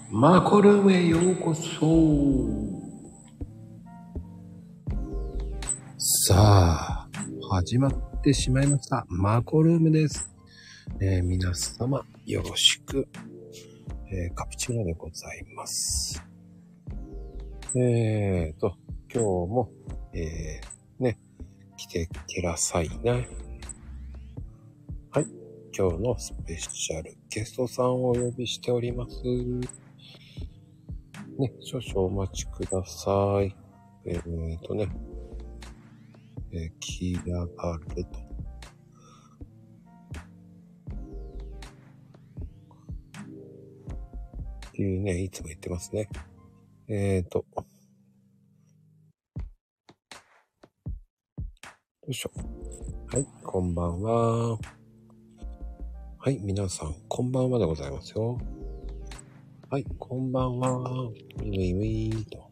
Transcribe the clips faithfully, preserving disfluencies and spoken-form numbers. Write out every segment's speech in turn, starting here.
マコルームへようこそ。さあ、始まってしまいました。マコルームです。えー、皆様、よろしく。えー、カプチーノでございます。えーと、今日も、えー、ね、来てくださいね。はい。今日のスペシャルゲストさんをお呼びしております。ね、少々お待ちください。えーとね、えー、来やがれと。っていうね、いつも言ってますね。えーと。よいしょ。はい、こんばんは。はい、皆さん、こんばんはでございますよ。はい、こんばんは。ウィウィウィーと。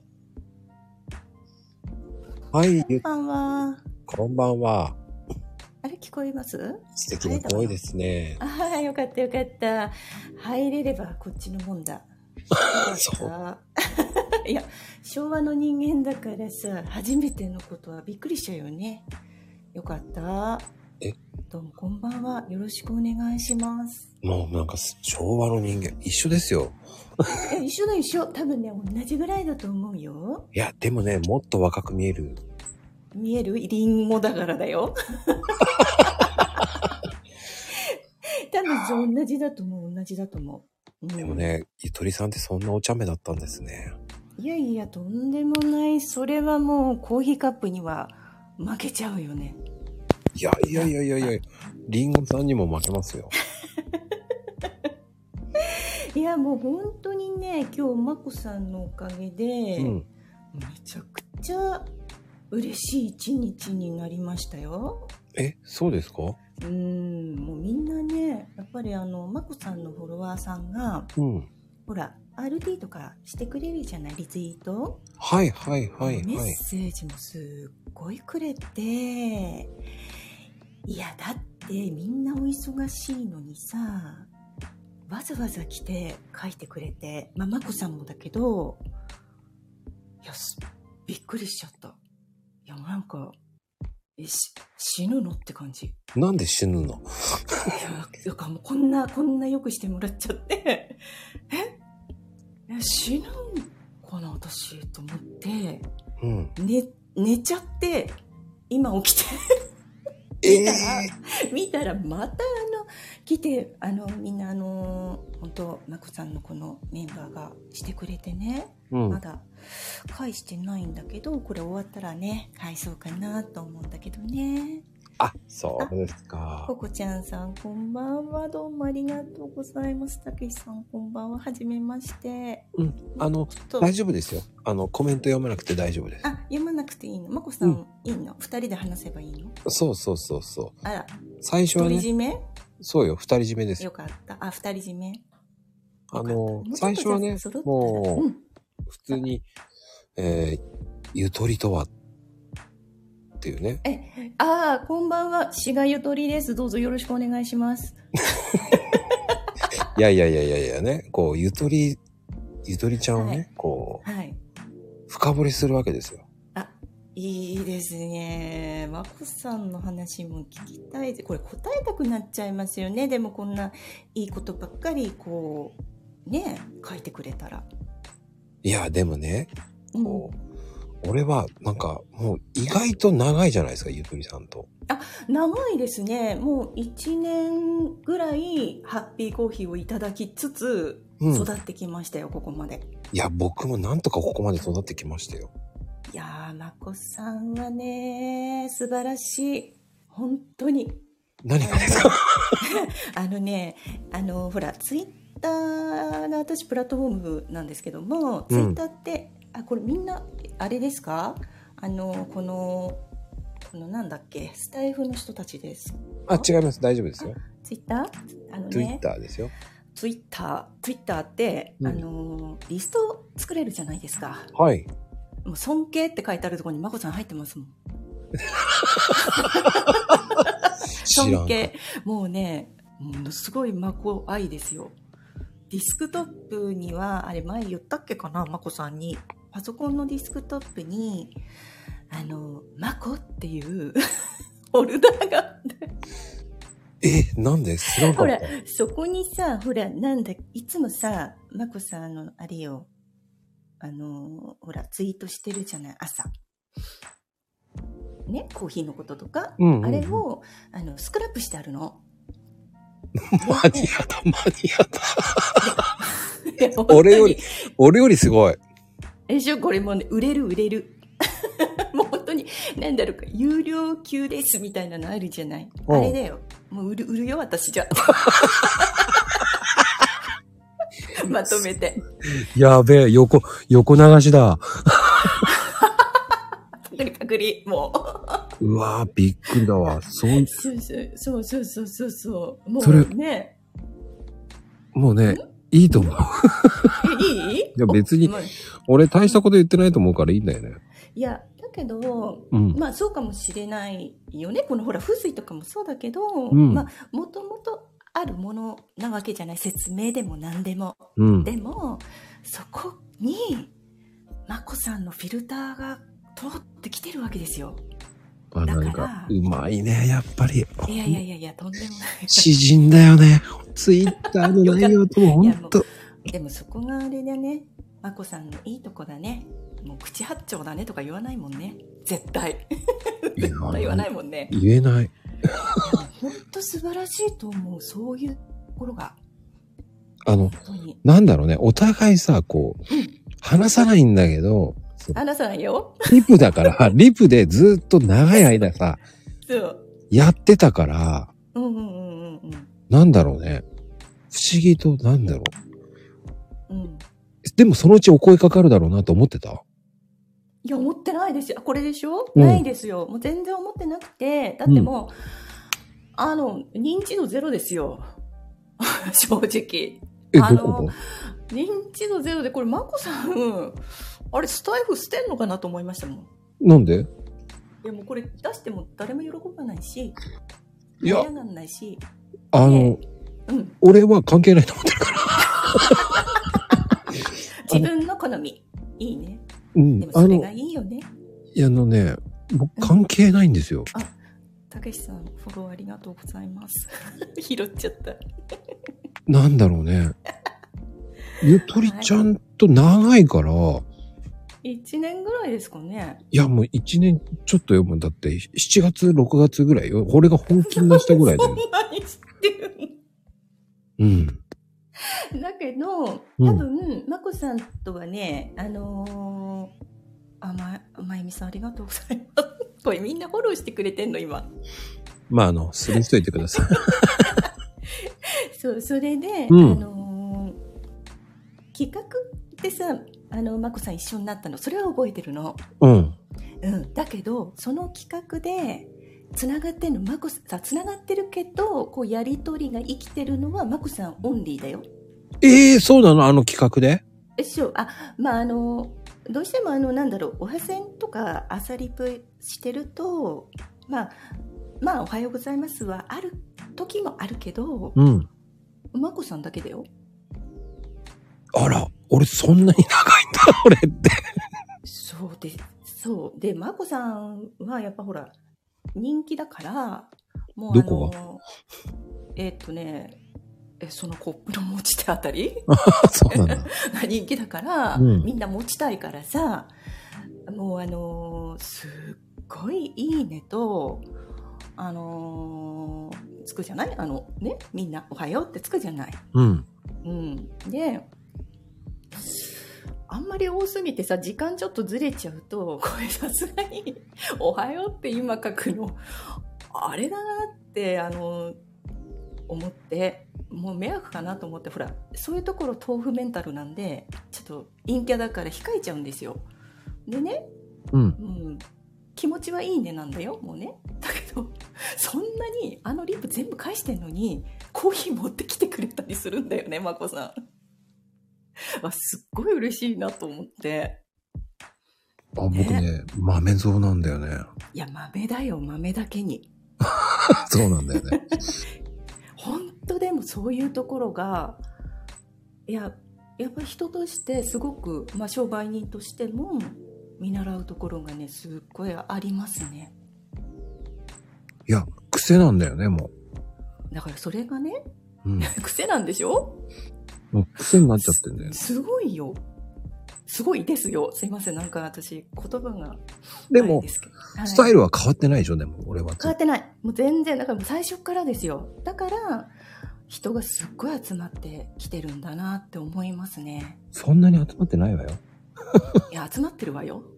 はい、 こんばんは。 こんばんは。 あれ聞こえます？ 素敵な声ですね。 ああ、よかったよかった。入れればこっちのもんだ。そういや、昭和の人間だからさ、初めてのことはびっくりしちゃうよね。よかった。 えどうもこんばんは。よろしくお願いします。 もうなんか昭和の人間一緒ですよ。 え、一緒だ一緒。多分ね、同じぐらいだと思うよ。 いや、でもね、もっと若く見える。 見える？リンゴだからだよ。多分同じだと思う、同じだと思う。うん、 でもね、ゆとりさんってそんなお茶目だったんですね。 いやいや、とんでもない。それはもうコーヒーカップには負けちゃうよね。 いやいやいやいやいや、リンゴさんにも負けますよ。 いや、もう本当にね、今日まこさんのおかげで、うん、めちゃくちゃ嬉しい一日になりましたよ。 え、そうですか？ うーん、もうみんなね、やっぱりあのまこさんのフォロワーさんが、うん、ほら アールティー とかしてくれるじゃない、リツイート。 はいはいはいはい。 メッセージもすっごいくれて、いやだってみんなお忙しいのにさ、わざわざ来て書いてくれて、まあまこさんもだけど、いやびっくりしちゃった。いやなんかえし死ぬのって感じ。 なんで死ぬの？いやだからもうこんなこんなよくしてもらっちゃってええ死ぬんかな私と思って、うん、寝寝ちゃって今起きて見たら、えー、見たらまたあの来てあのみんなあの本当まこさんのこのメンバーがしてくれてね、うん、まだ返してないんだけど、これ終わったらね返そうかなと思うんだけどね。 あ、そうですか。 ここちゃんさんこんばんは、どうもありがとうございます。たけしさんこんばんは、はじめまして。 うん、あの大丈夫ですよ。あのコメント読まなくて大丈夫です。 あ、読まなくていいの？まこさん、うん、いいの？二人で話せばいいの？ そうそうそうそう。 あら、 最初はね。 独り占め？ そうよ、二人占めです。 よかった。あ、二人占め。 あの最初はね、もう、うん、普通に、えー、ゆとりとはっていうね。 え、ああ、こんばんは。しがゆとりです。どうぞよろしくお願いします。 いやいやいやいやいやね、こう、ゆとり、ゆとりちゃんをね、はい、こう、はい、深掘りするわけですよ。 あ、いいですね。まこさんの話も聞きたいで、これ答えたくなっちゃいますよね。でもこんないいことばっかり、こう、ね、書いてくれたら。 いや、でもね、こう、うん、俺はなんかもう意外と長いじゃないですか、ゆとりさんと。 あ、長いですね。もういちねんぐらいハッピーコーヒーをいただきつつ育ってきましたよ、うん、ここまで。 いや、僕もなんとかここまで育ってきましたよ。 いやー、まこさんはね、素晴らしい。本当に。 何がですか？ あのね、あの、ほら、ツイッターが私プラットフォームなんですけども、うん、ツイッターって、あ、これみんな、あれですか？あの、この、このなんだっけ、スタイフの人たちです。 あ、違います。大丈夫ですよ。 ツイッター？あのね。 ツイッターですよ。 ツイッター、ツイッターって、うん、あの、リスト作れるじゃないですか。 はい。 もう尊敬って書いてあるところにまこさん入ってますもん。尊敬。もうね、ものすごいまこ愛ですよ。 ディスクトップには、あれ前言ったっけかな、まこさんに。パソコンのディスクトップに、あの、まこっていうフォルダーがあって。 え、なんで知らんかった。 ほら、そこにさ、ほら、なんだ、いつもさ、まこさんの、あれよ、あの、ほら、ツイートしてるじゃない、朝。ね、コーヒーのこととか、うんうんうん、あれを、あの、スクラップしてあるの。 マニアだ、マニアだ。俺より、俺よりすごい。 でしょ、これもね、売れる売れる。もう本当に、なんだろうか、有料級ですみたいなのあるじゃない。あれだよ。もう売る、売るよ、私じゃ。まとめて。 やべえ、横、横流しだ。 パクリパクリ、もう。うわぁ、びっくりだわ。そう。 そうそうそうそうそうそう。もうそれ、ね。 もうね、いいと思う。 いい？ いや別に、俺大したこと言ってないと思うからいいんだよね。 いや、だけど、うん、まあそうかもしれないよね。このほら、風水とかもそうだけど、うん、まあ、もともとあるものなわけじゃない。説明でも何でも。うん、でも、そこに、まこさんのフィルターが通ってきてるわけですよ。 あ、なんか、うまいね、やっぱり。 いやいやいやいや、とんでもない。 詩人だよね。ツイッターの内容ともほんと。 でもそこがあれだね。まこさんのいいとこだね。もう口八丁だねとか言わないもんね。絶対。絶対言わないもんね。 言えない。 ほんと素晴らしいと思う。そういうところが。 あの、なんだろうね。お互いさ、こう、うん、話さないんだけど、 話さないよ。 リプだから、リプでずっと長い間さ、 そう。 やってたから、 うんうんうんうんうん。 なんだろうね。不思議と、なんだろう。うん。 でもそのうちお声かかるだろうなと思ってた？ いや、思ってないですよ。これでしょ、うん、ないですよ。もう全然思ってなくて、だってもう、うん、あの、認知度ゼロですよ。正直。 え、どこ？ 認知度ゼロで、これ、まこさん、あれ、スタイフ捨てんのかなと思いましたもん。 なんで？ いや、もうこれ出しても誰も喜ばないし、 いや、 盛り上がんないし。 あの、うん、俺は関係ないと思ってるから。 自分の好み。いいね。うん。でもそれがいいよね。 いや、あのね、僕関係ないんですよ。 うん、あ、たけしさん、フォローありがとうございます。拾っちゃった。 なんだろうね。ゆとりちゃんと長いから、はい、 いちねんぐらいですかね。 いや、もういちねんちょっとよ。もうだってしちがつ、ろくがつぐらいよ。俺が本気に出したぐらいで。 そんなに知ってるうん。 だけど、多分、うん、まこさんとはね、あのー、あ、ま、まゆみさんありがとうございます。これみんなフォローしてくれてんの、今。 まあ、あの、するしといてください。 そう、それで、 うん、 あのー、企画ってさ、あの、まこさん一緒になったの、それは覚えてるの。 うん。 うん。だけど、その企画で、つながってんの、まこさん、つながってるけど、こう、やりとりが生きてるのは、まこさんオンリーだよ。 ええー、そうなの？あの企画で？ え、そう。あ、まあ、あの、どうしても、あの、なんだろう、おはせんとか、朝リプしてると、まあ、まあ、おはようございますは、ある時もあるけど、 うん。 まこさんだけだよ。 あら、俺そんなに長いんだ、俺って。 そうで、そう。で、まこさんは、やっぱほら、人気だから、もうどこが？ えー、っとね、え、そのコップの持ち手あたりそうなんだ。 人気だから、うん、みんな持ちたいからさ、もうあのー、すっごいいいねと、あのー、つくじゃない？あのね、みんなおはようってつくじゃない。 うん。 うん。で、あんまり多すぎてさ、時間ちょっとずれちゃうと、これさすがに、おはようって今書くの、あれだなって、あの、思って、もう迷惑かなと思って、ほら、そういうところ豆腐メンタルなんで、ちょっと陰キャだから控えちゃうんですよ。でね、 うん。うん、 気持ちはいいねなんだよ、もうね。だけど、そんなに、あのリップ全部返してんのに、コーヒー持ってきてくれたりするんだよね、まこさん。あ、すっごい嬉しいなと思って。 あ、僕ね、ね、豆蔵なんだよね。 いや、豆だよ、豆だけに。 そうなんだよね。 本当でもそういうところが、 いや、やっぱり人としてすごく、まあ、商売人としても見習うところがね、すっごいありますね。 いや、癖なんだよね、もう。だからそれがね、 うん、 癖なんでしょ？ もう癖になっちゃってんだよね。 すごいよ。すごいですよ。すいません、なんか私、言葉が。 でも、ではい、スタイルは変わってないでしょ、でも、俺は。 変わってない。もう全然、だから最初からですよ。だから、人がすっごい集まってきてるんだなって思いますね。 そんなに集まってないわよ。 いや、集まってるわよ。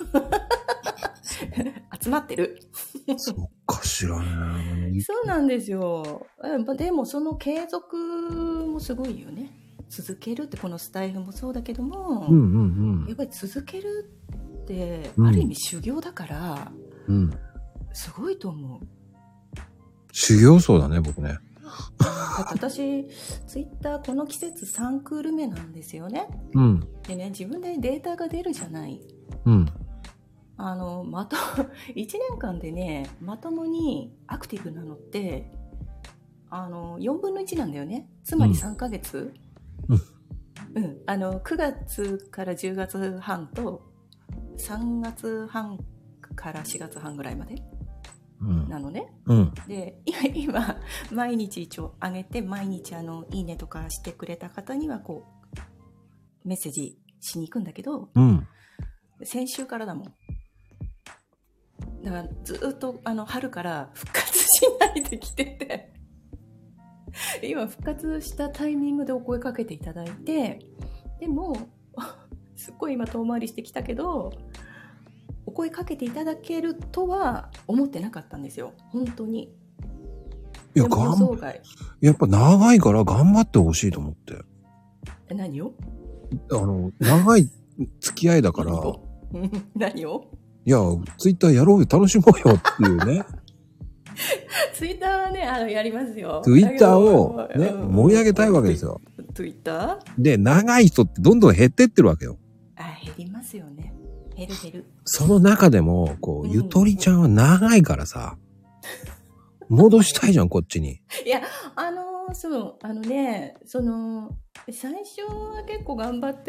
集まってる。 そっかしらね。 そうなんですよ。でもその継続もすごいよね。続けるって、このスタイルもそうだけども、 うんうんうん、 やっぱり続けるってある意味修行だから、うん、すごいと思う。 修行僧だね、僕ね。 だって私ツイッターこの季節さんクール目なんですよね。 うん、 でね、自分でデータが出るじゃない。 うん、 あのまたいちねんかんでね、まともにアクティブなのってあのよんぶんのいちなんだよね。つまりさんかげつ、うんうん、あのくがつからじゅうがつはんとさんがつはんからしがつはんぐらいまでなのね、 うん、 で今毎日一応上げて、毎日あのいいねとかしてくれた方にはこうメッセージしに行くんだけど、 うん、 先週からだもん。だからずっとあの春から復活しないできてて今復活したタイミングでお声かけていただいて、でもすっごい今遠回りしてきたけど、お声かけていただけるとは思ってなかったんですよ、本当に。 いや、がんやっぱ長いから頑張ってほしいと思って。 何を？ あの、長い付き合いだから。 何を？ いや、ツイッターやろうよ、楽しもうよっていうね。 ツイッターはね、あの、やりますよ。 ツイッターをね、盛り上げたいわけですよ。 ツイッター？ で、長い人ってどんどん減ってってるわけよ。 あ、減りますよね。減る減る。 その中でも、こう、ゆとりちゃんは長いからさ、戻したいじゃん、こっちに。 いや、あのー、そう、あのね、その、最初は結構頑張って、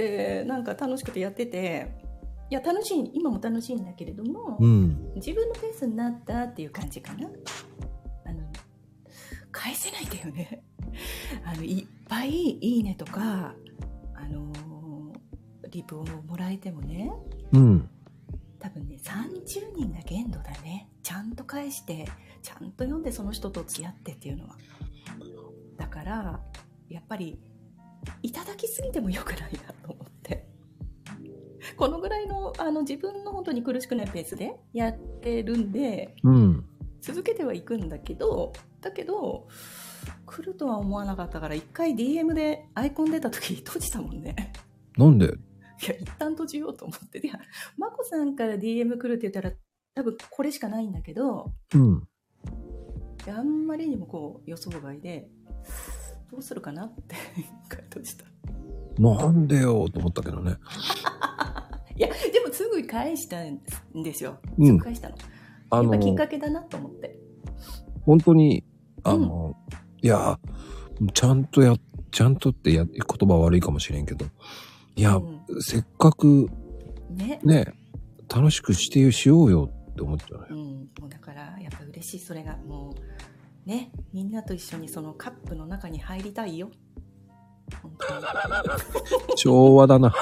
なんか楽しくてやってて、いや、楽しい、今も楽しいんだけれども、うん、自分のペースになったっていう感じかな。あの、返せないんだよね。あの、いっぱいいいねとか、あのー、リプをもらえてもね、 うん。 多分ね、さんじゅうにんが限度だね。ちゃんと返して、ちゃんと読んでその人と付き合ってっていうのは。だから、やっぱり、いただきすぎても良くないなと思って。このぐらいの、あの、自分の本当に苦しくないペースでやってるんで、 うん、 続けてはいくんだけど、だけど、来るとは思わなかったから、一回 ディーエム でアイコン出た時閉じたもんね。 なんで？ いや、一旦閉じようと思って。いや、まこさんから ディーエム 来るって言ったら、多分これしかないんだけど、 うん。 あんまりにもこう予想外で、どうするかなって一回閉じた。 なんでよと思ったけどね。 いや、でもすぐ返したんですよ。すぐ返したの。うん、やっぱきっかけだなと思って。 本当に、あの、うん、いや、ちゃんとや、ちゃんとってや、言葉悪いかもしれんけど、いや、うん、せっかく、ね、ね、楽しくしてしようよって思っちゃうよ。 うん、もうだから、やっぱ嬉しい、それが、もう、ね、みんなと一緒にそのカップの中に入りたいよ。本当に。 昭和だな。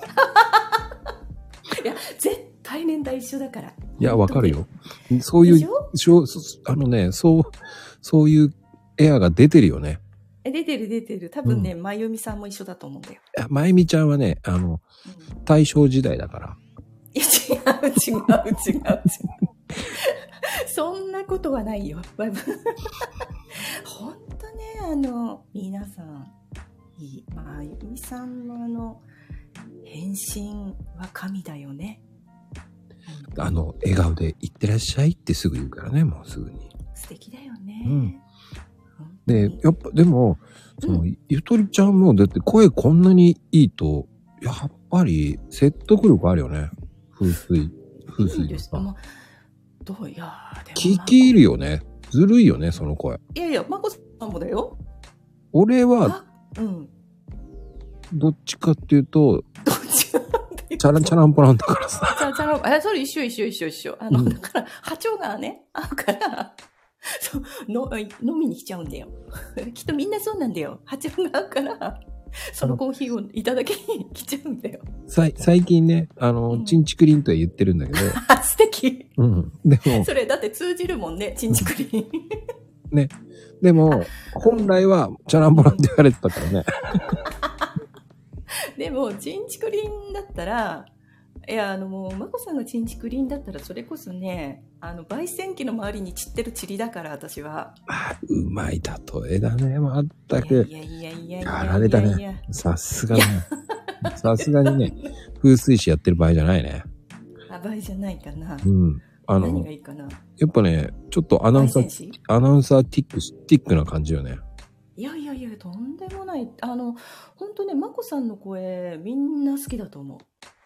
いや、絶対年代一緒だから。 いや、わかるよ。そういう、あのね、そう、そういうエアが出てるよね。 出てる出てる。多分ね、うん、まゆみさんも一緒だと思うんだよ。 いや、まゆみちゃんはね、あの、うん、大正時代だから。 いや、違う違う違う違う。そんなことはないよ。ほんとね、あの、皆さん、いい。まゆみさんのあの、返信は神だよね。 あの、笑顔でいってらっしゃいってすぐ言うからね、もうすぐに。 素敵だよね。 うん。で、やっぱ、でも、その、うん、ゆとりちゃんも、だって声こんなにいいと、やっぱり説得力あるよね。風水、風水ですか。 どういやでも聞き入るよね。ずるいよね、その声。 いやいや、まこさんもだよ。 俺は、 うん。 どっちかっていうと、 どっちかっていうと。 チャランチャランポランだからさ。 チャラチャラン、え、それ一緒一緒一緒一緒。あの、 うん、 だから、波長がね、合うから、そう、の、飲みに来ちゃうんだよ。きっとみんなそうなんだよ。波長が合うから、そのコーヒーをいただきに来ちゃうんだよ。 さ最近ね、あの、うん、チンチクリンとは言ってるんだけど。 あ、素敵。 うん。でも。 それだって通じるもんね、チンチクリン。 ね。でも、本来はチャランポランって言われてたからね。 でも、チンチクリンだったら、いや、あの、もう、まこさんがチンチクリンだったら、それこそね、あの、焙煎機の周りに散ってる塵だから、私は。 あ、うまい例えだね、まったく。 いやいやいやいやいや。 やられたね。さすがね。さすがにね、風水師やってる場合じゃないね。 あ、場合じゃないかな。 うん。あの、 何がいいかな。 やっぱね、ちょっとアナウンサー、アナウンサーティック、ティックな感じよね。 いやいやいや、とんでもない。あの、ほんとね、まこさんの声、みんな好きだと思う。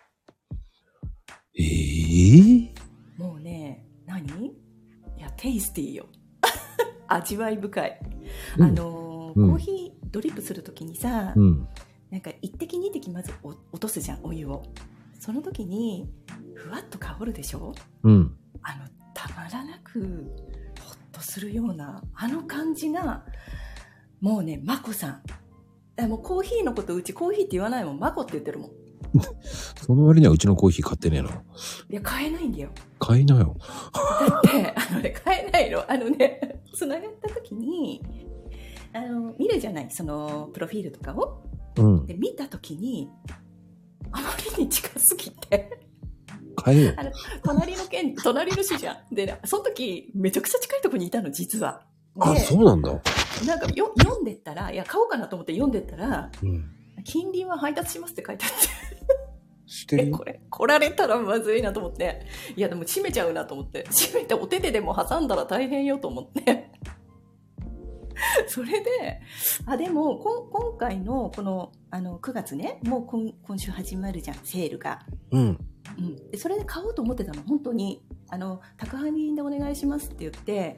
えー、 もうね、何？いや、テイスティーよ。味わい深い。うん、あの、うん、コーヒードリップするときにさ、うん、なんか一滴二滴まず落とすじゃん、お湯を。その時に、ふわっと香るでしょ？うん。あの、たまらなく、ほっとするような、あの感じが、もうね、まこさん。もうコーヒーのことうちコーヒーって言わないもん。まこって言ってるもん。 その割にはうちのコーヒー買ってねえの。 いや、買えないんだよ。 買いなよ。 だって、あのね、買えないの。あのね、繋がった時に、あの、見るじゃない、その、プロフィールとかを。うん。で、見た時に、あまりに近すぎて。 買えよ。 あの、隣の県、隣の市じゃん。で、その時、めちゃくちゃ近いとこにいたの、実は。 あ、そうなんだ。 なんかよ、読んでったら、いや、買おうかなと思って読んでったら、うん、近隣は配達しますって書いてあって。 してる？ え、これ、来られたらまずいなと思って。いや、でも閉めちゃうなと思って。閉めてお手ででも挟んだら大変よと思って。それで、あ、でも、こ今回のこの、あの、くがつね、もう今、今週始まるじゃん、セールが。うん。うん。で、それで買おうと思ってたの、本当に。あの、宅配便でお願いしますって言って、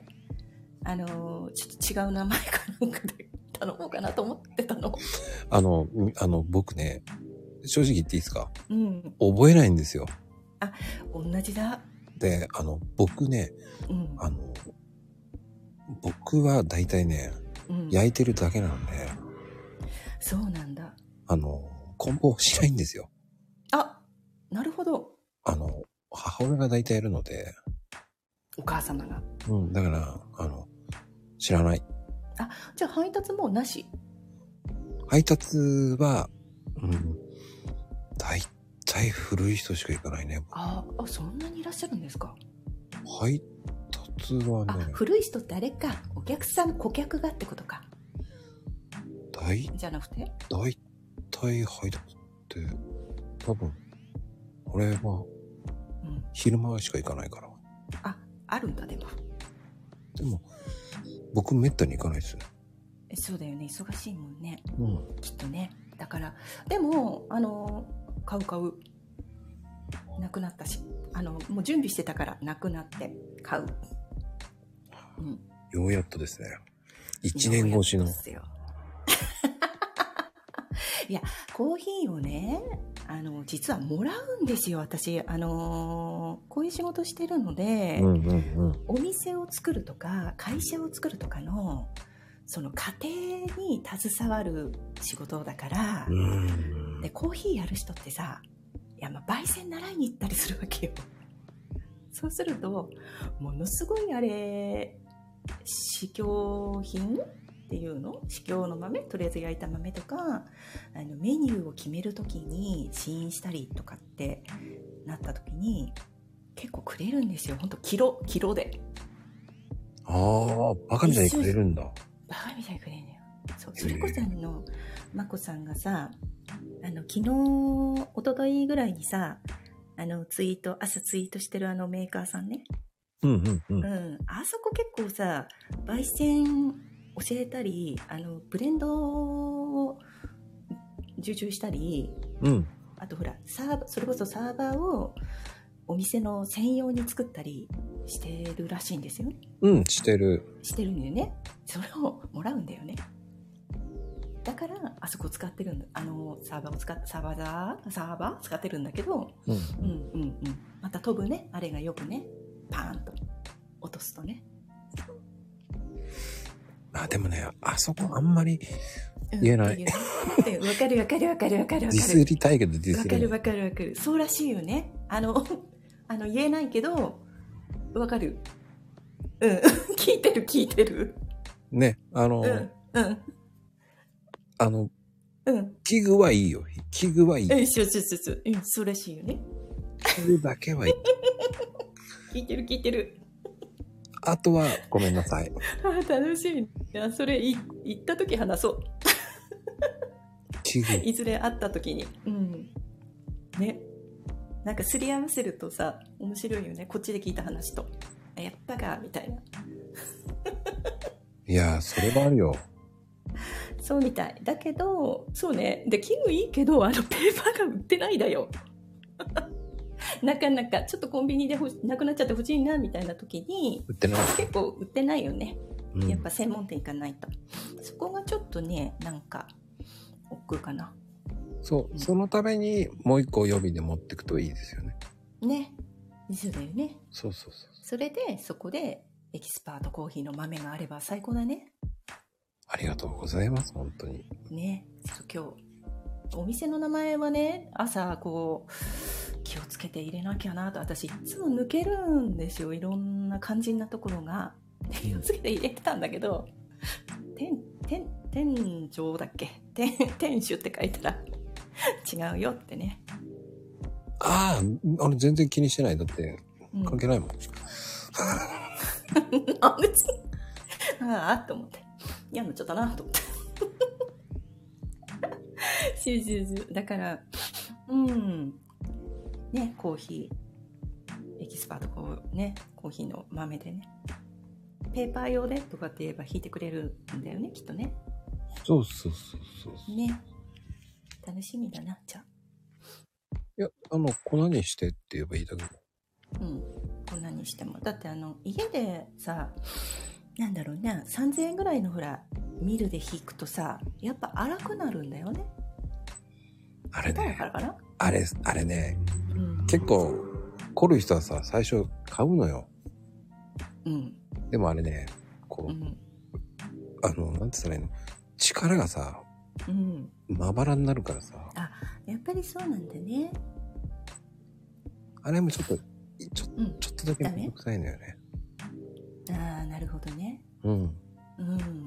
あの、ちょっと違う名前かなんかで頼もうかなと思ってたの。 あの、あの、僕ね、正直言っていいですか？うん。覚えないんですよ。 あ、同じだ。 で、あの、僕ね、うん、あの、僕は大体ね、うん、焼いてるだけなんで。 そうなんだ。 あの、梱包しないんですよ。 あ、なるほど。 あの、母親が大体やるので。 お母様が。 うん、だから、あの、知らない。 あ、じゃあ配達もなし？ 配達は、うん、大体古い人しか行かないね。 ああ、そんなにいらっしゃるんですか？ 配達はね。 あ、古い人ってあれか。お客さん、顧客がってことか。 大じゃなくて？ 大体配達って、多分、俺は、うん、昼間しか行かないから。 あ、あるんだ、でも。 でも、僕めったに行かないですよ。 そうだよね、忙しいもんね。うん。きっとね。だから、でも、あの、買う買う。なくなったし。あの、もう準備してたから、なくなって買う。 うん。ようやっとですね。一年越しの。 いや、コーヒーをね、あの、実はもらうんですよ、私。あのー、こういう仕事してるので、うんうんうん、お店を作るとか、会社を作るとかの、その家庭に携わる仕事だから、うん、で、コーヒーやる人ってさ、いや、まあ、焙煎習いに行ったりするわけよ。そうすると、ものすごいあれ、試供品っていうの？試供の豆、とりあえず焼いた豆とか、あのメニューを決めるときに試飲したりとかってなったときに結構くれるんですよ。ほんとキロキロで。 ああ、バカみたいにくれるんだ。 バカみたいにくれるのよ。そう、それこそあのまこさんがさ、あの昨日一昨日ぐらいにさ、あのツイート朝ツイートしてるあのメーカーさんね。 うんうんうん。 うん、あそこ結構さ、焙煎教えたり、あのブレンドを受注したり、うん、あとほらサーバー、それこそサーバーをお店の専用に作ったりしてるらしいんですよね。 うん、してる。 してるんだよね。それをもらうんだよね。 だからあそこ使ってるんだ、あのサーバーを使ってサーバーサーバー使ってるんだけど、うん、うんうんうんまた飛ぶね、あれがよくねパーンと落とすとね。 あでもね、あそこあんまり言えない。わ、 うん、かるわかるわかるわかる。ディスりたいけどディスりない。わかるわかるわかる。そうらしいよね。あのあの言えないけどわかる。うん聞いてる聞いてる。 ね、あの、 うんうん、 あの、 うん、 器具はいいよ。器具はいい。 うん、そうそうそうそう、うん、そうらしいよね。 器具だけはいい。 聞いてる聞いてる。 あとはごめんなさい。 あ楽しい。いやそれい行った時話そう。 器具。 いずれ会った時に、うん、ね、なんかすり合わせるとさ面白いよね。こっちで聞いた話と、やったかみたいな。 いやそれはあるよ。 そうみたいだけど、そうね。で器具いいけどあのペーパーが売ってないだよ。なかなかちょっとコンビニでなくなっちゃってほしいなみたいな時に売ってない。 結構売ってないよね、 うん、 やっぱ専門店行かないと。そこがちょっとねなんか億劫かな。 そう、うん、そのためにもう一個予備で持っていくといいですよね。 ね、そうだよね。 そうそうそう。 それでそこでエキスパートコーヒーの豆があれば最高だね。 ありがとうございます本当に。 ね、ちょっと今日お店の名前はね朝こう気をつけて入れなきゃなと。私いつも抜けるんですよ、いろんな肝心なところが。気をつけて入れてたんだけど、店店店長だっけ、店店主って書いたら違うよってね。 ああ、あれ全然気にしてない。だって関係ないもん、うん、 あ別にああと思ってやんのちゃったなと思ってそうそうそう。だからうんね、コーヒーエキスパートこうね、コーヒーの豆でね、ペーパー用でとかって言えば引いてくれるんだよねきっとね。 そうそうそうそうね、楽しみだな。じゃあいやあの粉にしてって言えばいいだけ。 うん、粉にしてもだってあの家でさ、なんだろうね、さんぜんえんぐらいのほらミルで引くとさやっぱ粗くなるんだよね。 あれね、 かなあれあれね、 うん、 結構凝る人はさ最初買うのよ。 うん。 でもあれね、こう、うん、あのなんて言ったらいいの、力がさ、うん、まばらになるからさ。 あ、やっぱりそうなんだね。 あれもちょっとちょ、うん、ちょっとだけめんどくさいのよね。 ああ、なるほどね。 うんうん。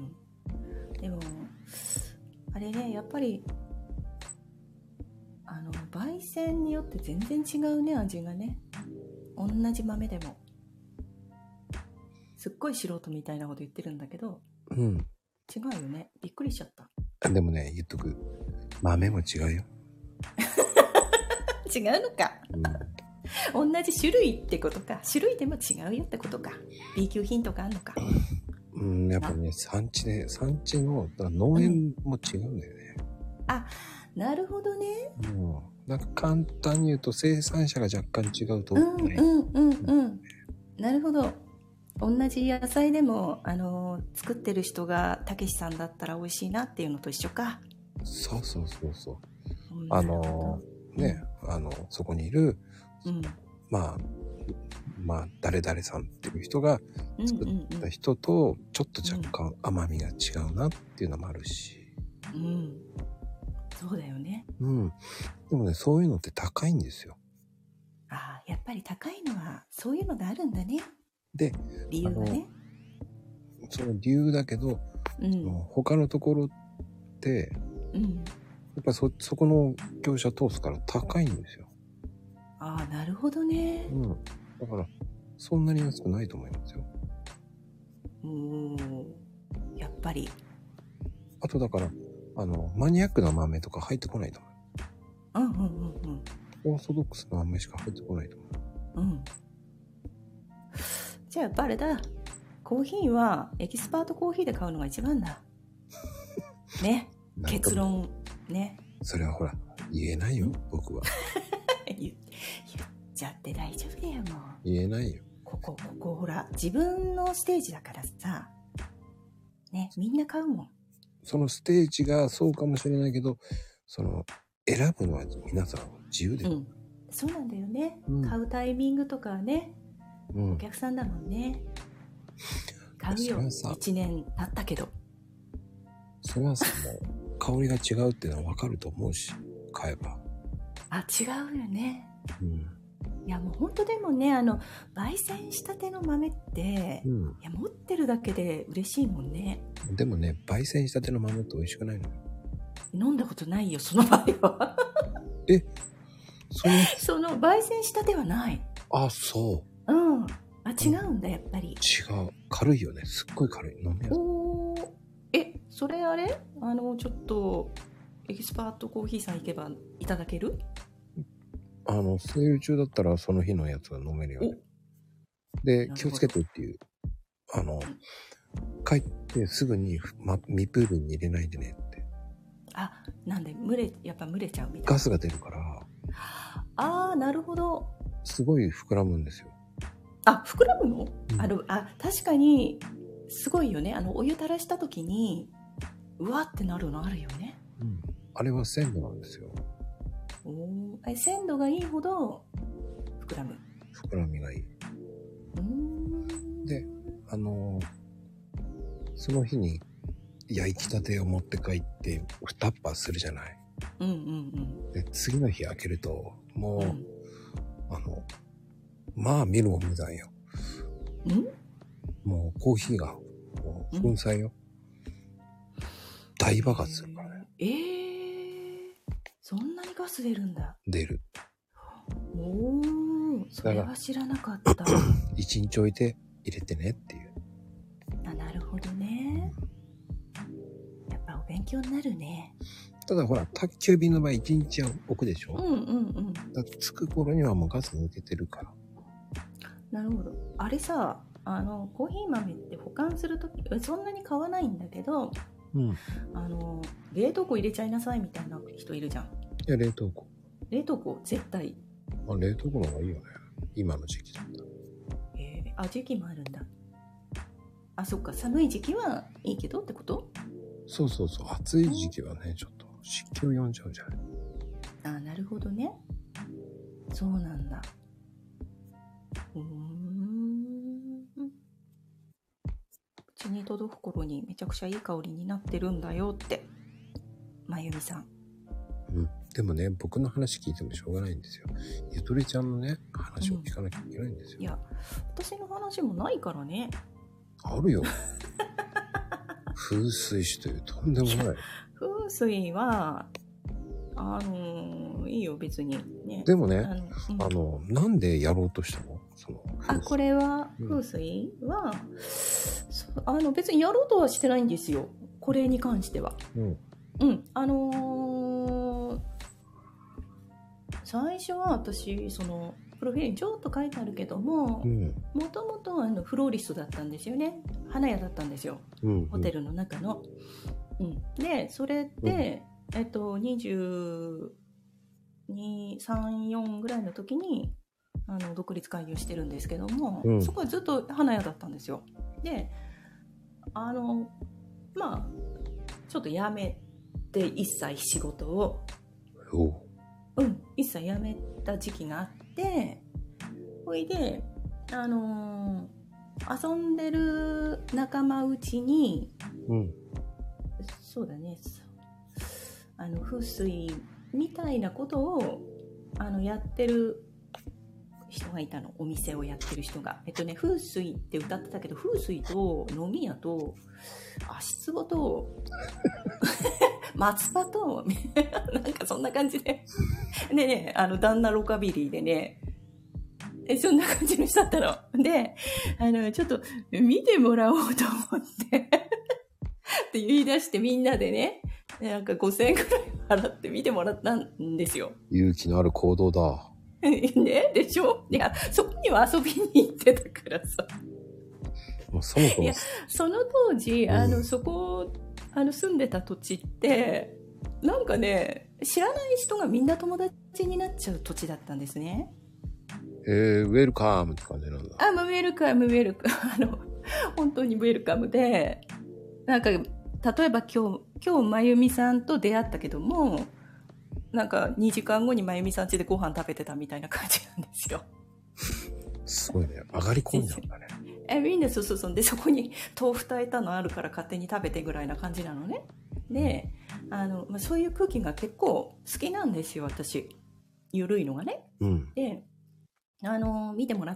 でもあれね、やっぱりあの焙煎によって全然違うね、味がね。同じ豆でもすっごい素人みたいなこと言ってるんだけど、 うん、 違うよね。びっくりしちゃった。 でもね、言っとく、豆も違うよ。 違うのか、うん、同じ種類ってことか。種類でも違うよってことか。 B 級品とかあんのか。 うん、やっぱね、産地で、産地の農園も違うんだよね、 うん、あ、なるほどね。 うん、なんか簡単に言うと生産者が若干違うと、 ね、うんうんうんうん、なるほど。同じ野菜でもあの作ってる人がたけしさんだったら美味しいなっていうのと一緒か。 そうそうそうそう、うん、あのね、うん、あのそこにいる、うん、まあまあ誰々さんっていう人が作った人とちょっと若干甘みが違うなっていうのもあるし、 うん、うん、そうだよね。 うん。でもね、そういうのって高いんですよ。 ああ、やっぱり高いのはそういうのがあるんだね。 で、 理由がね。 その理由だけど、うん、その他のところって、うん、やっぱり そ, そこの業者通すから高いんですよ。 ああ、なるほどね。 うん。だからそんなに安くないと思いますよ。 うーん、やっぱり。 あとだからあのマニアックな豆とか入ってこないと思う。 うんうんうんうん。 オーソドックスな豆しか入ってこないと思う。 うん。じゃあやっぱあれだ。コーヒーはエキスパートコーヒーで買うのが一番だ。ね。結論ね。 それはほら言えないよ僕は。 言, 言っちゃって大丈夫だよもう。 言えないよ。 ここここほら自分のステージだからさ。ね、みんな買うもん。 そのステージがそうかもしれないけど、その選ぶのは皆さん自由で、うん、 そうなんだよね、うん、買うタイミングとかね、うん、お客さんだもんね。買うよ、いちねん経ったけど。 それはさ、もう香りが違うっていうのは分かると思うし、買えば。 あ、違うよね。うん。いやもう本当でもね、あの焙煎したての豆って、うん、いや持ってるだけで嬉しいもんね。 でもね、焙煎したての豆って美味しくないのよ。 飲んだことないよ、その場合は。え、そのその焙煎したてはない。 あ、そう。 うん。あ、違うんだ、やっぱり。 違う。軽いよね。すっごい軽い。飲みやすい。 おー。え、それあれあの、ちょっと、エキスパートコーヒーさん行けばいただける？ あの、セール中だったらその日のやつは飲めるよね。で、気をつけてっていう。あの、帰ってすぐに、ま、ミプールに入れないでねって。 あ、なんで、蒸れ、やっぱ蒸れちゃうみたいな。 ガスが出るから。 あー、なるほど。 すごい膨らむんですよ。 あ、膨らむの？うん、あの、あ、確かに、すごいよね。あの、お湯垂らした時に、うわってなるのあるよね。 うん。あれは鮮度なんですよ。 おー、鮮度がいいほど膨らむ。 膨らみがいい。うーん。で、あのその日に焼きたてを持って帰ってふタッパーするじゃない。 うんうんうん。 で、次の日開けるともう、うん、あのまあ見るも無残よ。ん？もうコーヒーがもう粉砕よ。大爆発するからね。 えー、そんなにガス出るんだ。 出る。 おー、それは知らなかった。 一日置いて入れてねっていう。 あ、なるほどね。やっぱお勉強になるね。 ただほら、宅急便の場合一日は置くでしょ。 うんうんうん。 だって着く頃にはもうガス抜けてるから。 なるほど。あれさ、あのコーヒー豆って保管するときそんなに買わないんだけど、うん、あの冷凍庫入れちゃいなさいみたいな人いるじゃん。 いや、冷凍庫。 冷凍庫絶対。 あ、冷凍庫の方がいいよね。今の時期だったら。 えー、あ、時期もあるんだ。あ、そっか、寒い時期はいいけどってこと？ そうそうそう。暑い時期はね、ちょっと湿気を読んじゃうじゃない。 あ、なるほどね。そうなんだ。うーん。うちに届く頃にめちゃくちゃいい香りになってるんだよって、まゆみさん。 うん。でもね、僕の話聞いてもしょうがないんですよ。ゆとりちゃんのね、話を聞かなきゃいけないんですよ。 うん、いや、私の話もないからね。 あるよ。風水師というとんでもない。 風水は、あのー、いいよ別に、ね。 でもね、あの、うん、あのなんでやろうとしたの？そのあ、これは風水は、うん、あの別にやろうとはしてないんですよ。これに関しては。うん。うん、あのー、最初は私そのプロフィールにちょっと書いてあるけども、もともとあのフローリストだったんですよね。花屋だったんですよ。うんうん、ホテルの中の。うん、でそれで、うん、えっとにじゅうに、さん、よんぐらいの時にあの独立開業してるんですけども、うん、そこはずっと花屋だったんですよ。で、あのまあちょっと辞めて一切仕事を、うん、一切辞めた時期があって、ほいであのー、遊んでる仲間内に、うん、そうだね、あの風水みたいなことをあのやってる人がいたの。お店をやってる人が、えっとね、風水って歌ってたけど、風水と飲み屋と足つぼと松葉となんかそんな感じででね、あの旦那ロカビリーでね、えそんな感じの人だったので、あのちょっと見てもらおうと思ってって言い出して、みんなでね、なんかごせんえんくらい払って見てもらったんですよ。 勇気のある行動だ。 ね、でしょ？いや、そこには遊びに行ってたからさ。 もうそもそも。いや、 その当時、うん、あの、そこ、あの、住んでた土地って、なんかね、知らない人がみんな友達になっちゃう土地だったんですね。 えー、ウェルカムって感じなんだ。 あ、もうウェルカム、ウェルカム。あの、本当にウェルカムで、なんか、 例えば今日今日まゆみさんと出会ったけども、なんかにじかんごにまゆみさん家でご飯食べてたみたいな感じなんですよ。 すごいね、上がり込んだんだね。 え、いいんです、そうそう。で、そこに豆腐炊いたのあるから勝手に食べてぐらいな感じなのね。で、あの、まあ、そういう空気が結構好きなんですよ、私。ゆるいのがね。 うん、 で、あの、見てもらって、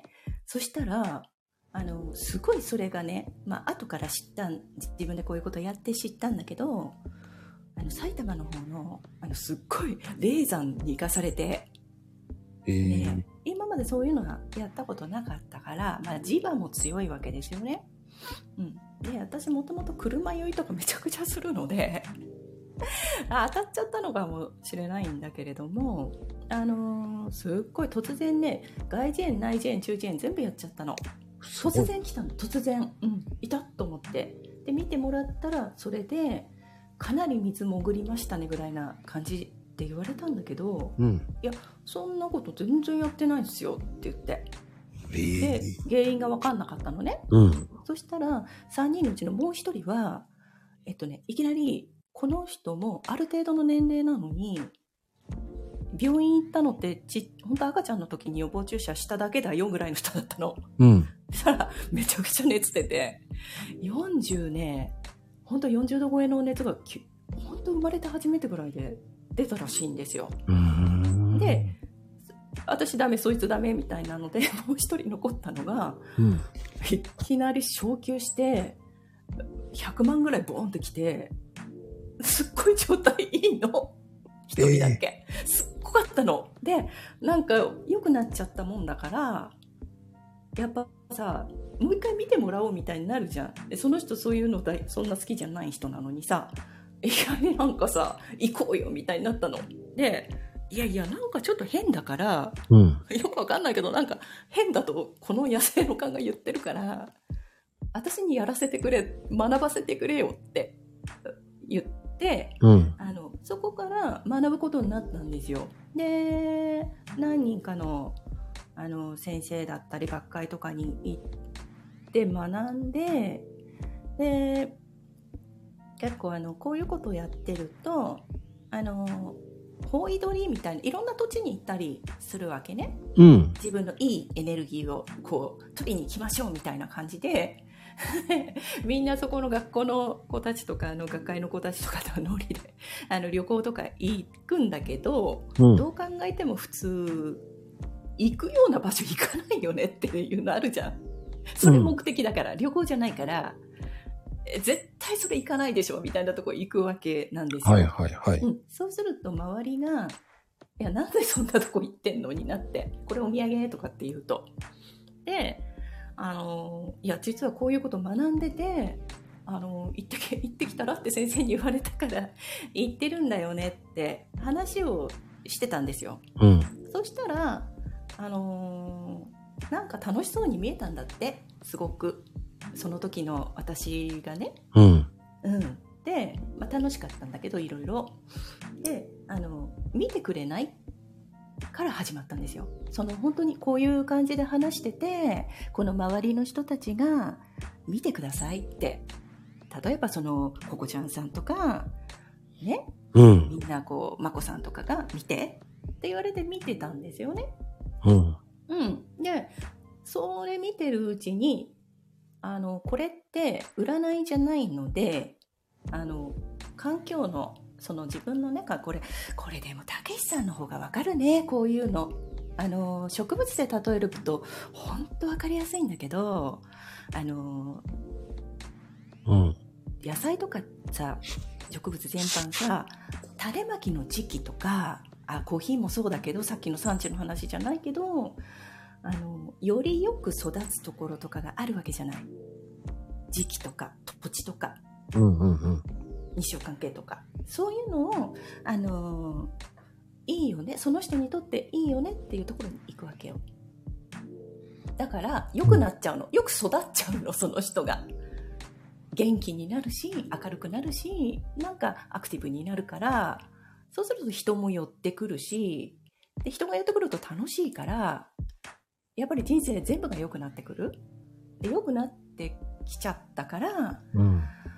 そしたら、あの、すごいそれがね、まあ、後から知ったん、自分でこういうことやって知ったんだけど、あの、埼玉の方の、あの、すっごい霊山に行かされて、 えーね、今までそういうのはやったことなかったから、まあ、磁場も強いわけですよね。うん、で私もともと車酔いとかめちゃくちゃするので当たっちゃったのかもしれないんだけれども、あのー、すっごい突然ね、外耳炎内耳炎中耳炎全部やっちゃったの。突然来たの、突然、うん、いたと思って、で見てもらったらそれでかなり水潜りましたねぐらいな感じって言われたんだけど、 うん、 いやそんなこと全然やってないですよって言って、 えー、 で原因が分かんなかったのね、 うん、 そしたらさんにんのうちのもうひとりは、えっとね、いきなりこの人もある程度の年齢なのに病院行ったのってち本当赤ちゃんの時に予防注射しただけだよぐらいの人だったの、 うん、 そしたらめちゃくちゃ熱出てよんじゅうね、本当よんじゅうど超えの熱が本当生まれて初めてぐらいで出たらしいんですよ。 うーん、 で私ダメそいつダメみたいなのでもう一人残ったのが、 うん、 いきなり昇級してひゃくまんぐらいボーンってきて、すっごい状態いいの一人だけ、えー、すっごかったので、なんか良くなっちゃったもんだからやっぱさもう一回見てもらおうみたいになるじゃん。でその人そういうのだそんな好きじゃない人なのにさ、いきなりなんかさ行こうよみたいになったので、いやいやなんかちょっと変だから、うん、よくわかんないけどなんか変だとこの野生の勘が言ってるから私にやらせてくれ学ばせてくれよって言って、うん、あのそこから学ぶことになったんですよ。で何人かのあの先生だったり学会とかに行って学んで、で結構あのこういうことをやってるとあの方位取りみたいないろんな土地に行ったりするわけね、うん、自分のいいエネルギーをこう取りに行きましょうみたいな感じでみんなそこの学校の子たちとかあの学会の子たちとかとノリであの旅行とか行くんだけど、うん、どう考えても普通行くような場所行かないよねっていうのあるじゃん。それ目的だから、うん、旅行じゃないから絶対それ行かないでしょみたいなところ行くわけなんですよ。 はいはいはい、 うん、そうすると周りがいやなんでそんなとこ行ってんのになって、これお土産とかって言うと、であのいや実はこういうこと学んでてあの行ってけ行ってきたらって先生に言われたから行ってるんだよねって話をしてたんですよ、うん、そしたらあのなんか楽しそうに見えたんだって、すごくその時の私がね、うんうん、で、まあ、楽しかったんだけどいろいろであの見てくれないから始まったんですよ。その本当にこういう感じで話しててこの周りの人たちが見てくださいって、例えばそのココちゃんさんとかね、うん、みんなこうまこさんとかが見てって言われて見てたんですよね、うんうん、でそれ見てるうちにあのこれって占いじゃないのであの環境のその自分の中これこれでもたけしさんの方が分かるね、こういうのあの植物で例えると本当分かりやすいんだけど、あの、うん、野菜とかさ植物全般さ種まきの時期とかあコーヒーもそうだけどさっきの産地の話じゃないけどあのよりよく育つところとかがあるわけじゃない、時期とか土地とか、うんうんうん、日照関係とかそういうのを、あのー、いいよね、その人にとっていいよねっていうところに行くわけよ。だから良くなっちゃうの、よく育っちゃうの、その人が元気になるし明るくなるしなんかアクティブになるから、そうすると人も寄ってくるし、で人が寄ってくると楽しいからやっぱり人生全部が良くなってくる。で良くなってきちゃったから、うん、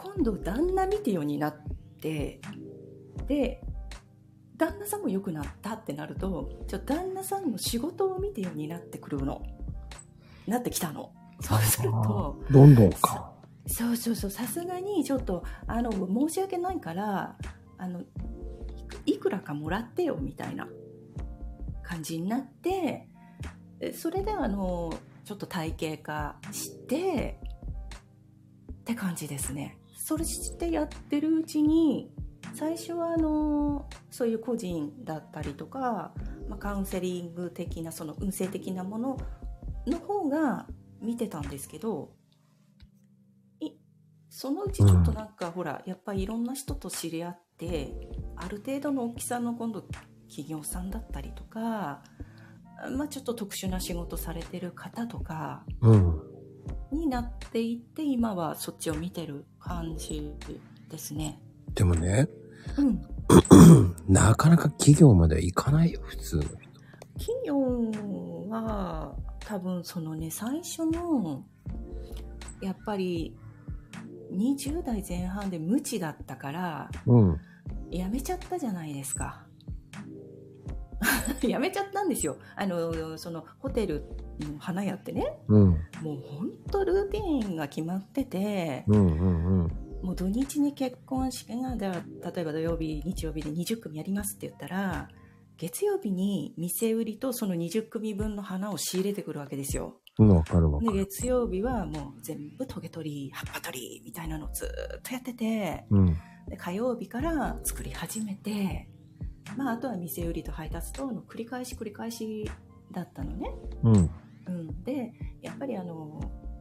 今度旦那見てようになって、で旦那さんも良くなったってなると、ちょ旦那さんの仕事を見てようになってくるのなってきたの。そうするとどんどんか、 そうそうそう、さすがにちょっとあの申し訳ないからあの い, いくらかもらってよみたいな感じになって、それであのちょっと体系化してって感じですね。それしてやってるうちに、最初はあのそういう個人だったりとか、まあ、カウンセリング的なその運勢的なものの方が見てたんですけど、いそのうちちょっとなんか、うん、ほらやっぱりいろんな人と知り合って、ある程度の大きさの今度企業さんだったりとか、まあ、ちょっと特殊な仕事されてる方とかになっていって、今はそっちを見てる感じですね。 でもね、 うん、 なかなか企業までは行かないよ、普通の人。 企業は多分そのね、最初のやっぱりにじゅう代前半で無知だったから、 うん、 辞めちゃったじゃないですか。辞めちゃったんですよ。あのそのホテルの花屋ってね、 うん、 もうほんとルーティーンが決まってて、 うんうんうん、 もう土日に結婚式がでは例えば土曜日日曜日でにじゅっ組やりますって言ったら、月曜日に店売りとそのにじゅっ組分の花を仕入れてくるわけですよ。 うん、わかるわかる。 で月曜日はもう全部トゲ取り葉っぱ取りみたいなのをずっとやってて、 うん、 で火曜日から作り始めて、まあ、あとは店売りと配達との繰り返し繰り返しだったのね、 うんうん、でやっぱりあの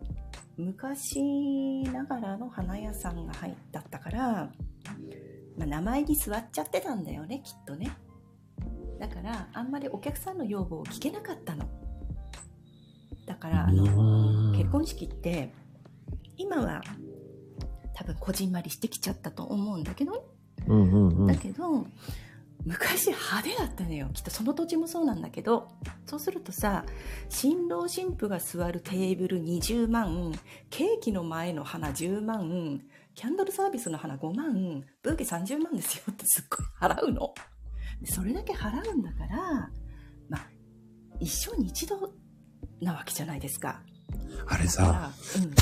昔ながらの花屋さんが入だったから、まあ、名前に座っちゃってたんだよね、きっとね。だからあんまりお客さんの要望を聞けなかったの。だからあの結婚式って今は多分こじんまりしてきちゃったと思うんだけど、 うんうんうん、 だけど昔派手だったのよ、きっとその土地もそうなんだけど。そうするとさ、新郎新婦が座るテーブルにじゅうまん、ケーキの前の花じゅうまん、キャンドルサービスの花ごまん、ブーケさんじゅうまんですよってすっごい払うの。それだけ払うんだから、まあ一生に一度なわけじゃないですか。 あれさ、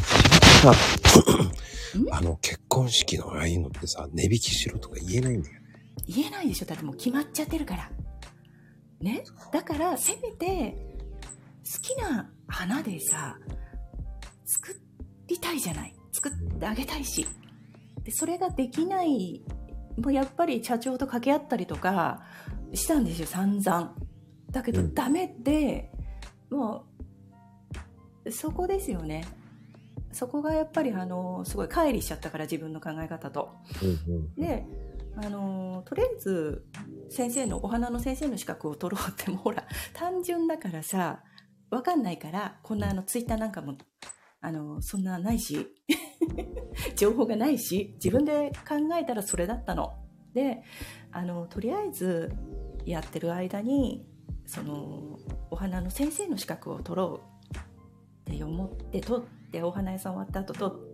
うん、あの結婚式のああいうのってさ、値引きしろとか言えないんだよね。 言えないでしょ、だってもう決まっちゃってるからね。だからせめて好きな花でさ作りたいじゃない、作ってあげたいし、でそれができない、もうやっぱり社長と掛け合ったりとかしたんですよ、散々。だけどダメで、うん、もうそこですよね。そこがやっぱりあのすごい乖離しちゃったから、自分の考え方と、うんうん、であのとりあえず先生のお花の先生の資格を取ろうってもほら単純だからさ、分かんないから、こんなあのツイッターなんかもあのそんなないし情報がないし、自分で考えたらそれだったので、あのとりあえずやってる間にそのお花の先生の資格を取ろうって思って取って、お花屋さん終わった後取って、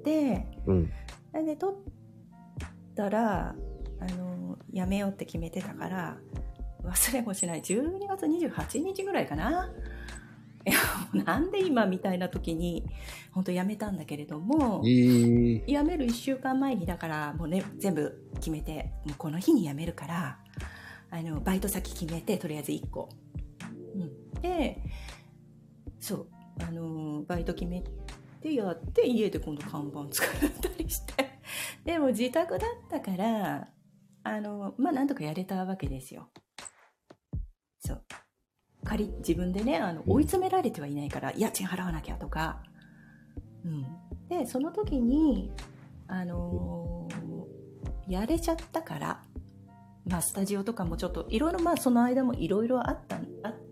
うん、で取ったらあのやめようって決めてたから、忘れもしないじゅうにがつにじゅうはちにちぐらいかな、いやもうなんで今みたいな時に本当やめたんだけれども、えー、やめるいっしゅうかんまえにだからもうね全部決めて、もうこの日にやめるから、あのバイト先決めてとりあえずいっこ、うん、でそうあのバイト決めてやって、家で今度看板作ったりしてでも自宅だったからあのまあなんとかやれたわけですよ。そう仮自分でねあの追い詰められてはいないから、家賃払わなきゃとか、うん、でその時にあのー、やれちゃったから、まあスタジオとかもちょっといろいろ、まあその間もいろいろあったあって、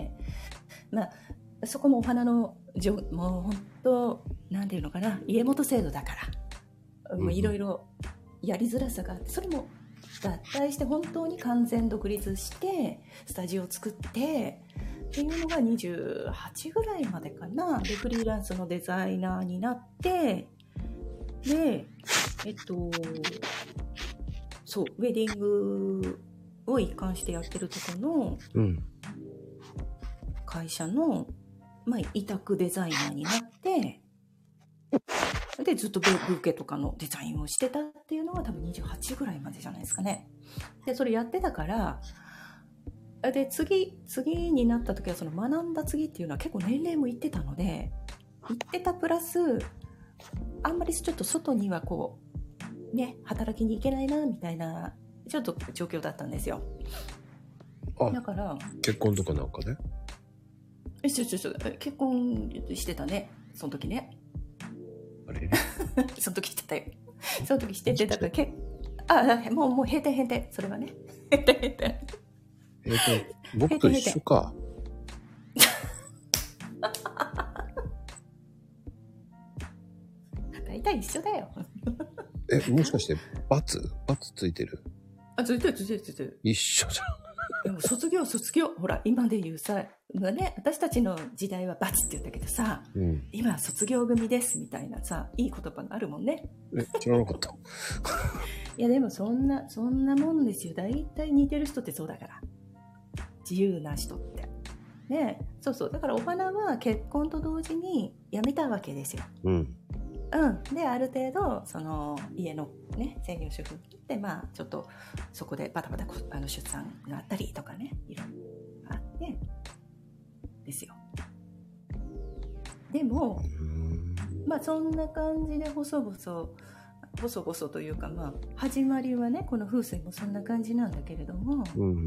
まあそこもお花のじょもう本当なんていうのかな、家元制度だから、もういろいろやりづらさがあって、それも脱退して本当に完全独立してスタジオを作ってっていうのがにじゅうはちぐらいまでかな。でフリーランスのデザイナーになってで、えっと、そう、ウェディングを一貫してやってるところの会社の、まあ、委託デザイナーになって、で、ずっとブーケとかのデザインをしてたっていうのが多分にじゅうはちぐらいまでじゃないですかね。で、それやってたから、で、次、次になった時はその学んだ次っていうのは結構年齢もいってたので、いってたプラス、あんまりちょっと外にはこう、ね、働きに行けないな、みたいな、ちょっと状況だったんですよ。 あ、 だから、 結婚とかなんかね。 え、ちょちょちょ、結婚してたね、その時ね。 あれその時してたよ。その時してて、だからけ、あ、もう、もう閉店閉店、それはね。閉店閉店。 えっと、僕と一緒か。 大体一緒だよ。 え、もしかして、罰罰ついてる？ あ、ついてるついてるついてる。 一緒じゃん。 でも卒業卒業。ほら、今で言うさ、まあね、私たちの時代は罰って言ったけどさ、うん、今は卒業組ですみたいなさ、いい言葉があるもんね。 え、知らなかった。 いや、でもそんな、そんなもんですよ。大体似てる人ってそうだから。自由な人って。ね、そうそう。だからお花は結婚と同時に辞めたわけですよ。うん。うん。で、ある程度、その、家のね、専業主婦で、まあ、ちょっと、そこでバタバタあの出産があったりとかね、いろいろあって、ですよ。でも、まあ、そんな感じで細々、細々というか、まあ、始まりはね、この風水もそんな感じなんだけれども、うんうんうん、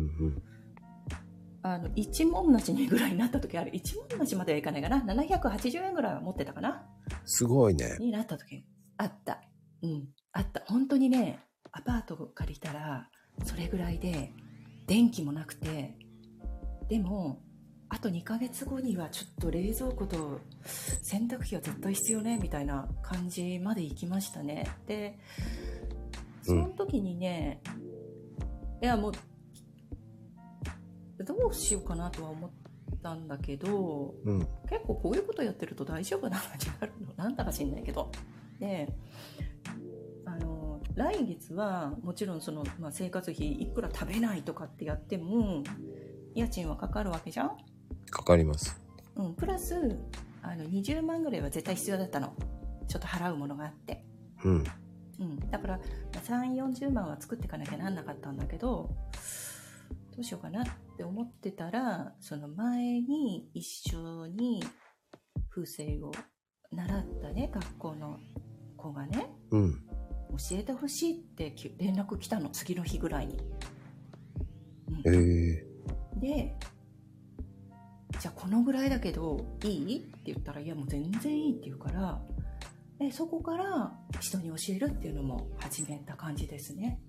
あの、一文無しにぐらいになった時ある。一文無しまではいかないかな。ななひゃくはちじゅうえんぐらいは持ってたかな。 すごいね。 になった時あった。うん。あった。本当にね、アパート借りたら、それぐらいで、電気もなくて、でも、あとにかげつごにはちょっと冷蔵庫と洗濯機は絶対必要ね、みたいな感じまで行きましたね。で、その時にね、うん、いやもう、どうしようかなとは思ったんだけど、うん、結構こういうことやってると大丈夫な感じになるのなんだか知んないけど、で、あの来月はもちろんその、まあ、生活費いくら食べないとかってやっても家賃はかかるわけじゃん。 かかります。 うん、プラスあのにじゅうまんぐらいは絶対必要だったの。ちょっと払うものがあって。うん。うん、だからさんじゅう、よんじゅうまんは作っていかなきゃなんなかったんだけど。どうしようかなって思ってたら、その前に一緒に風水を習ったね、学校の子がね、うん、教えてほしいって連絡来たの、次の日ぐらいに。うん、えー、で、じゃあこのぐらいだけどいいって言ったら、いやもう全然いいって言うから、でそこから人に教えるっていうのも始めた感じですね。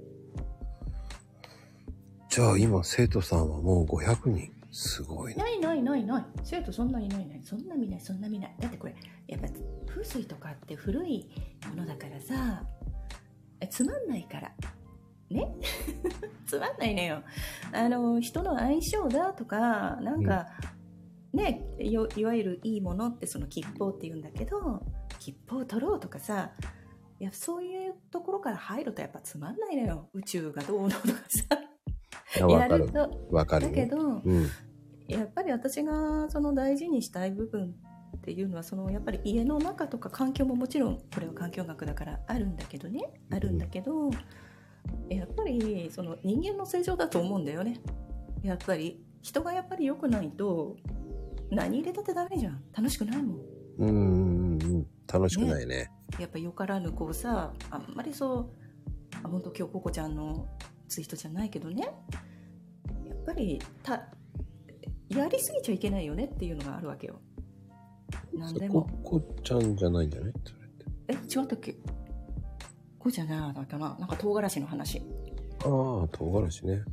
じゃあ今生徒さんはもうごひゃくにん。すごいね。 ないないないない。生徒そんなにないない。そんな見ないそんな見ない。だってこれやっぱ風水とかって古いものだからさ、つまんないからね。つまんないのよ。あの人の相性だとかなんか、うん、ね、いわゆるいいものってその吉報って言うんだけど、吉報を取ろうとかさ、いやそういうところから入るとやっぱつまんないのよ。宇宙がどうのとかさ。やるとわかる。 だけど、うん、やっぱり私がその大事にしたい部分っていうのはそのやっぱり家の中とか環境ももちろんこれは環境学だからあるんだけどね、あるんだけど、やっぱりその人間の成長だと思うんだよね。やっぱり人がやっぱり良くないと何入れたってダメじゃん。楽しくないもん。 うんうんうん、楽しくないね。 ね、やっぱよからぬこうさ、あんまりそうあ本当今日ココちゃんのツイートじゃないけどね、やっぱりたやりすぎちゃいけないよねっていうのがあるわけよ。なんでもココちゃんじゃないんじゃないそれって。 え違ったっけ。こうじゃなかったな。なんか唐辛子の話。 ああ唐辛子ね。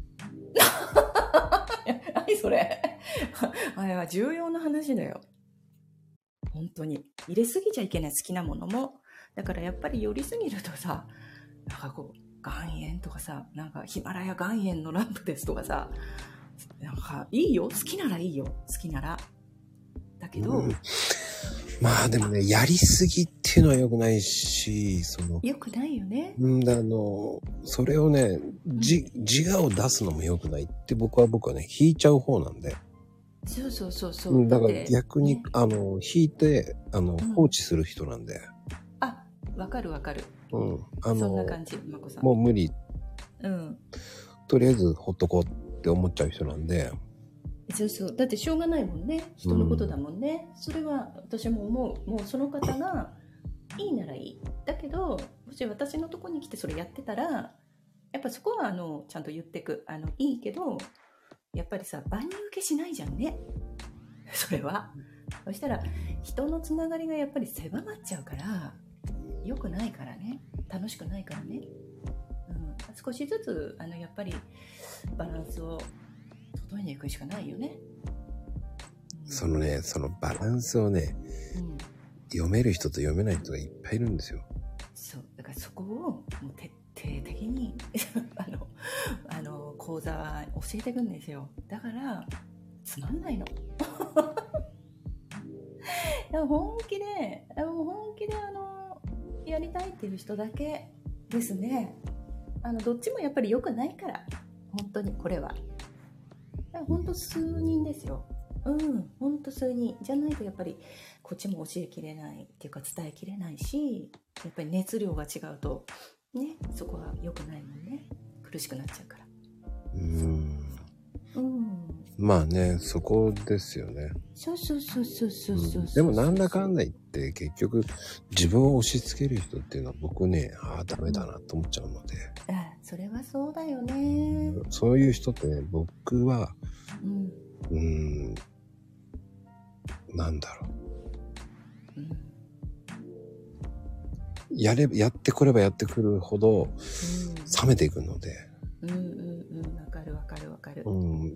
何それ。あれは重要な話だよ。本当に入れすぎちゃいけない。好きなものもだからやっぱり寄りすぎるとさ、なんかこう岩塩とかさ、なんかヒマラヤ岩塩のランプですとかさ、なんかいいよ、好きならいいよ、好きならだけど、うん、 まあでもね、やりすぎってっていうのは良くないし、その。 良くないよね。 うん、あの、それをね、じ、自我を出すのも良くないって僕は僕はね、引いちゃう方なんで。 そうそうそうそう。 だから逆に、ね、あの、引いて、あの、放置する人なんで。うん、 あ、わかるわかる。 うん。あの、 そんな感じ、まこさん。 もう無理。 うん。 とりあえずほっとこうって思っちゃう人なんで。 そうそう。だってしょうがないもんね。人のことだもんね。うん、それは私も思う。もうその方がいいならいい。だけど、もし私のとこに来てそれやってたら、やっぱそこはあのちゃんと言ってく。あのいいけど、やっぱりさ、万人受けしないじゃんね。それは。そしたら人のつながりがやっぱり狭まっちゃうから、良くないからね。楽しくないからね。うん、少しずつあのやっぱりバランスを整えていくしかないよね。 そのね、そのバランスをね、うん、読める人と読めない人がいっぱいいるんですよ。 そう、だからそこをもう徹底的にあのあの講座は教えていくんですよ。だからつまんないの。本気で、本気であのやりたいっていう人だけですね。あのどっちもやっぱり良くないから、本当にこれは。本当数人ですよ。うん、本当数人じゃないとやっぱりこっちも教えきれないっていうか伝えきれないし、やっぱり熱量が違うとね、そこは良くないもんね。苦しくなっちゃうから。 うーん。うん。まあね、そこですよね。 そうそうそうそうそうそう、うん。 でもなんだかんだ言って結局自分を押し付ける人っていうのは僕ね、ああダメだなと思っちゃうので。 うん、あ、それはそうだよね。 そういう人ってね、僕は、うん、うーん、なんだろう。うん、やれ、やってくればやってくるほど、冷めていくので。 うんうんうん、わかるわかるわかる。 うん、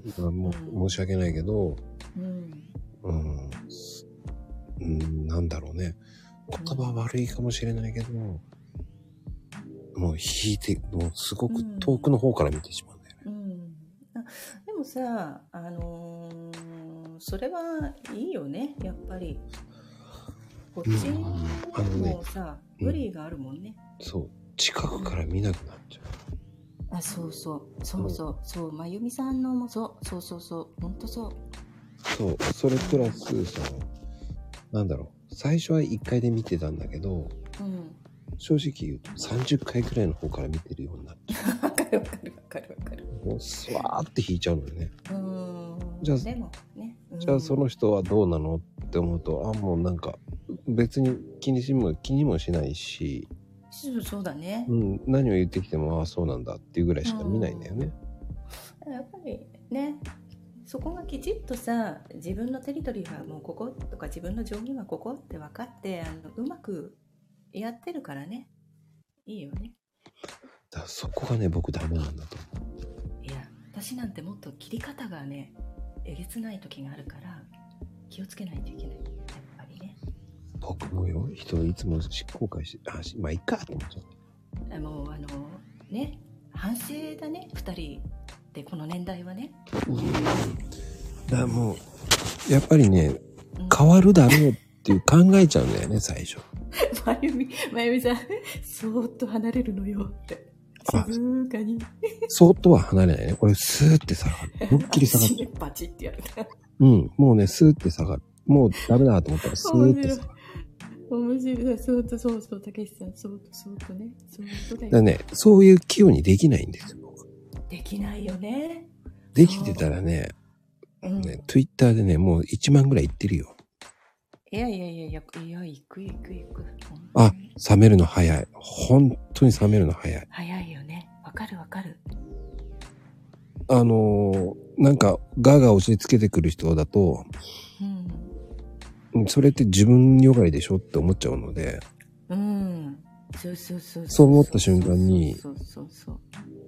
もう、申し訳ないけど、うん、うん、うん、なんだろうね。言葉悪いかもしれないけど、もう引いて、もうすごく遠くの方から見てしまうんだよね。うんうん、 あ、でもさ、あのー、それはいいよね、やっぱり。こっちもさ、うん、無理があるもんね、 うん。そう、近くから見なくなっちゃう。 あ、そうそう、そうそう、うん、そう、まゆみさんのもそう、そうそうそう、ほんとそう。 そう、それプラス、その、なんだろう、最初はいっかいで見てたんだけど、うん、正直言うとさんじゅっかいくらいの方から見てるようになっちゃう。わかるわかるわかるわかる。もうスワーって引いちゃうのよね。うーん。じゃあ、でもね、うん、じゃあその人はどうなのって思うと、あ、もうなんか別に気にしも気にもしないし、 そうそうだね。 うん、何を言ってきても、ああそうなんだっていうぐらいしか見ないんだよね。 うん、やっぱりね。そこがきちっとさ、自分のテリトリーはもうこことか自分の上限はここって分かって、あのうまくやってるからね、いいよね。 だからそこがね、僕ダメなんだと思う。いや、私なんてもっと切り方がね、えげつない時があるから気をつけないといけない。やっぱりね。 僕もよ、人いつも後悔して、あ、まあいいかと思っちゃう。もうあのね、反省だね、二人でこの年代はね。うん、 だからもうやっぱりね、うん、変わるだろうっていう考えちゃうんだよね、最初。 まゆみ、まゆみさん、そーっと離れるのよって。静かに。 そーっとは離れないね。これスーって下がる。思いっきり下がる。 バチってやる。 うん、もうね、スーって下がる。もうダメだと思ったらスーって下がる。 面白い。そうとそうそう、たけしさん、そうとそうとね。そうとだよ。 だからね、そういう器用にできないんですよ。 できないよね。 できてたらね、うん、ね、Twitter でね、もういちまんぐらいいってるよ。 いやいやいやいや、いや、行く行く行く。 あ、冷めるの早い。本当に冷めるの早い。 早いよね。わかるわかる。 あのー、なんか、ガーガー押し付けてくる人だと、うん、それって自分よがりでしょって思っちゃうので、 うん。そうそうそう。 そう思った瞬間に、 そうそうそう。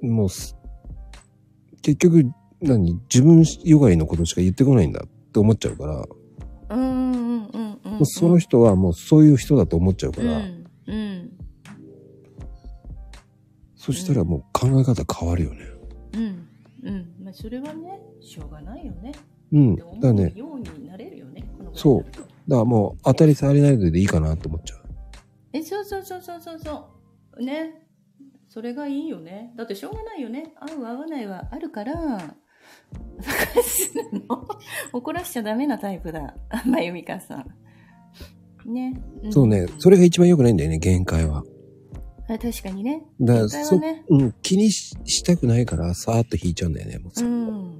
もう、結局、何自分よがりのことしか言ってこないんだって思っちゃうから、 うんうんうんうん、うん。もうその人はもうそういう人だと思っちゃうから、 うんうん、 そしたらもう考え方変わるよね。 うんうん。まあそれはね、しょうがないよね。 うん。だからようになれるよね。このそう。だからもう当たり障りないでいいかなと思っちゃう。 え、そうそうそうそうそうそう。ね。それがいいよね。だってしょうがないよね。合う合わないはあるから、怒らしちゃダメなタイプだ。まゆみかさん。ね。 そうね。それが一番良くないんだよね、限界は。 あ、確かにね。 だから、ね、うん、気に し, したくないから、さーっと引いちゃうんだよね、もう。 うん。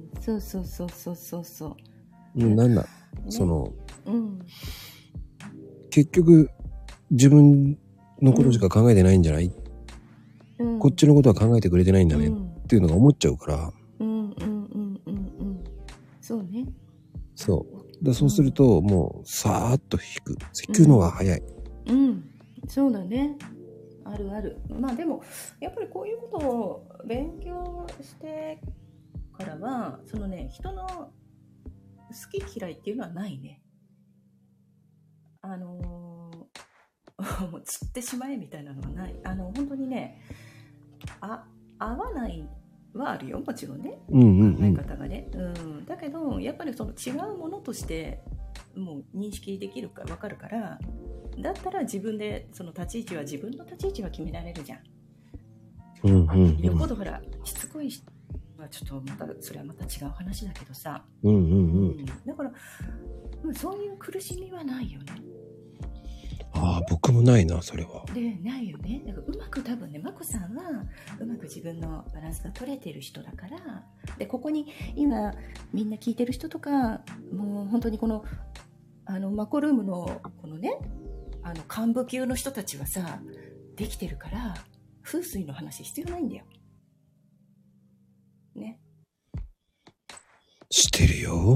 そうそうそうそうそうそう。 うん、なんだ、ね、その、 うん。 結局、自分のことしか考えてないんじゃない、うん、こっちのことは考えてくれてないんだね、うん、っていうのが思っちゃうから。 うんうんうんうんうん。そうね。 そう。だそうすると、うん、もう、さーっと引く。引くのが早い。 うん。うん、そうだね。あるある。まあでも、やっぱりこういうことを勉強してからは、そのね、人の好き嫌いっていうのはないね。あのー、もう散ってしまえみたいなのはない。あの、本当にね、あ、合わないはあるよ、もちろんね。 うんうんうん、 考え方がね。うん。だけど、やっぱりその違うものとして、もう認識できるか分かるから、だったら自分でその立ち位置は自分の立ち位置は決められるじゃん。 うんうんうん、 よっぽどほらしつこい人はちょっとまたそれはまた違う話だけどさ。 うんうんうん。 だからそういう苦しみはないよね。 ああ、僕もないな、それは。 で、ないよね。だからうまく多分ね、まこさんはうまく自分のバランスが取れてる人だから、でここに今みんな聞いてる人とか、もう本当にこのあのマコルームのこのね。あの幹部級の人たちはさできてるから風水の話必要ないんだよね。 してるよ。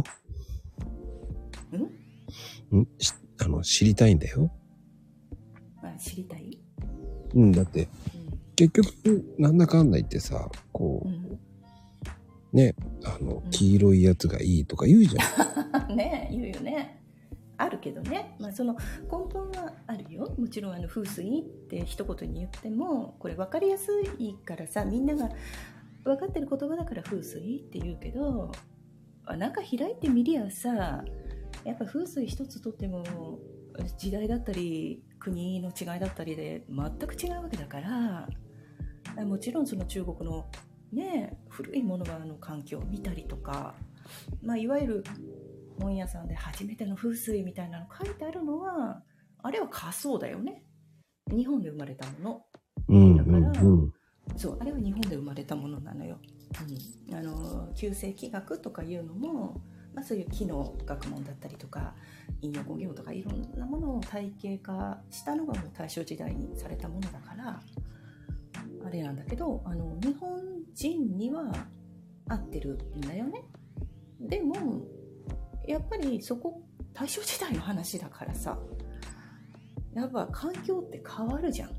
ん？ん？あの知りたいんだよ。 あ、知りたい？ うん、だって、うん、結局なんだかんだ言ってさ、こう、うん、ね、あの、うん、黄色いやつがいいとか言うじゃん。 ね、言うよね。あるけどね、まあ、その根本はあるよ。もちろんあの風水って一言に言ってもこれ分かりやすいからさ、みんなが分かってる言葉だから風水って言うけど、中開いてみりゃさ、やっぱ風水一つとっても時代だったり国の違いだったりで全く違うわけだから、もちろんその中国のね古いものはあの環境を見たりとか、まあ、いわゆる本屋さんで初めての風水みたいなの書いてあるのはあれは仮想だよね。日本で生まれたもの、うんうんうん、だからそうあれは日本で生まれたものなのよ、うん、あの旧世紀学とかいうのも、まあ、そういう木の学問だったりとか陰陽五行とかいろんなものを体系化したのがもう大正時代にされたものだからあれなんだけど、あの日本人には合ってるんだよね。でもやっぱりそこ大正時代の話だからさ、やっぱ環境って変わるじゃん、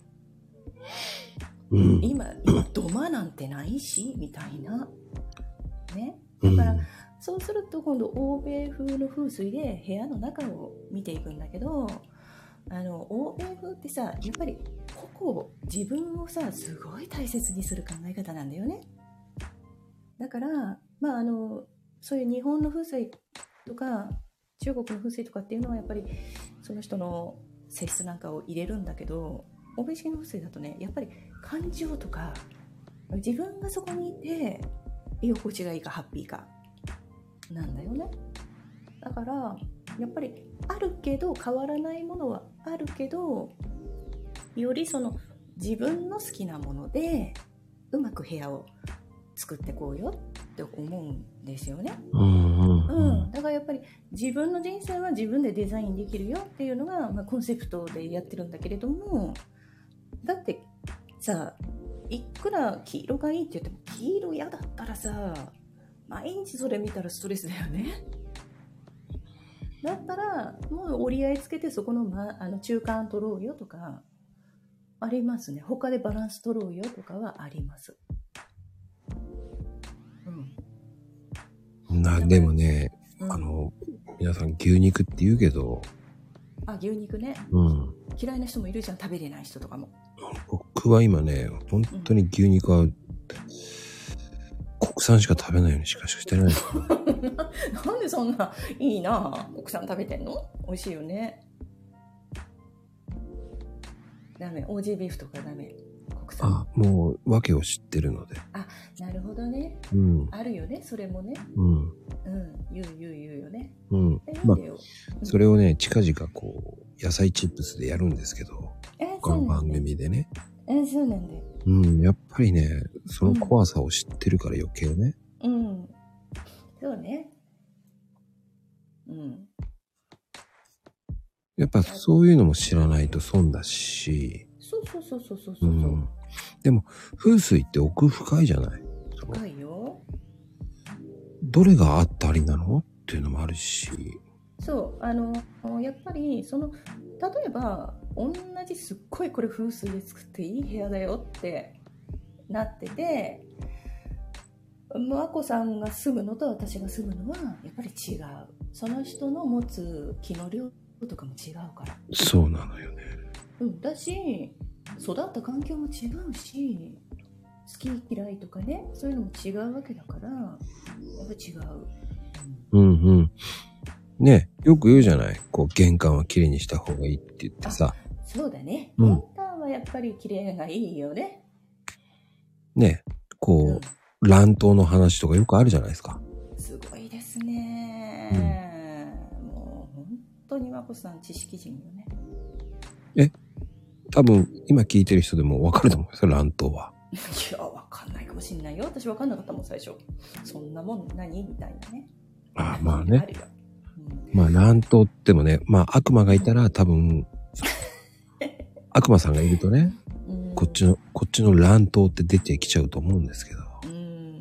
うん、今今土間なんてないしみたいなね。だから、うん、そうすると今度欧米風の風水で部屋の中を見ていくんだけど、あの欧米風ってさやっぱり個々自分をさすごい大切にする考え方なんだよね。だからまああのそういう日本の風水とか中国の風水とかっていうのはやっぱりその人の性質なんかを入れるんだけど、欧米式の風水だとねやっぱり感情とか自分がそこにいて居心地がいいかハッピーかなんだよね。だからやっぱりあるけど変わらないものはあるけど、よりその自分の好きなものでうまく部屋を作ってこうよって思うんですよね、うんうんうんうん、だからやっぱり自分の人生は自分でデザインできるよっていうのが、まあ、コンセプトでやってるんだけれども、だってさいくら黄色がいいって言っても黄色嫌だったらさ毎日それ見たらストレスだよね。だったらもう折り合いつけてそこの、ま、あの中間取ろうよとかありますね。他でバランス取ろうよとかはあります。 うん、なでもね、うん、あの皆さん牛肉って言うけど、 あ、牛肉ね、 うん、 嫌いな人もいるじゃん、食べれない人とかも。 僕は今ね本当に牛肉は、うん、国産しか食べないようにしかしてないですなんでそんないいな国産食べてんの？美味しいよね。 ダメ。オージー ビーフとかダメ。国産。 あ、もう訳を知ってるので。 あ、なるほどね。 うん。 あるよね、それもね。 うん。 うん。言う言う言うよね。 うん。まあ、それをね、近々こう、野菜チップスでやるんですけど、この番組でね。 え、そうなんだよ。 うん、やっぱりね、その怖さを知ってるから余計ね。 うん。うん、そうね。うん。 やっぱそういうのも知らないと損だし。 そうそうそうそうそうそう。うん、 でも、風水って奥深いじゃない？ 深いよ。 どれがあったりなのっていうのもあるし。 そう、あの、やっぱり、その、例えば、同じすっごいこれ風水で作っていい部屋だよってなってて、まこさんが住むのと私が住むのはやっぱり違う。その人の持つ気の量とかも違うから。 そうなのよね。 うん、だし、育った環境も違うし、好き嫌いとかね、そういうのも違うわけだから、やっぱ違う。 うんうん。ね、よく言うじゃない。こう玄関はきれいにした方がいいって言ってさ。 そうだね。玄関はやっぱりきれいがいいよね。 ね、こう、うん、乱闘の話とかよくあるじゃないですか。 すごいですね。うん、もう本当にまこさん知識人よね。 え、多分今聞いてる人でも分かると思うんですよ、乱闘は。 いや、分かんないかもしんないよ。私分かんなかったもん、最初。そんなもん何みたいなね。 ああ、まあね。あるよ。うん、まあ乱闘ってもね、まあ悪魔がいたら多分、悪魔さんがいるとね、うん、こっちの、こっちの乱闘って出てきちゃうと思うんですけど。うん。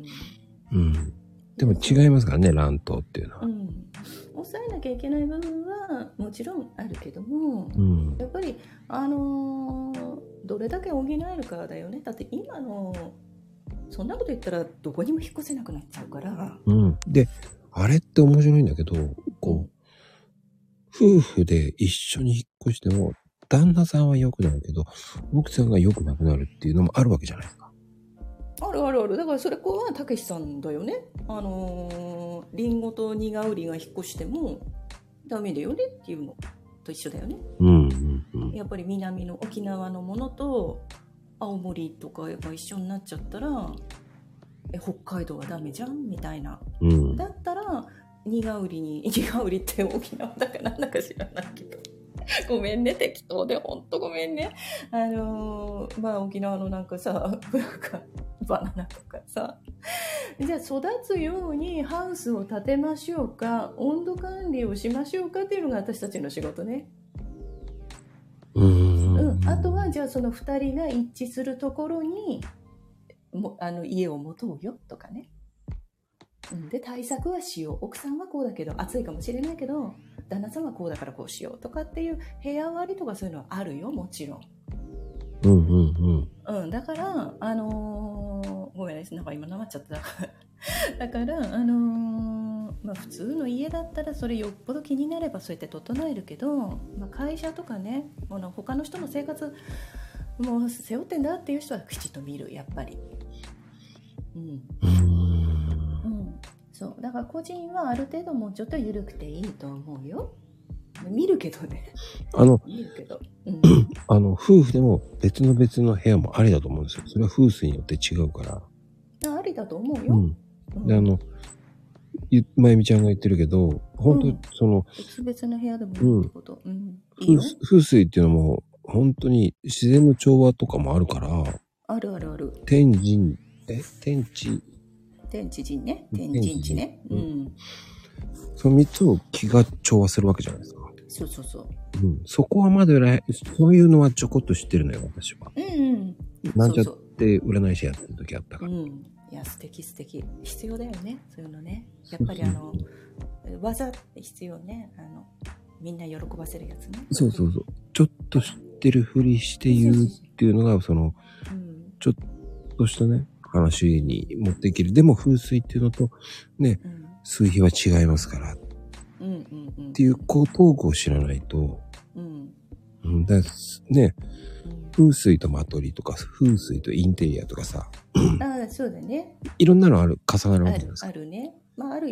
うん。でも違いますからね、乱闘っていうのは。うん。 抑えなきゃいけない部分はもちろんあるけども、うん、やっぱり、あのー、どれだけ補えるかだよね。だって今の、そんなこと言ったらどこにも引っ越せなくなっちゃうから。 うん。で、あれって面白いんだけど、こう、うん、夫婦で一緒に引っ越しても、旦那さんは良くなるけど、奥さんが良くなくなるっていうのもあるわけじゃないですか。 あるあるある。だからそれこはたけしさんだよね。あのー、リンゴとニガウリが引っ越してもダメだよねっていうのと一緒だよね。うんうんうん、やっぱり南の沖縄のものと青森とかやっぱ一緒になっちゃったら、え北海道はダメじゃんみたいな。うん、だったらニガウリにニガウリって沖縄だかなんだか知らないけど。ごめんね、適当で、ほんとごめんね。あのー、まあ沖縄のなんかさ、なんかバナナとかさ。じゃあ育つようにハウスを建てましょうか、温度管理をしましょうかっていうのが私たちの仕事ね。うーん。うん。あとはじゃあそのふたりが一致するところに、もあの家を持とうよとかね。で対策はしよう。奥さんはこうだけど暑いかもしれないけど旦那さんはこうだからこうしようとかっていう部屋割りとかそういうのはあるよ、もちろん。うんうんうん。うん、だからあのー、ごめんね、なんか今なまっちゃっただからあのー、まあ普通の家だったらそれよっぽど気になればそうやって整えるけど、まあ、会社とかね、あの他の人の生活もう背負ってんだっていう人はきちっと見る、やっぱり。うん。うん、そうだから個人はある程度もうちょっと緩くていいと思うよ。見るけどね。 あの、 見るけど、うん、 あの夫婦でも別の別の部屋もありだと思うんですよ。それは風水によって違うから。 あ、ありだと思うよ。 うん、であのまゆみちゃんが言ってるけど、本当にその、 うん、別々の部屋でもいいってこと。うん。 いいよ。風水っていうのも本当に自然の調和とかもあるから。 あるあるある。 天神え天地天地人ね。天神地ね。うん。 その三つを気が調和するわけじゃないですか。 そうそうそう。 うん。そこはまだそういうのはちょこっと知ってるのよ、私は。 うんうん。 なんちゃって占い師やってる時あったから。うん。 いや、素敵素敵。必要だよね。そういうのね。やっぱりあの、技必要ね。あの、みんな喜ばせるやつね。 そうそうそう。ちょっと知ってるふりして言うっていうのが、その、うん、ちょっとしたね、話に持っていける。でも風水っていうのとね、うん、水平は違いますから、うんうんうん、っていうこうトークを知らないと、うんうん、だね、うん、風水と間取りとか風水とインテリアとかさ、 ああそうだね。 いろんなのある重なるわけじゃないですか。 ある、あるね。まああるよ。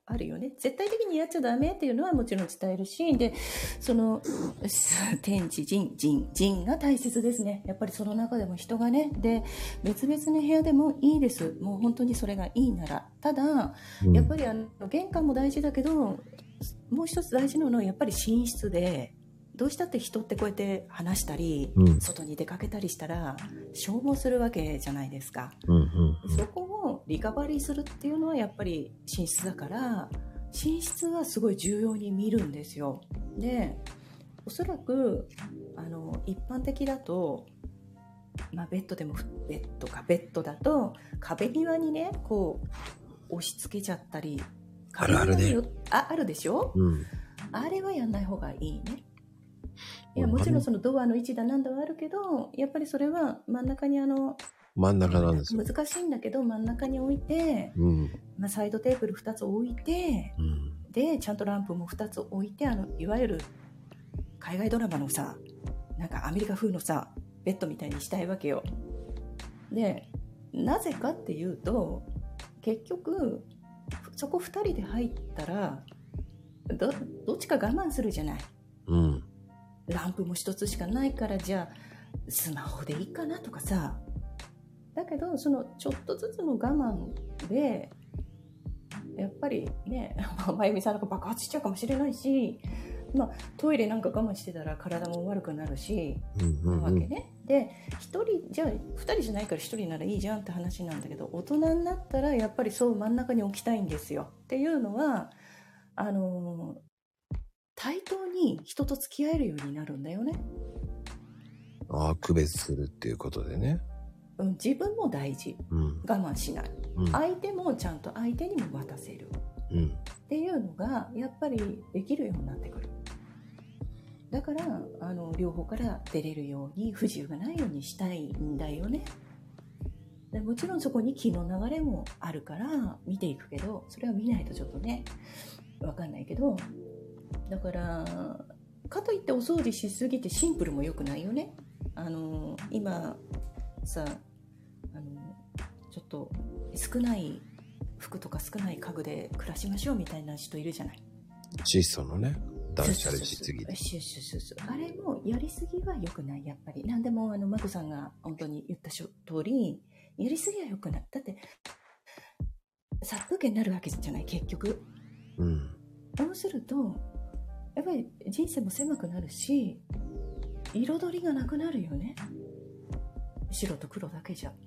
あるよね。絶対的にやっちゃダメっていうのはもちろん伝えるし、で、その、天地人、人、人が大切ですね。やっぱりその中でも人がね、で、別々の部屋でもいいです。もう本当にそれがいいなら。ただ、うん、やっぱりあの、玄関も大事だけど、もう一つ大事なのはやっぱり寝室で、どうしたって人ってこうやって話したり、うん、外に出かけたりしたら消耗するわけじゃないですか、うんうんうん、そこをリカバリーするっていうのはやっぱり寝室だから寝室はすごい重要に見るんですよ。でおそらくあの一般的だと、まあ、ベッドでもベッドかベッドだと壁際にねこう押し付けちゃったりあるあるねあ, あるでしょ、うん、あれはやんない方がいいね。いやもちろんそのドアの位置だなんだはあるけどやっぱりそれは真ん中にあの真ん中なんですよ。 難しいんだけど真ん中に置いて、うんまあ、サイドテーブルふたつ置いて、うん、でちゃんとランプもふたつ置いてあのいわゆる海外ドラマのさなんかアメリカ風のさベッドみたいにしたいわけよ。でなぜかっていうと結局そこふたりで入ったら ど, どっちか我慢するじゃない、うんランプも一つしかないからじゃあスマホでいいかなとかさだけどそのちょっとずつの我慢でやっぱりねまゆみさんなんか爆発しちゃうかもしれないし、まあ、トイレなんか我慢してたら体も悪くなるし、うんうんうん、なわけね。でひとりじゃあふたりじゃないからひとりならいいじゃんって話なんだけど大人になったらやっぱりそう真ん中に置きたいんですよっていうのはあのー対等に人と付き合えるようになるんだよね。 ああ、区別するっていうことでね。 うん、自分も大事、うん、我慢しない、うん、相手もちゃんと相手にも渡せる、うん、っていうのがやっぱりできるようになってくる。だからあの両方から出れるように不自由がないようにしたいんだよね。でもちろんそこに気の流れもあるから見ていくけどそれは見ないとちょっとね分かんないけどだからかといってお掃除しすぎてシンプルも良くないよね。あの今さあのちょっと少ない服とか少ない家具で暮らしましょうみたいな人いるじゃない。 質素のね断捨離しすぎてあれもやりすぎは良くない。やっぱり何でもあのまこさんが本当に言った通りやりすぎは良くない。だって殺風景になるわけじゃない結局、うん、そうするとやっぱり人生も狭くなるし彩りがなくなるよね。白と黒だけじゃ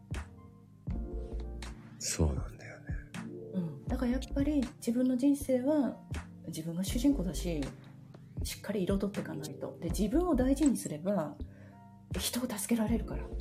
そうなんだよね、 うん、だからやっぱり自分の人生は自分が主人公だししっかり彩っていかないと。で自分を大事にすれば人を助けられるから、うん、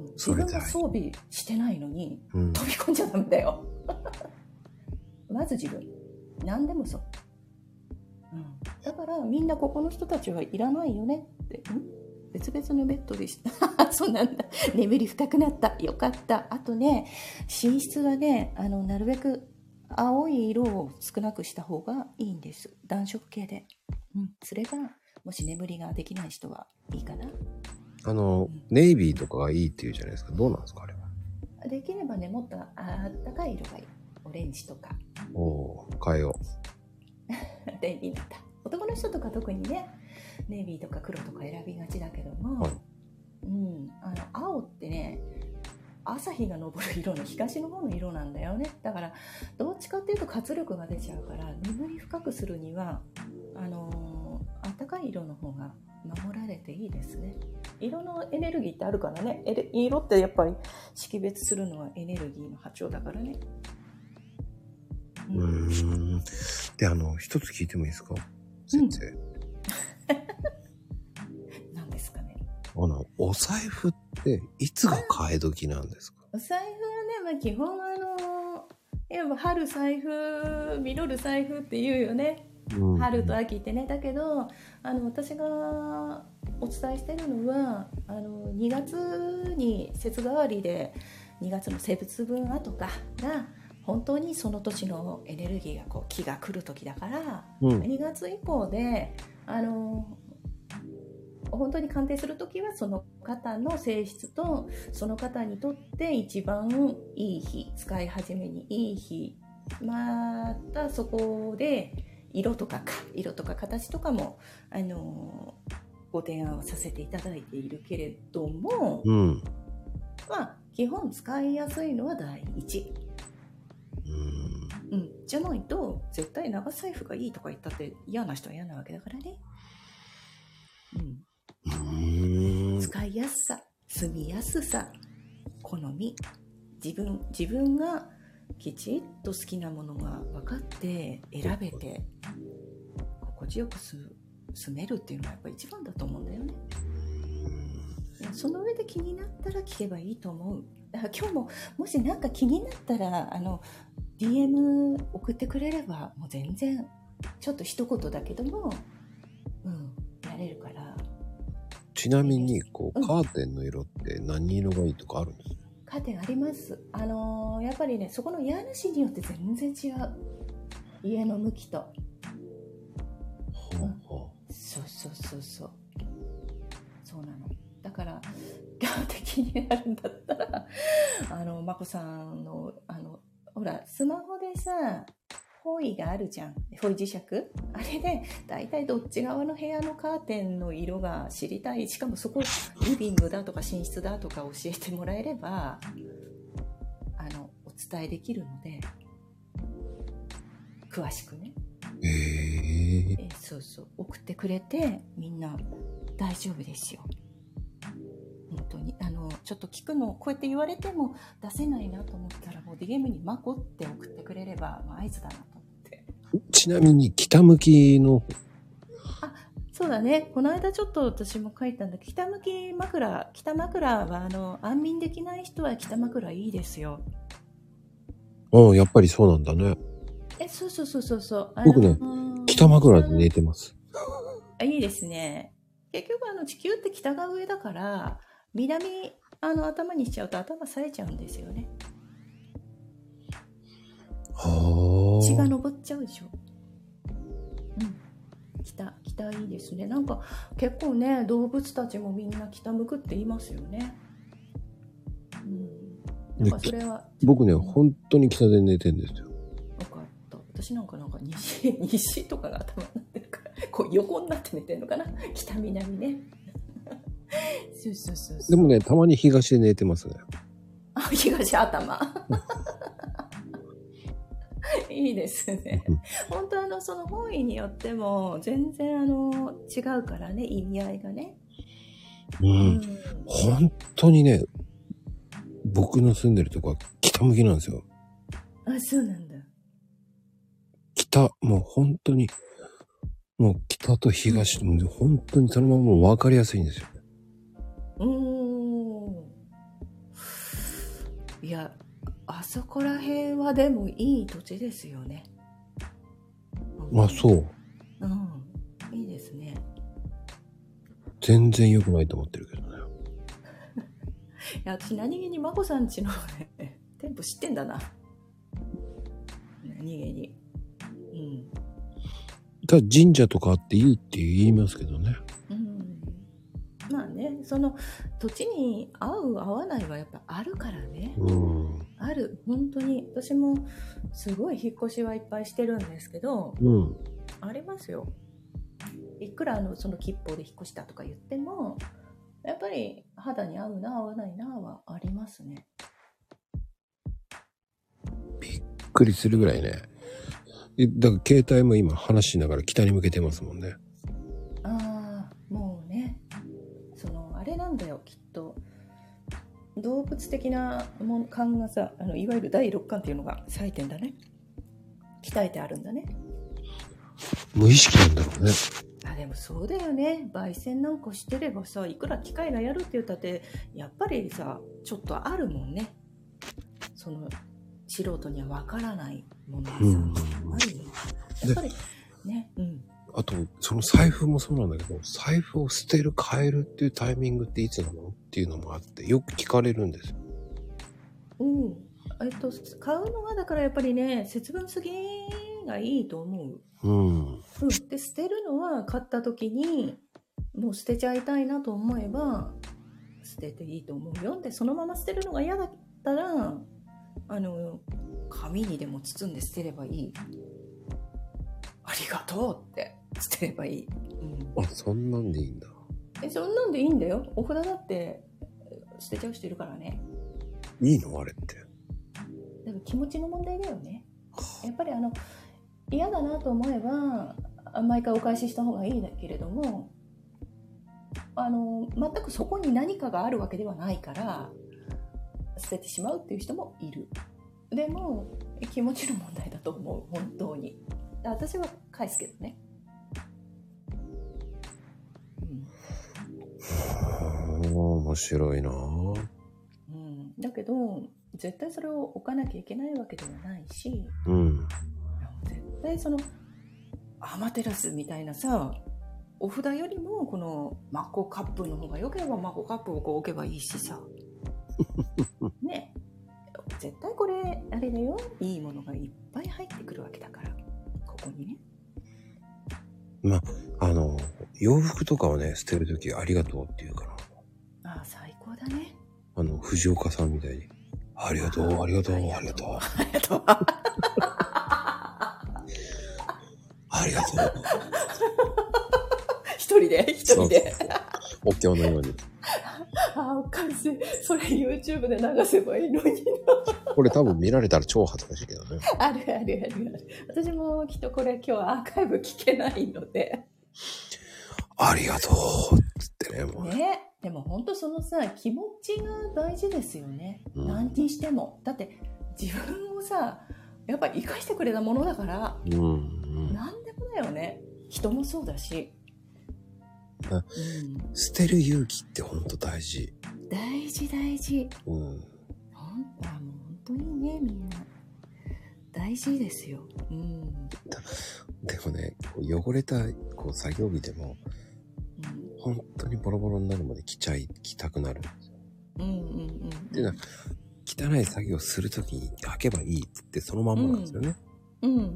自分が装備してないのに、うん、飛び込んじゃダメだよまず自分何でもそう、うん、だからみんなここの人たちはいらないよねってん別々のベッドでしたそうなんだ眠り深くなったよかった。あとね寝室はねあのなるべく青い色を少なくした方がいいんです。暖色系で、うん、それがもし眠りができない人はいいかな。 あの、うん、ネイビーとかがいいっていうじゃないですか。どうなんですかあれは。 できればねもっとあったかい色がいい。オレンジとかおお変えようネイビーなんだ。男の人とか特にねネイビーとか黒とか選びがちだけども、はいうん、あの青ってね朝日が昇る色の東の方の色なんだよね。だからどっちかっていうと活力が出ちゃうから眠り深くするにはあのー、暖かい色の方が守られていいですね。色のエネルギーってあるからね。色ってやっぱり識別するのはエネルギーの波長だからね。 うん、うーんであの一つ聞いてもいいですか先生、うん何ですかね。 あのお財布っていつが替え時なんですか。 お財布はね、まあ、基本あのやっぱ春財布実る財布って言うよね、うん、春と秋ってね。だけどあの私がお伝えしてるのはあのにがつに節替わりでにがつの節分とかが本当にその年のエネルギーがこう気が来る時だから、うん、にがつ以降であの本当に鑑定する時はその方の性質とその方にとって一番いい日使い始めにいい日またそこで色とかか色とか形とかもあのご提案をさせていただいているけれども、 うん、 まあ基本使いやすいのは第一、うん、うん、じゃないと絶対長財布がいいとか言ったって嫌な人は嫌なわけだからね、うん、使いやすさ、住みやすさ、好み、自分自分がきちっと好きなものが分かって選べて心地よく住めるっていうのはやっぱり一番だと思うんだよね。その上で気になったら聞けばいいと思う。だから今日ももしなんか気になったらあの ディーエム 送ってくれればもう全然ちょっと一言だけども、うん、やれるから。 ちなみにこう、うん、カーテンの色って何色がいいとかあるんですか？ カーテンあります。あのー、やっぱりねそこの家主によって全然違う。家の向きと。 ほうほう、うん、そうそうそうそう。そうなの。だからカーテン気になるんだったらあのまこさんのあのほらスマホでさフォイがあるじゃん、フォイ磁石、あれでだいたいどっち側の部屋のカーテンの色が知りたい、しかもそこリビングだとか寝室だとか教えてもらえればあのお伝えできるので詳しくね、 えー、 えそうそう送ってくれてみんな大丈夫ですよ。本当にあのちょっと聞くのこうやって言われても出せないなと思ったらもう ディーエム にマコって送ってくれれば、まあ、合図だなと思って。 ちなみに北向きのあそうだね、この間ちょっと私も書いたんだけど北向き枕、北枕はあの安眠できない人は北枕いいですよ。 ああやっぱりそうなんだね。 えそうそうそうそうそう、 僕ね北枕で寝てます。 あいいですね。結局あの地球って北が上だから南あの頭にしちゃうと頭冴えちゃうんですよね。 はあ。 血が上っちゃうでしょ。うん。北北いいですね。なんか結構ね動物たちもみんな北向くって言いますよね。うん。なんかそれは僕ね、うん、本当に北で寝てんですよ。 分かった。私なんかなんか西西とかが頭になってるからこう横になって寝てるのかな。北南ね。そうそうそうそう。 でもね、たまに東で寝てますね。 あ、東頭。いいですね。本当あのその本意によっても全然あの違うからね、意味合いがね。 うん。うん、本当にね、僕の住んでるとこは北向きなんですよ。 あ、そうなんだ。 北、もう本当に、もう北と東、うん、本当にそのままもう分かりやすいんですよ。 うーん。いや、あそこら辺はでもいい土地ですよね。 あ、そう。 うん、いいですね。 全然良くないと思ってるけどね。 いや、私何気にまこさんちのね、店舗知ってんだな。何気に。うん。 ただ神社とかあっていいって言いますけどね。 うん。まあね、その土地に合う合わないはやっぱあるからね。 うん。 ある、本当に私もすごい引っ越しはいっぱいしてるんですけど、 うん、 ありますよ。いくらあのその吉報で引っ越したとか言ってもやっぱり肌に合うな合わないなはありますね。 びっくりするぐらいね。だから携帯も今話しながら北に向けてますもんね。 ああ、もうね、そのあれなんだよ、きっと動物的な感がさ、あのいわゆる第六感っていうのが冴えてんだね。鍛えてあるんだね。 無意識なんだろうね。 あ、でもそうだよね。焙煎なんかしてればさ、いくら機械がやるって言ったってやっぱりさちょっとあるもんね。その素人にはわからないものがさ、うん、あるよ。やっぱりね、うん。 あとその財布もそうなんだけど、財布を捨てる変えるっていうタイミングっていつなのっていうのもあってよく聞かれるんですよ。 うん。えっと買うのはだからやっぱりね、節分過ぎがいいと思う。 うん。 うん。で捨てるのは買った時にもう捨てちゃいたいなと思えば捨てていいと思うよ。でそのまま捨てるのが嫌だったらあの紙にでも包んで捨てればいい。ありがとうって捨てればいい。 うん、あ、そんなんでいいんだ。 え、そんなんでいいんだよ。お札だって捨てちゃう人いるからね。 いいのあれって。 でも気持ちの問題だよね。やっぱりあの嫌だなと思えば毎回お返しした方がいいんだけれども、あの全くそこに何かがあるわけではないから捨ててしまうっていう人もいる。でも気持ちの問題だと思う、本当に。私は返すけどね。 うん、面白いな。 うん、だけど絶対それを置かなきゃいけないわけではないし、 うん、 絶対そのアマテラスみたいなさ、お札よりもこのマコカップの方が良ければマコカップをこう置けばいいしさね、絶対これあれだよ、いいものがいっぱい入ってくるわけだから、ここにね。 まあ、あの洋服とかをね捨てるときありがとうって言うかな。ああ、最高だね。 あの藤岡さんみたいにありがとうありがとうありがとうありがとうありがとう一人で一人でお経のように。 ああ、おかしい。それ YouTube で流せばいいのにな。 これ多分見られたら超恥ずかしいけどね。 あるあるあるある。私もきっとこれ今日アーカイブ聞けないので。 ありがとうっつってね、もうね。 ね、でも本当そのさ、気持ちが大事ですよね。うん、何にしても。だって自分をさ、やっぱり生かしてくれたものだから、うんうん、何でもだよね。人もそうだし。 うん、捨てる勇気って本当大事。 大事大事。うん。ほん、あ、もう本当にね、みんな大事ですよ。うん。 でもね、汚れたこう作業着でも、うん、本当にボロボロになるまで着ちゃい着たくなるんですよ。うんうんうん。っていうのは汚い作業するときに履けばいいってそのまんまなんですよね。うん。うん、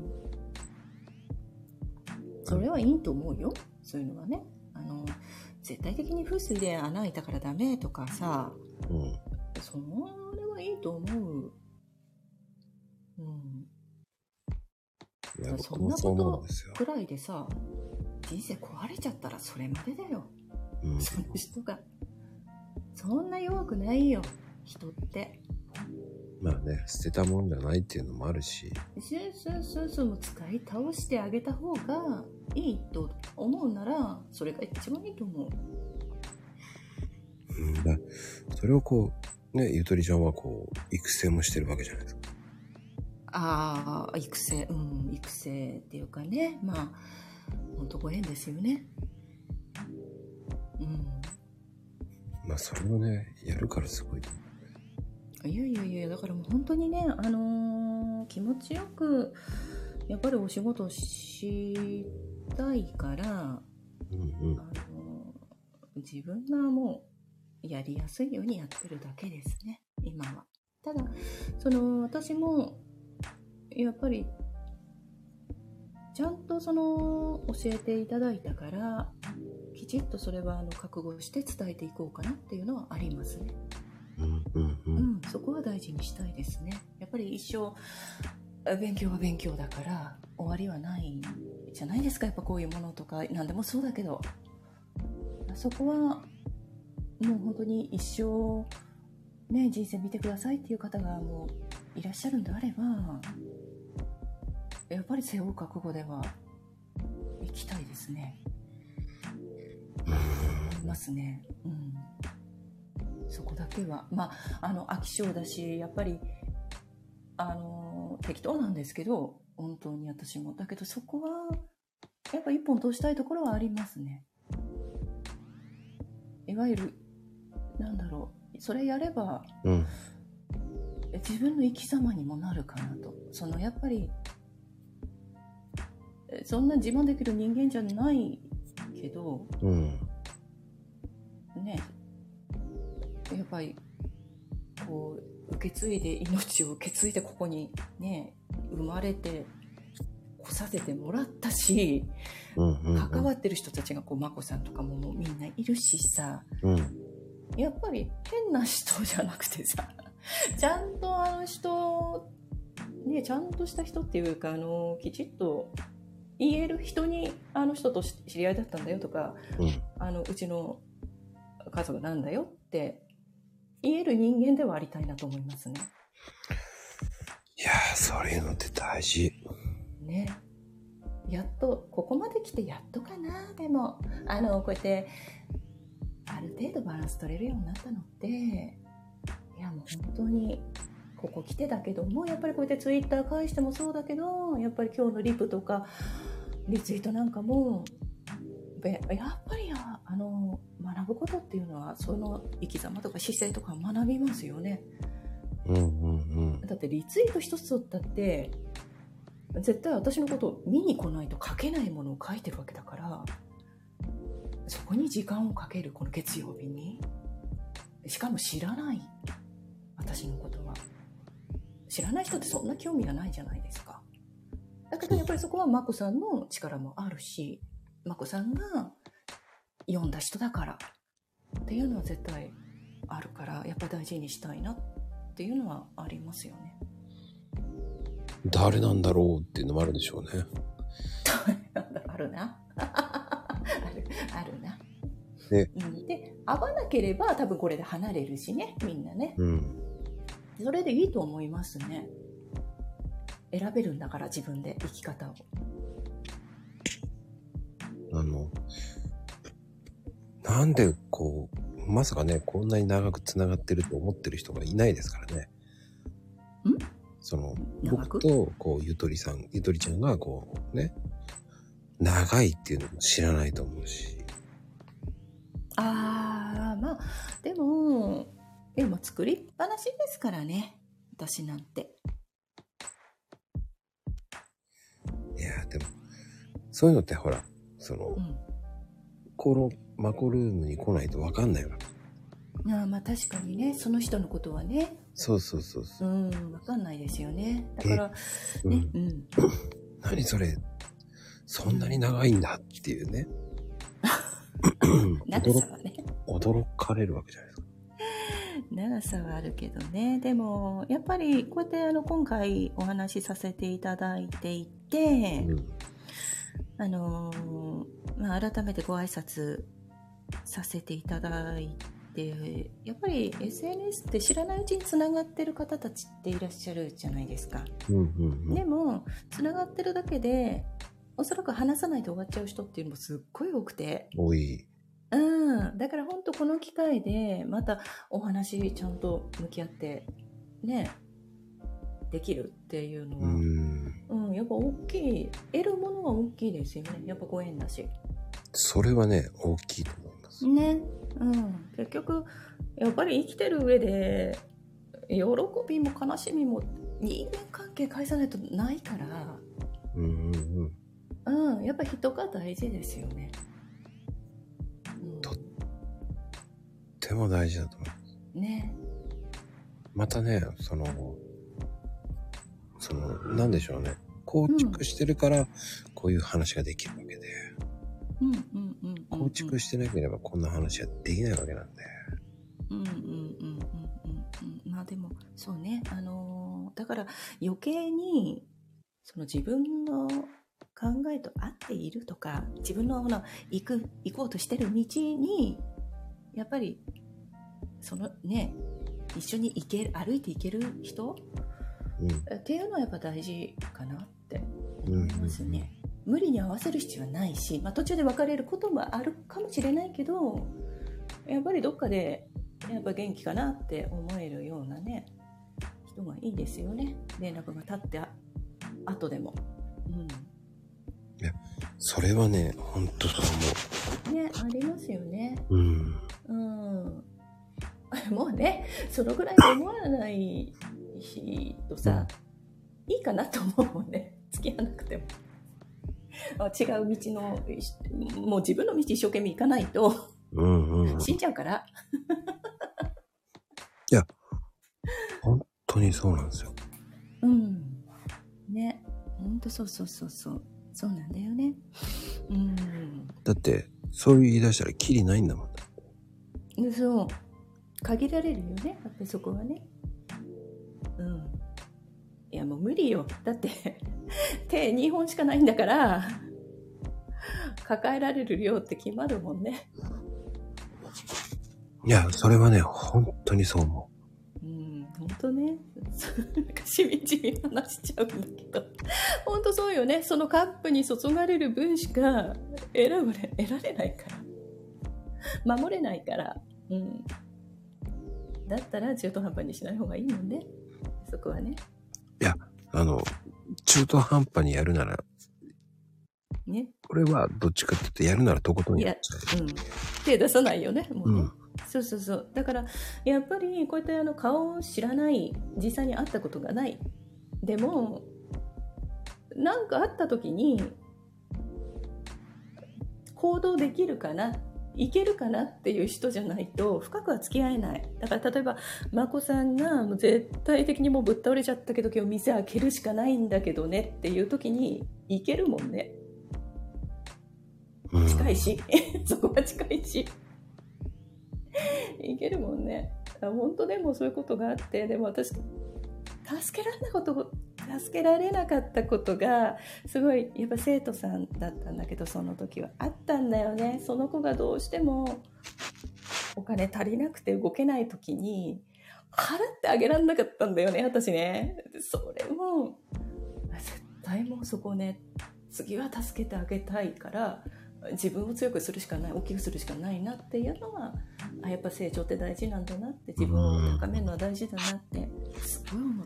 それはいいと思うよ。そういうのはね。あの絶対的に風水で穴開いたからダメとかさ、うん、それはいいと思う。うん。いや、そんなことくらいでさ、人生壊れちゃったらそれまでだよ。うん、その人がそんな弱くないよ、人って。 まあね、捨てたもんじゃないっていうのもあるし。 そうそうそうそう、使い倒してあげた方がいいと思うなら、それが一番いいと思う。 うん、だそれをこうね、ゆとりちゃんはこう育成もしてるわけじゃないですか。 ああ、育成、うん、育成っていうかね、まあ本当ご縁ですよね。 うん。まあそれをねやるからすごい。 いやいやいや、だからもう本当にね、あのー、気持ちよくやっぱりお仕事したいから、うんうん、あのー、自分がもうやりやすいようにやってるだけですね、今は。ただその私もやっぱりちゃんとその教えていただいたから、きちっとそれはあの覚悟して伝えていこうかなっていうのはありますね。うんうんうんうん、そこは大事にしたいですね。やっぱり一生勉強は勉強だから終わりはないじゃないですか。やっぱこういうものとか何でもそうだけど、そこはもう本当に一生ね、人生見てくださいっていう方がもういらっしゃるんであれば、やっぱり背負う覚悟では行きたいですね。いますね。うん。そこだけはまああの飽き性だし、やっぱりあの適当なんですけど、本当に私もだけど、そこはやっぱ一本通したいところはありますね。いわゆるなんだろう、それやれば、うん、自分の生き様にもなるかなと。そのやっぱりそんな自慢できる人間じゃないけど、うん、ね、やっぱりこう受け継いで、命を受け継いでここにね生まれて来させてもらったし、うんうんうん、関わってる人たちがこうまこさんとかももうみんないるしさ、うん、やっぱり変な人じゃなくてさ、ちゃんとあの人ね、ちゃんとした人っていうか、あのきちっと言える人に、あの人と知り合いだったんだよとか、うん、あのうちの家族なんだよって言える人間ではありたいなと思いますね。 いやー、そういうのって大事ね。やっとここまで来てやっとかな。でもあのこうやってある程度バランス取れるようになったのって、いやもう本当にここ来てだけども、やっぱりこうやってツイッター返してもそうだけど、やっぱり今日のリプとかリツイートなんかもやっぱりあの学ぶことっていうのは、その生き様とか姿勢とか学びますよね。 うんうんうん、 だってリツイート一つ取ったって絶対私のことを見に来ないと書けないものを書いてるわけだから、そこに時間をかける、この月曜日に、しかも知らない私のことは知らない人ってそんな興味がないじゃないですか。だけどやっぱりそこはまこさんの力もあるし、まこさんが読んだ人だからっていうのは絶対あるから、やっぱ大事にしたいなっていうのはありますよね。 誰なんだろうっていうのもあるでしょうね。 あるなあるあるな、 ね、 うん、で合わなければ多分これで離れるしね、みんなね、 うん、 それでいいと思いますね。選べるんだから自分で生き方を。 あのなんでこうまさかね、こんなに長くつながってると思ってる人がいないですからね。 ん？ その僕とこうゆとりさん、ゆとりちゃんがこうね、長いっていうのも知らないと思うし。 あー、まあでもでも作りっぱなしですからね、私なんて。 いやでもそういうのってほら、その、うん、このマコルームに来ないと分かんないわけ。 ああ、まあ確かにね、その人のことはね。 そうそうそうそう。 うん、分かんないですよね。だからね、うん、うん、 何それ、そんなに長いんだっていうね。 長さはね。 驚かれるわけじゃないですか。 長さはあるけどね。でもやっぱりこうやってあの今回お話しさせていただいていて、うん、あのー、まあ改めてご挨拶させていただいて、やっぱり エスエヌエス って知らないうちにつながってる方たちっていらっしゃるじゃないですか、 うんうんうん、 でもつながってるだけでおそらく話さないで終わっちゃう人っていうのもすっごい多くて、 多い、 うん、だから本当この機会でまたお話ちゃんと向き合ってねできるっていうのは、うん、うん、やっぱ大きい、得るものは大きいですよね。やっぱご縁だし。 それはね大きいと思いますね。うん、結局やっぱり生きてる上で喜びも悲しみも人間関係返さないとないから、 うんうんうん、うん、やっぱ人が大事ですよね、 うん、とっても大事だと思いますね。 またね、そのそのなんでしょうね、構築してるからこういう話ができるわけで、 うんうんうんうんうん、 構築してなければこんな話はできないわけなんで、 うんうんうんうんうんうん、まあでもそうね、あのー、だから余計にその自分の考えと合っているとか、自分の行く行こうとしてる道にやっぱりそのね一緒に行ける、歩いていける人、うん、っていうのはやっぱ大事かなって思いますね、うんうんうん、無理に合わせる必要はないし、まあ、途中で別れることもあるかもしれないけど、やっぱりどっかでやっぱ元気かなって思えるようなね人がいいですよね。連絡が立って後でも、うん、 いやそれはね本当そう思うね、ありますよね。 うん、 うん、もうねそのぐらい思わない人さ、うん、いいかなと思うもんね、付き合わなくても。違う道のもう自分の道一生懸命行かないと、うんうん、死んじゃうからいや本当にそうなんですよ。 うんね、本当そうそうそうそうそうなんだよね。うん、 だってそう言い出したらキリないんだもん。 そう限られるよね、やっぱりそこはね。うんいやもう無理よ。だって手にほんしかないんだから抱えられる量って決まるもんね。 いや、それはね、本当にそう思う。うん、本当ね。なんかしみじみ話しちゃうんだけど、本当そうよね。そのカップに注がれる分しか選ばれ得られないから、守れないから、うん。だったら中途半端にしない方がいいもんね。そこはね。 いや、あの中途半端にやるなら。ね、これはどっちかって言ってやるならとことんやっちゃう。 いや、うん、手出さないよね、もうね、うん、そうそうそう。だからやっぱりこうやってあの顔を知らない、実際に会ったことがない、でもなんかあった時に行動できるかな、いけるかなっていう人じゃないと深くは付き合えない。だから例えばまこさんがもう絶対的にもうぶっ倒れちゃったけど今日店開けるしかないんだけどねっていう時にいけるもんね。近いしそこは近いしいけるもんね。本当でもそういうことがあって、でも私助けられなこと助けられなかったことがすごいやっぱ生徒さんだったんだけど、その時はあったんだよね。その子がどうしてもお金足りなくて動けない時に払ってあげられなかったんだよね、私ね。それも絶対もうそこね、次は助けてあげたいから自分を強くするしかない、大きくするしかないなっていうのは、あ、やっぱ成長って大事なんだなって、自分を高めるのは大事だなってすごい思った。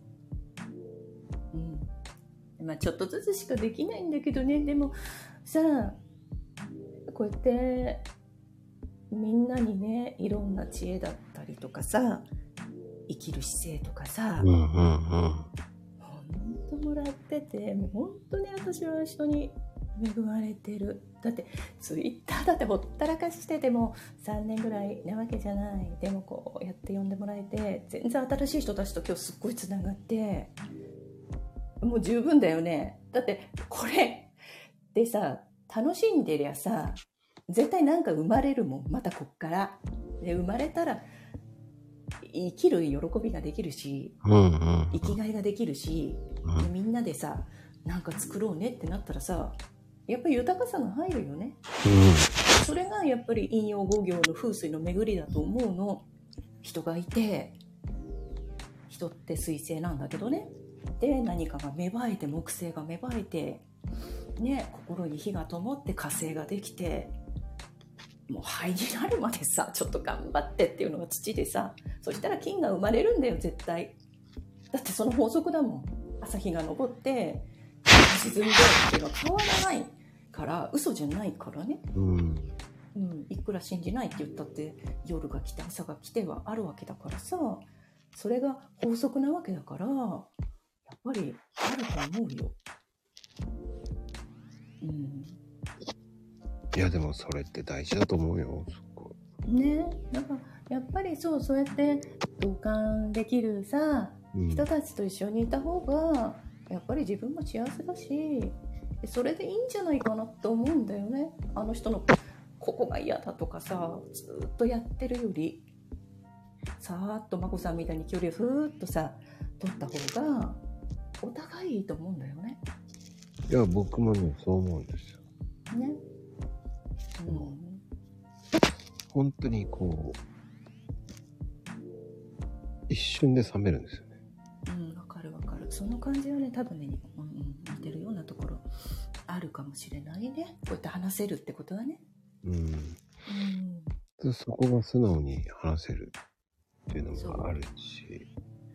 うん、まあちょっとずつしかできないんだけどね。でもさあこうやってみんなにね、いろんな知恵だったりとかさ、生きる姿勢とかさ、うんうんうん、本当もらってて、もう本当に私は人に恵まれてる。だってツイッターだってほったらかしててもさんねんぐらいなわけじゃない。でもこうやって呼んでもらえて、全然新しい人たちと今日すっごいつながって、もう十分だよね。だってこれでさ、楽しんでりゃさ絶対なんか生まれるもん。またこっからで生まれたら生きる喜びができるし、うんうん、生きがいができるし、うん、でみんなでさなんか作ろうねってなったらさ、やっぱり豊かさが入るよね、うん、それがやっぱり陰陽五行の風水の巡りだと思うの。人がいて、人って水星なんだけどね、で何かが芽生えて、木星が芽生えてね、心に火が灯って火星ができて、もう灰になるまでさちょっと頑張ってっていうのが土でさ、そしたら金が生まれるんだよ絶対。だってその法則だもん。朝日が昇って沈んでっていうのは変わらないから嘘じゃないからね、うんうん、いくら信じないって言ったって夜が来て朝が来てはあるわけだからさ、それが法則なわけだからやっぱりあると思うよ、 うん、いやでもそれって大事だと思うよ。すごいね。なんかやっぱりそうそうやって同感できるさ、うん、人たちと一緒にいた方がやっぱり自分も幸せだし、それでいいんじゃないかなって思うんだよね。あの人のここが嫌だとかさずっとやってるよりさーっとまこさんみたいに距離をふーっとさ取った方がお互いいいと思うんだよね。 いや僕もねそう思うんですよね、うん、本当にこう一瞬で冷めるんですよね。 うん、わかるわかる。その感じはね多分ね、うん、似てるようなところあるかもしれないね。こうやって話せるってことはね、うんうん、そこが素直に話せるっていうのがあるし、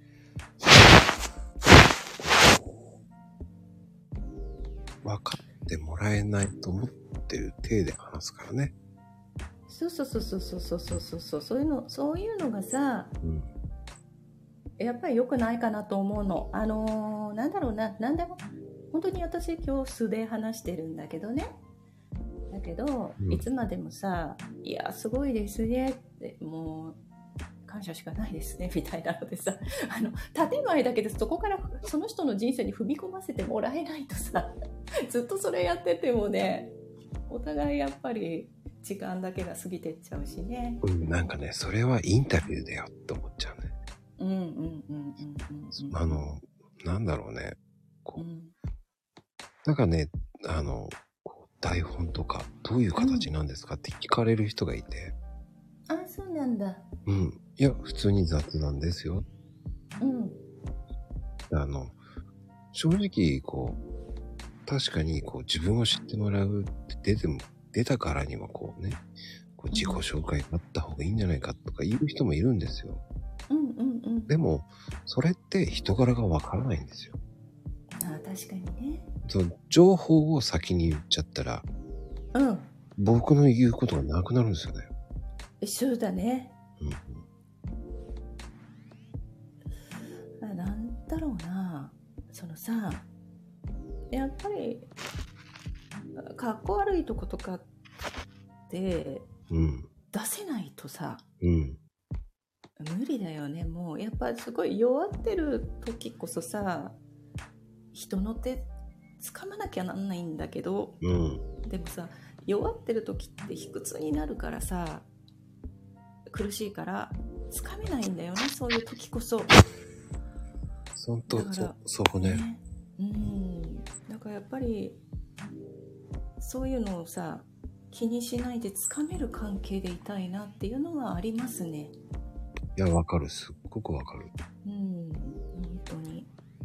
分かってもらえないと思ってる体で話すからね。 そうそうそうそうそうそうそうそうそういうのそういうのがさ、うん、やっぱり良くないかなと思うの。あのー、なんだろうな、なんでも本当に私今日素で話してるんだけどね。だけど、うん、いつまでもさ、いやすごいですねってもう感謝しかないですねみたいなのでさ、あの建前だけでそこからその人の人生に踏み込ませてもらえないとさ、ずっとそれやっててもね、お互いやっぱり時間だけが過ぎてっちゃうしね、 うん、なんかねそれはインタビューだよって思っちゃうね。 うんうんうんうんうん、うん、 あのなんだろうね。こう、うん、なんかね、あの、台本とかどういう形なんですかって聞かれる人がいて。 うん、あ、そうなんだ。 うん。いや、普通に雑談ですよ。 うん。 あの、正直、こう、確かに、こう、自分を知ってもらうって出ても、出たからにはこうね、こう自己紹介があった方がいいんじゃないかとか言う人もいるんですよ。 うんうんうん。 でも、それって人柄がわからないんですよ。 ああ、確かにね。 その情報を先に言っちゃったら、 うん。 僕の言うことがなくなるんですよね。 そうだね。 うん。 あ、なんだろうな。そのさ、やっぱり、かっこ悪いとことかって、うん、出せないとさ、うん、無理だよね。もうやっぱすごい弱ってる時こそさ、人の手掴まなきゃなんないんだけど、うん、でもさ、弱ってる時って卑屈になるからさ、苦しいから掴めないんだよね、そういう時こそ。 本当、そ、そこね。 ね、うん、だからやっぱりそういうのをさ、気にしないで掴める関係でいたいなっていうのはありますね。 いや、わかる。すっごくわかる。 うん、本当に。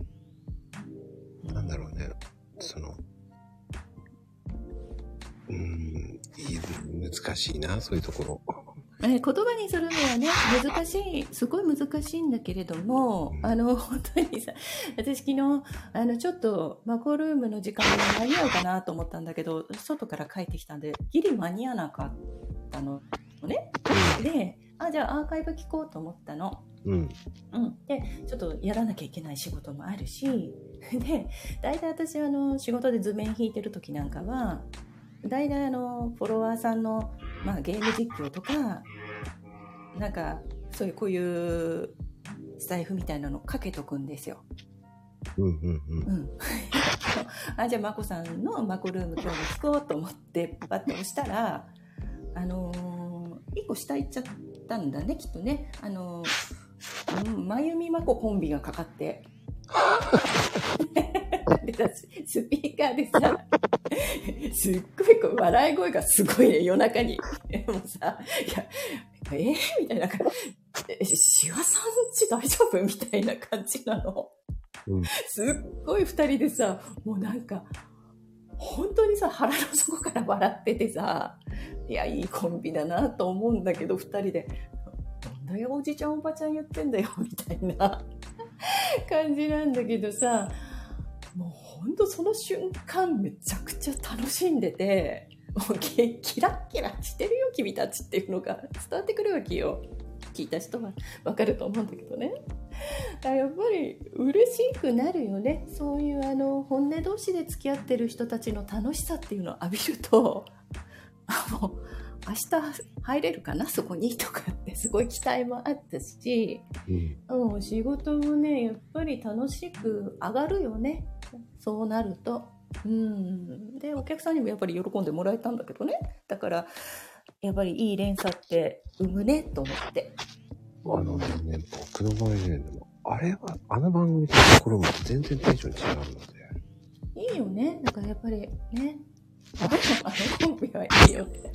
なんだろうね。その、うーん、難しいな、そういうところ。 え言葉にするのはね、難しい、すごい難しいんだけれども、うん、あの、本当にさ、私昨日、あの、ちょっとマコルームの時間に間に合うかなと思ったんだけど、外から帰ってきたんで、ギリ間に合わなかったのね。で、あ、じゃあアーカイブ聞こうと思ったの。うん。うん。で、ちょっとやらなきゃいけない仕事もあるし、で、大体私、あの、仕事で図面引いてる時なんかは、大体あの、フォロワーさんの、まあ、ゲーム実況とか、なんか、そういう、こういうスタイフみたいなのかけとくんですよ。うんうんうん。うん。あ、じゃあ、まこさんのマコルーム今日も聞こうと思って、パッと押したら、あのー、一個下行っちゃったんだね、きっとね。あのー、うん、まゆみまこコンビがかかって。でさ、スピーカーでさ、すっごいこう笑い声がすごいね、夜中に。もうさ、いや、えー、みたいな感じ、シワさんち大丈夫みたいな感じなの。うん、すっごい二人でさ、もうなんか、本当にさ、腹の底から笑っててさ、いや、いいコンビだなと思うんだけど、二人で、なんだよ、おじちゃんおばちゃん言ってんだよ、みたいな感じなんだけどさ、もうほんとその瞬間めちゃくちゃ楽しんでて、もうキラッキラしてるよ君たちっていうのが伝わってくるわけよ。聞いた人はわかると思うんだけどね。やっぱり嬉しくなるよね。そういうあの本音同士で付き合ってる人たちの楽しさっていうのを浴びると、あ、もう明日入れるかなそこにとかってすごい期待もあったし、うんうん、仕事もねやっぱり楽しく上がるよね。そうなると、うん、でお客さんにもやっぱり喜んでもらえたんだけどね。だからやっぱりいい連鎖って生むねと思って。 あのね、僕の場合ね、でもあれはあの番組とこれも全然テンション違うので。 いいよね。だからやっぱりね、あのコンビはいいよね。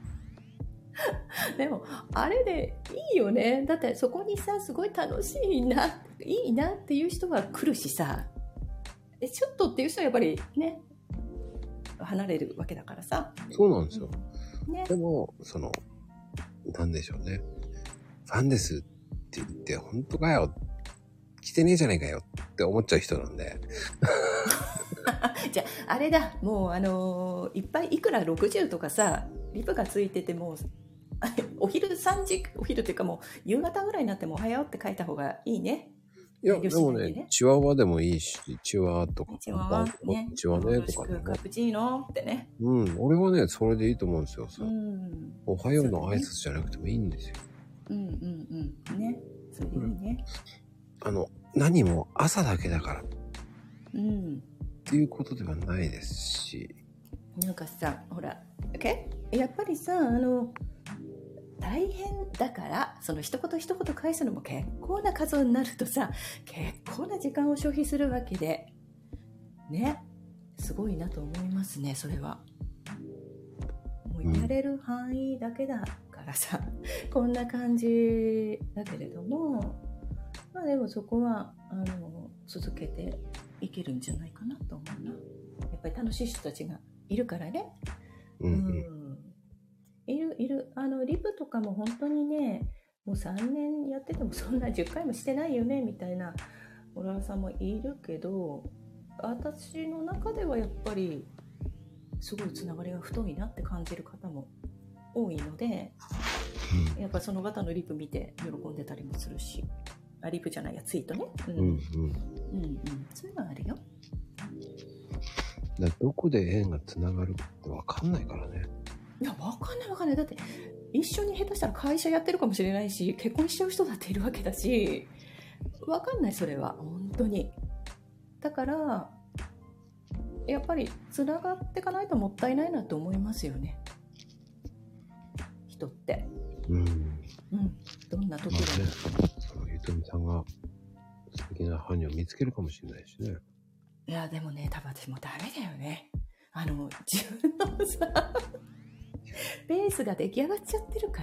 でもあれでいいよね。だってそこにさすごい楽しいないいなっていう人は来るしさ。えちょっとっていう人はやっぱりね離れるわけだからさ。 そうなんですよ、ね、でもそのなんでしょうね、ファンですって言って本当かよ来てねえじゃねえかよって思っちゃう人なんでじゃああれだ、もうあのー、いっぱいいくらろくじゅうとかさリプがついててもお昼さんじお昼っていうかもう夕方ぐらいになってもおはようって書いた方がいいね。 いや、でもね、チワワでもいいし、チワとか、 チワワね、 チワねとかね。 カプチーノってね。 うん、俺はね、それでいいと思うんですよ。うん、おはようの挨拶じゃなくてもいいんですよ。 うんうんうん。ね。それでいいね、 うん。あの、何も朝だけだから。 うん。 っていうことではないですし。 なんかさ、ほら、okay? やっぱりさ、あの、 大変だから、その一言一言返すのも結構な数になるとさ、結構な時間を消費するわけでね、すごいなと思いますね。それはもうやれる範囲だけだからさ、うん、こんな感じだけれども、まあでもそこはあの続けていけるんじゃないかなと思うな。やっぱり楽しい人たちがいるからね。うん、うんいるいる。あのリプとかも本当にね、もうさんねんやっててもそんなじゅっかいもしてないよねみたいなオラさんもいるけど、私の中ではやっぱりすごいつながりが太いなって感じる方も多いので、やっぱその方のリプ見て喜んでたりもするし、あ、リプじゃないや、ツイートね、うんうんうんうん、そういうのはあるよ。 だどこで縁がつながるかって分かんないからね。 いや、分かんない分かんない。だって一緒に下手したら会社やってるかもしれないし、結婚しちゃう人だっているわけだし、分かんない。それは本当に。だからやっぱりつながっていかないともったいないなと思いますよね、人って。うん、うん、どんな時でも、まあね、 そのゆとみさんが素敵な伴侶を見つけるかもしれないしね。 いやでもね、多分私もうダメだよね。あの自分のさベースが出来上がっちゃってるから、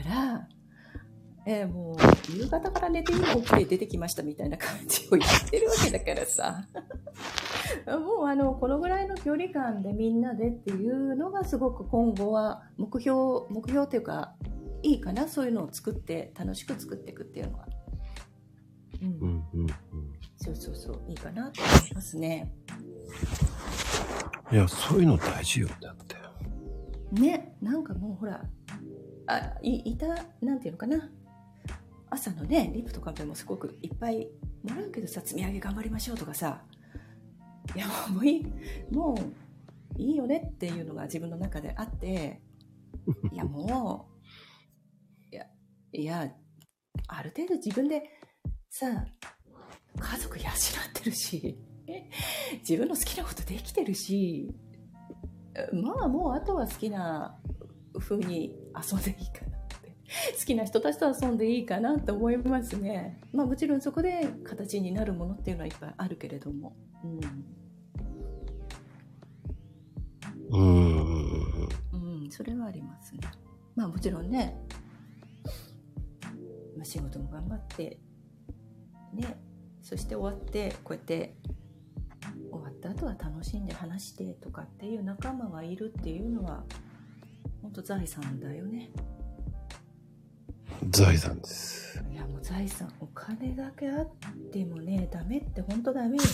えー、もう夕方から寝て今起きて出てきましたみたいな感じを言ってるわけだからさもうあのこのぐらいの距離感でみんなでっていうのがすごく今後は目標目標っていうかいいかな。そういうのを作って楽しく作っていくっていうのは、うんうんうんうん、そうそうそういいかなと思いますね。 いやそういうの大事よ。だってね、なんかもうほらあ い, いたなんていうのかな、朝のねリプとかでもすごくいっぱいもらうけどさ、積み上げ頑張りましょうとかさ、いやもういいもういいよねっていうのが自分の中であっていやもういやいやある程度自分でさ家族養ってるし自分の好きなことできてるし、まあもうあとは好きな風に遊んでいいかなって好きな人たちと遊んでいいかなと思いますね。まあもちろんそこで形になるものっていうのはいっぱいあるけれども、うん、うん、うん、それはありますね。まあもちろんね、まあ、仕事も頑張ってね、そして終わってこうやって終わった後は楽しんで話してとかっていう仲間がいるっていうのは本当財産だよね。 財産です。 いやもう財産、お金だけあってもねダメって本当ダメよ。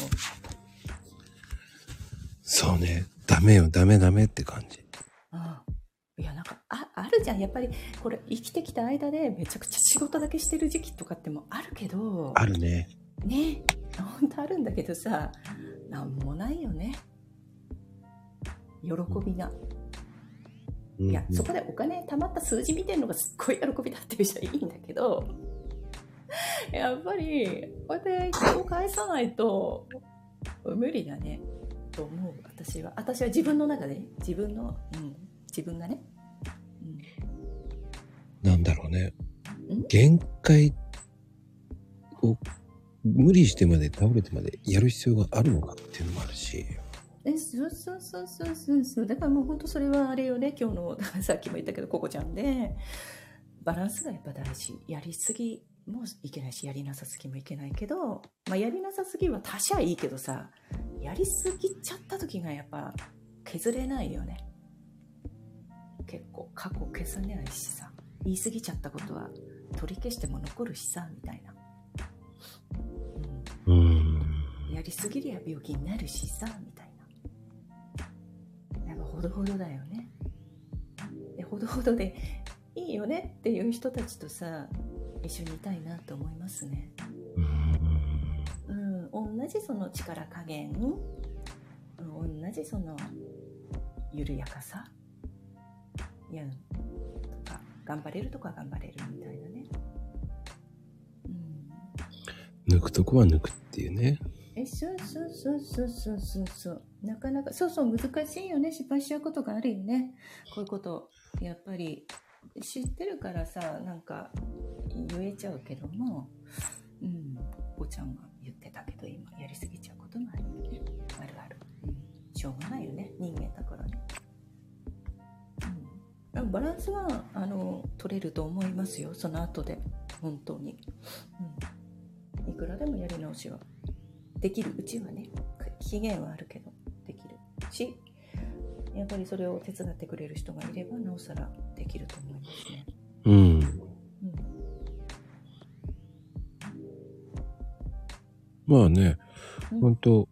そうね、ダメよダメダメって感じ。 ああ、いやなんか あ, あるじゃん、やっぱりこれ生きてきた間でめちゃくちゃ仕事だけしてる時期とかってもあるけど、 あるねね、本当あるんだけどさ、なんもないよね、喜びが、うん、いやそこでお金貯まった数字見てるのがすっごい喜びだっていう人はいいんだけど、やっぱりこうやって人を返さないと無理だねと思う。私は私は自分の中で自分の、うん、自分がね、 うん、なんだろうね、限界を無理してまで倒れてまでやる必要があるのかっていうのもあるし、 えそうそうそうそうそうそう、だからもう本当それはあれよね、今日のさっきも言ったけどココちゃんでバランスがやっぱ大事。やりすぎもいけないしやりなさすぎもいけないけど、まあ、やりなさすぎは他者いいけどさ、やりすぎちゃった時がやっぱ削れないよね。結構過去消さないしさ、言い過ぎちゃったことは取り消しても残るしさみたいな、うん、うんやりすぎりゃ病気になるしさみたいな、やっぱほどほどだよね。でほどほどでいいよねっていう人たちとさ一緒にいたいなと思いますね。うん、うん、同じその力加減、同じその緩やかさ、いやとか頑張れるとか頑張れるみたいなね、 うん、抜くとこは抜くっていうね。 えそうそうそうそうそうそうそうなかなかそうそう難しいよね。失敗しちゃうことがあるよね。こういうことやっぱり知ってるからさ、なんか言えちゃうけども、うん、おちゃんが言ってたけど、今やりすぎちゃうこともあるよね。あるある。うん、しょうがないよね、人間だからね。うん、バランスはあの取れると思いますよ、その後で本当に。うん、いくらでもやり直しはできるうちはね、期限はあるけどできるし、やっぱりそれを手伝ってくれる人がいればなおさらできると思いますね。 うん。うん、まあね、うん、本当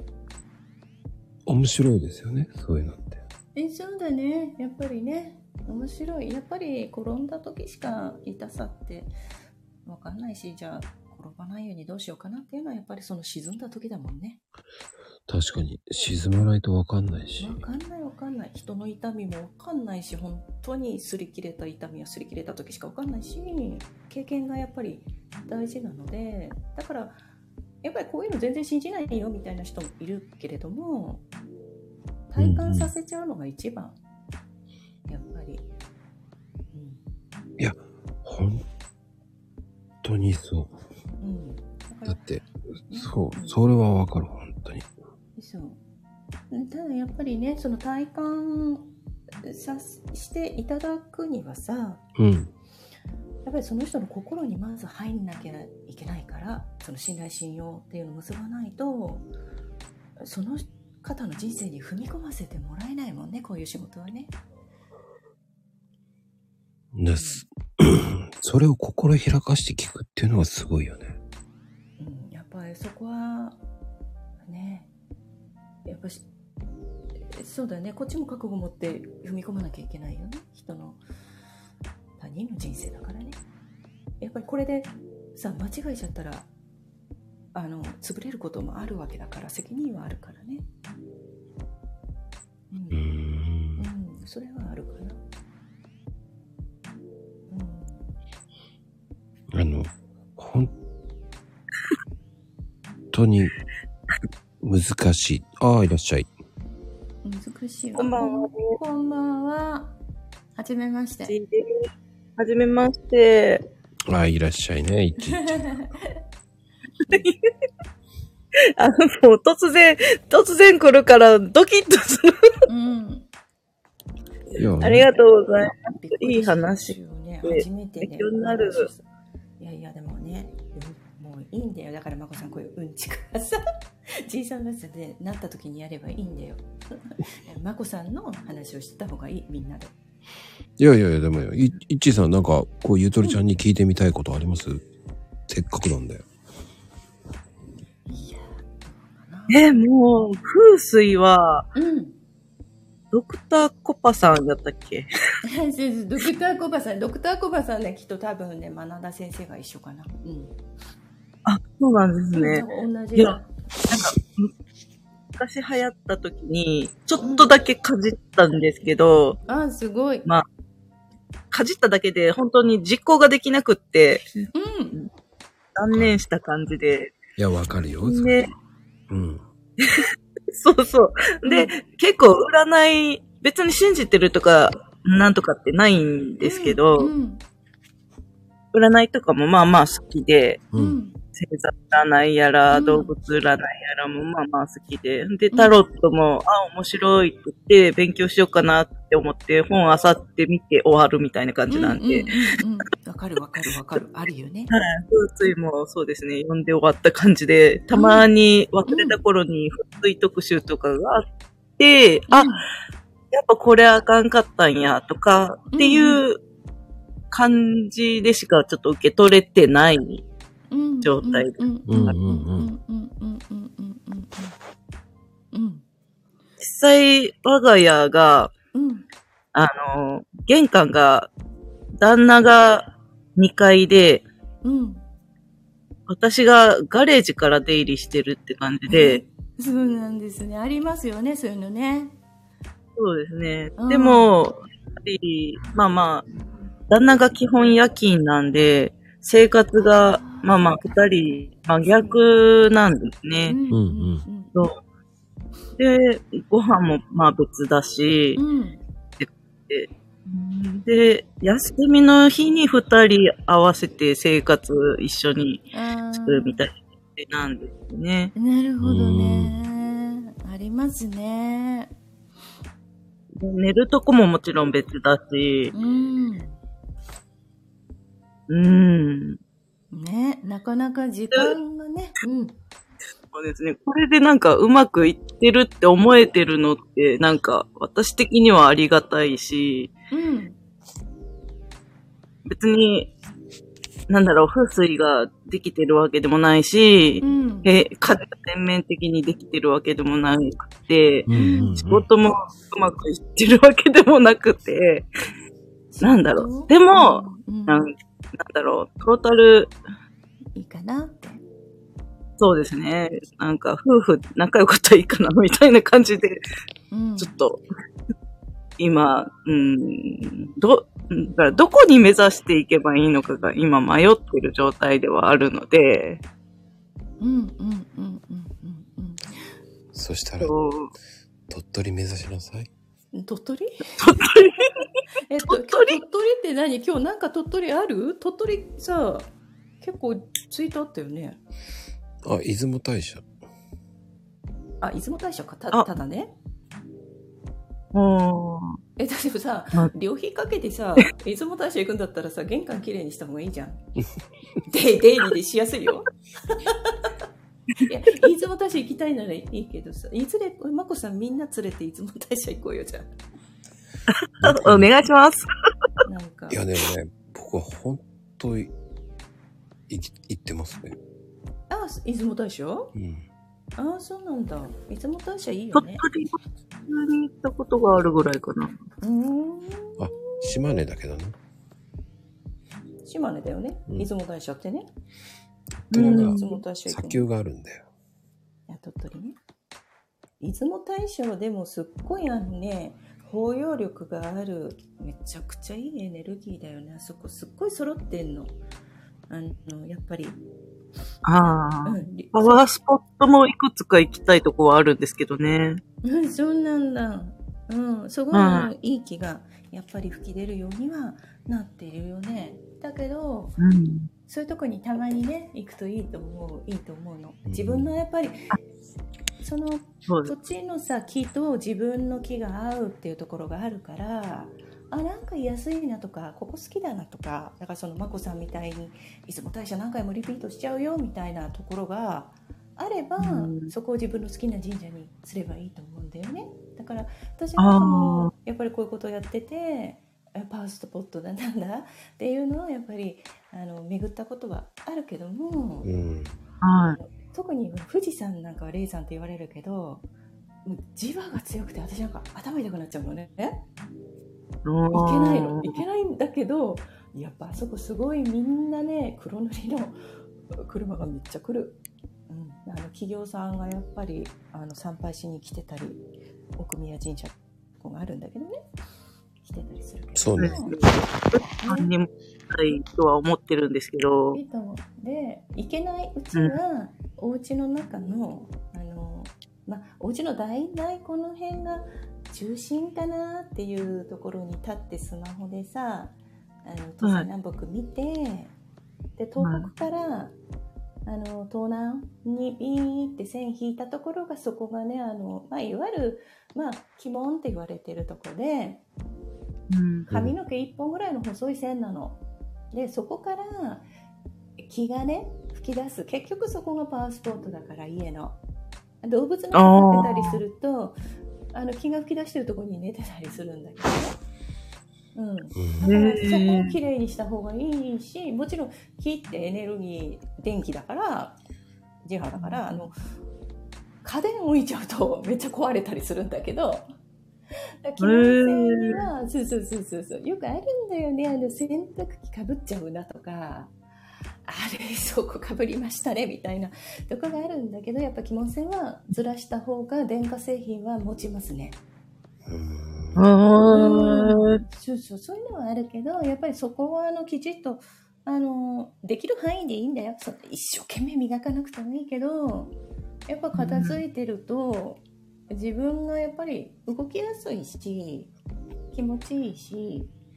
面白いですよね、そういうのって。 え、そうだね、やっぱりね、面白い。やっぱり転んだ時しか痛さって分かんないし、じゃあ転ばないようにどうしようかなっていうのはやっぱりその沈んだ時だもんね。 確かに沈まないと分かんないし、 分かんない分かんない、人の痛みも分かんないし、本当に擦り切れた痛みは擦り切れた時しか分かんないし、経験がやっぱり大事なので、だからやっぱりこういうの全然信じないよみたいな人もいるけれども、体感させちゃうのが一番、うんうん、やっぱり、 うん、いや本当にそう、うん、だ, だってそう、それは分かる、本当に。 そう。ただやっぱりね、その体感さしていただくにはさ、うん、やっぱりその人の心にまず入んなきゃいけないから、その信頼信用っていうのを結ばないと、その方の人生に踏み込ませてもらえないもんね、こういう仕事はね。 です。それを心開かして聞くっていうのがすごいよね。 うん、やっぱりそこはね、やっぱしそうだよね、こっちも覚悟持って踏み込まなきゃいけないよね、人の他人の人生だからね。やっぱりこれでさ、間違えちゃったらあの潰れることもあるわけだから、責任はあるからね。うん、うーん、うん、それはあるかな。 うん、あの本当に難しい。ああ、いらっしゃい。 難しい。 こんばんは。 こんばんは。はじめまして。 はじめまして。 ああ、いらっしゃいね。いちいちあの、もう突然、突然来るからドキッとする。うん。いや、ありがとうございます。いい話。 ね、初めてね。勉強になる。いやいや、でもね、もういいんだよ。だから、まこさん、こういううんちからさ、じいさんがでなった時にやればいいんだよ。まこさんの話をした方がいい、みんなで。 いやいやいや、でもよ、い、いっちーさん、なんか、こう、ゆとりちゃんに聞いてみたいことあります？うん、せっかくなんだよ。 いや、え、もう、風水は、うん。ドクターコパさんだったっけ？ ドクターコパさん、ドクターコパさんね、きっと多分ね、真田先生が一緒かな。うん。 あ、そうなんですね。 同じ。 いや、なんか、昔流行った時に、ちょっとだけかじったんですけど、 うん、あ、すごい。 まあ、かじっただけで本当に実行ができなくって、うん。断念した感じで。 いや、わかるよ。で、うん。 そうそう。で、うん、結構占い、別に信じてるとか、なんとかってないんですけど、うんうん、占いとかもまあまあ好きで、うん、星座占いやら、動物占いやらもまあまあ好きで、で、タロットも、あ、面白いって言って勉強しようかなって思って、本あさって見て終わるみたいな感じなんで。 わかるわかるわかる。あるよね。 はい。風水もそうですね、読んで終わった感じで、たまに忘れた頃に風水特集とかがあって、うん、あ、やっぱこれあかんかったんや、とかっていう感じでしかちょっと受け取れてない状態です。実際、我が家が、うん、あの、玄関が、旦那がにかいで、うん、私がガレージから出入りしてるって感じで。 そうなんですね。ありますよね、そういうのね。 そうですね。でも、やっぱり、まあまあ、旦那が基本夜勤なんで、生活が、まあまあ、二人、真逆なんですね。うんうん、そうで、ご飯もまあ別だし、うん、でで、休みの日に二人合わせて生活一緒に作るみたいなんですね。 なるほどね。ありますね。 寝るとこももちろん別だし。 うん。 うん。 ね、なかなか時間がね。うん。 そうですね。これでなんかうまくいってるって思えてるのって、なんか私的にはありがたいし、 うん。 別に、なんだろう、風水ができてるわけでもないし、うん、え、家事が全面的にできてるわけでもなくて、うんうんうん、仕事もうまくいってるわけでもなくて、なんだろう。でも、うんうん、なん、なんだろう、トータル、 いいかなって。 そうですね。なんか、夫婦仲良かったらいいかな、みたいな感じで、うん、ちょっと、今、うん、ど、だからどこに目指していけばいいのかが今迷ってる状態ではあるので。 うんうんうんうんうんうん。 そしたら、鳥取目指しなさい。 鳥取？ 鳥取えっと、鳥取って何？今日なんか鳥取ある？鳥取さ、結構ツイートあったよね。 あ、出雲大社。 あ、出雲大社か。た, ただね。え、だってさ、旅費かけてさ、出雲大社行くんだったらさ、玄関きれいにした方がいいじゃん。で、出入りでしやすいよ。いや、出雲大社行きたいならいいけどさ、いずれ、まこさんみんな連れて出雲大社行こうよ、じゃあ。お願いします。 なんか。いや、でもね、僕は本当に行ってますね。 あ、出雲大社？うん。ああ、そうなんだ。出雲大社いいよね。 鳥取に行ったことがあるぐらいかな。 うーん。 あ、島根だけどね。 島根だよね。うん、出雲大社ってね。 出雲大社砂丘があるんだよ。 いや、鳥取ね。出雲大社はでもすっごいあのね、包容力がある、めちゃくちゃいいエネルギーだよね。あそこすっごい揃ってんの。あの、やっぱり。 ああ、うん、パワースポットもいくつか行きたいとこはあるんですけどね。 うん、そうなんだ。うん、すごい、うん、いい気がやっぱり吹き出るようにはなっているよね。だけど、うん、そういうとこにたまにね行くといいと思う、いいと思うの。自分のやっぱり、その土地のさ木と自分の木が合うっていうところがあるから。あ、なんか安いなとか、ここ好きだなとか、だからそのまこさんみたいに出雲大社何回もリピートしちゃうよみたいなところがあれば、うん、そこを自分の好きな神社にすればいいと思うんだよね。だから私なんかもやっぱりこういうことをやってて、パワースポットだなんだっていうのはやっぱりあの巡ったことはあるけども、うんはい、特に富士山なんかは霊山って言われるけど、もう磁場が強くて私なんか頭痛くなっちゃうのね。行けないの行けないんだけど、やっぱあそこすごいみんなね、黒塗りの車がめっちゃ来る、うん、あの企業さんがやっぱりあの参拝しに来てたり、奥宮神社があるんだけどね、来てたりするけど、 そうですね。 何にもないとは思ってるんですけど、 いいと思う。で、行けないうちは、うん、お家の中のあのまあお家の大体この辺が中心かなっていうところに立ってスマホでさ、あの東西南北見て、はい、で東北から、はい、あの東南にビーって線引いたところが、そこがね、あの、まあ、いわゆる、まあ、鬼門って言われてるところで、うん、髪の毛いっぽんぐらいの細い線なので、そこから気がね吹き出す。結局そこがパワースポットだから、家の動物の飼ってたりするとあの気が吹き出してるところに寝てたりするんだけどね、うん、だからそこをきれいにした方がいいし、もちろん気ってエネルギー、電気だから、磁波だから、あの家電置いちゃうとめっちゃ壊れたりするんだけど、気のせいにはそうそうそうそうそう、よくあるんだよね。あの洗濯機かぶっちゃうなとか、あれそこかぶりましたねみたいなとこがあるんだけど、やっぱ気門線はずらした方が電化製品は持ちますね。うーん、うんそうそう、そういうのはあるけど、やっぱりそこはあのきちっとあのできる範囲でいいんだよ。そ一生懸命磨かなくてもいいけど、やっぱ片付いてると、うん、自分がやっぱり動きやすいし気持ちいいし、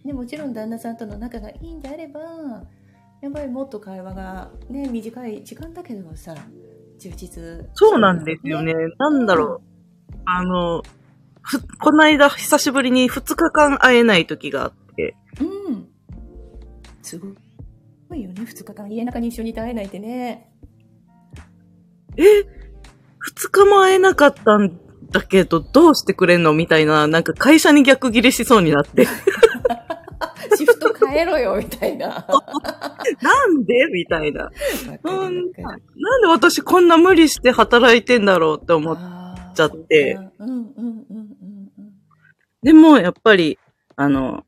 ね、もちろん旦那さんとの仲がいいんであれば、やっぱりもっと会話がね、短い時間だけどさ、充実。 そうなんですよね。ね、なんだろう。うん、あの、ふ、この間久しぶりにふつかかん会えない時があって。 うん。すごいよね、ふつかかん家の中に一緒に会えないってね。 え、ふつかも会えなかったんだけど、どうしてくれんのみたいな、なんか会社に逆ギレしそうになって。 シフト変えろよ、みたいな。 なんでみたいな。なんで私こんな無理して働いてんだろうって思っちゃって。うんうんうんうんうん、でも、やっぱり、あの、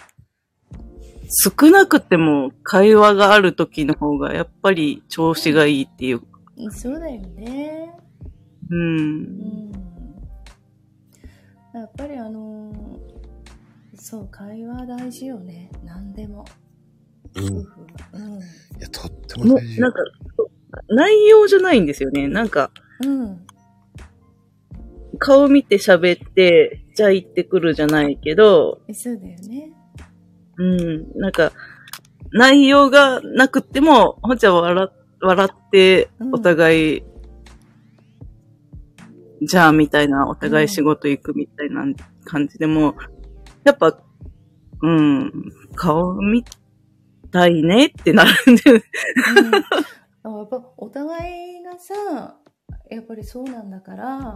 少なくても会話がある時の方がやっぱり調子がいいっていう。 そうだよね。 うん。うん、 やっぱりあのー、そう、会話大事よね。何でも。 うん。うん。いや、とっても大事。 なんか、内容じゃないんですよね。なんか、 うん。 顔見て喋って、じゃあ行ってくるじゃないけど。 そうだよね。 うん。なんか、内容がなくても、ほんちゃ笑、笑って、お互い、うん、じゃあみたいな、お互い仕事行くみたいな感じでも、やっぱ、うん、顔見たいねってなるんで、うん。やっぱお互いがさ、やっぱりそうなんだから、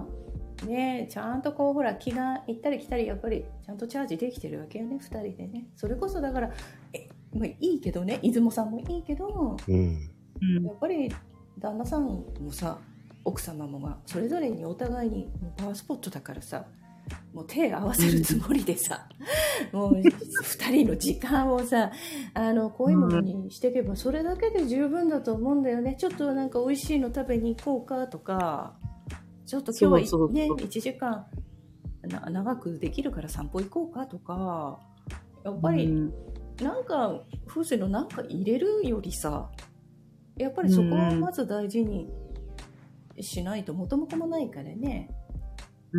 ね、ちゃんとこうほら気が行ったり来たりやっぱりちゃんとチャージできてるわけよね、ふたりでね。それこそだからえ、まあ、いいけどね、出雲さんもいいけど、うん、やっぱり旦那さんもさ、奥様もがそれぞれにお互いにパワースポットだからさ、もう手合わせるつもりでさ、うん、もうふたりの時間をさ、あのこういうものにしていけばそれだけで十分だと思うんだよね。ちょっとなんか美味しいの食べに行こうかとか、ちょっと今日はね、いちじかんな長くできるから散歩行こうかとか、やっぱりなんか風水のなんか入れるよりさ、やっぱりそこをまず大事にしないと元も子もないからね。うん、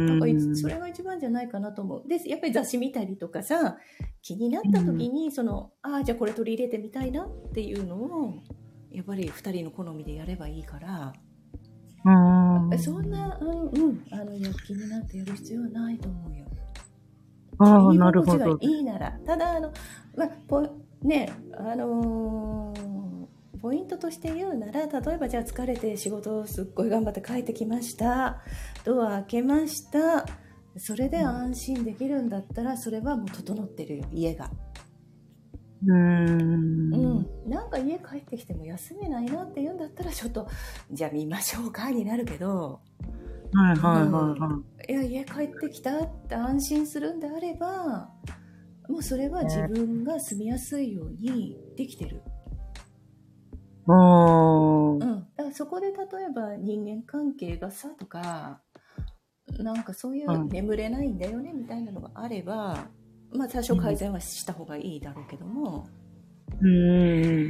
やっぱりそれが一番じゃないかなと思う。で、やっぱり雑誌見たりとかさ、気になった時にその、うん、ああじゃあこれ取り入れてみたいなっていうのをやっぱりふたりの好みでやればいいから。うん、そんな、うん、うん、あの、気になってやる必要はないと思うよ。 ああ、なるほど。 いいなら。ただ、あの、まあ、ポ、ね、あのー、ポイントとして言うなら、例えばじゃあ疲れて仕事をすっごい頑張って帰ってきました。ドア開けました。それで安心できるんだったら、それはもう整ってるよ、家が。うーん、うん、なんか家帰ってきても休めないなって言うんだったらちょっとじゃあ見ましょうかになるけど、 はいはいはいはい、 うん、いや家帰ってきたって安心するんであれば、もうそれは自分が住みやすいようにできてる。あー、うん、だからそこで例えば人間関係がさとか、なんかそういう眠れないんだよねみたいなのがあれば、まあ多少改善はした方がいいだろうけども、うん、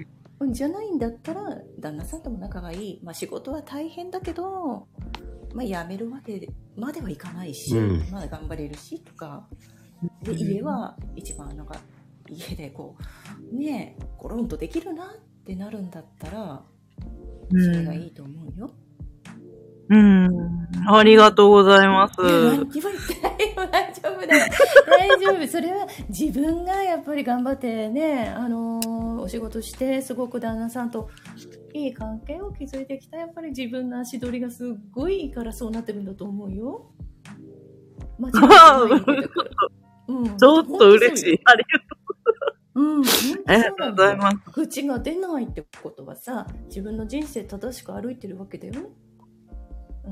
じゃないんだったら旦那さんとも仲がいい、まあ、仕事は大変だけど、まあ、辞めるわけまではいかないし、うん、まあ、頑張れるしとかで、家は一番なんか家でこうねコロンとできるなってなるんだったらそれがいいと思うよ。 うん、ありがとうございます。 何も言ってないよ、大丈夫だよ。大丈夫。それは自分がやっぱり頑張ってね、あのー、お仕事してすごく旦那さんといい関係を築いてきた。やっぱり自分の足取りがすっごいいいからそうなってるんだと思うよ。間違ってないんだから。うん、 ちょっと嬉しい。ありがとう。 うん、 ありがとうございます。 口が出ないってことはさ、自分の人生正しく歩いてるわけだよね。うん、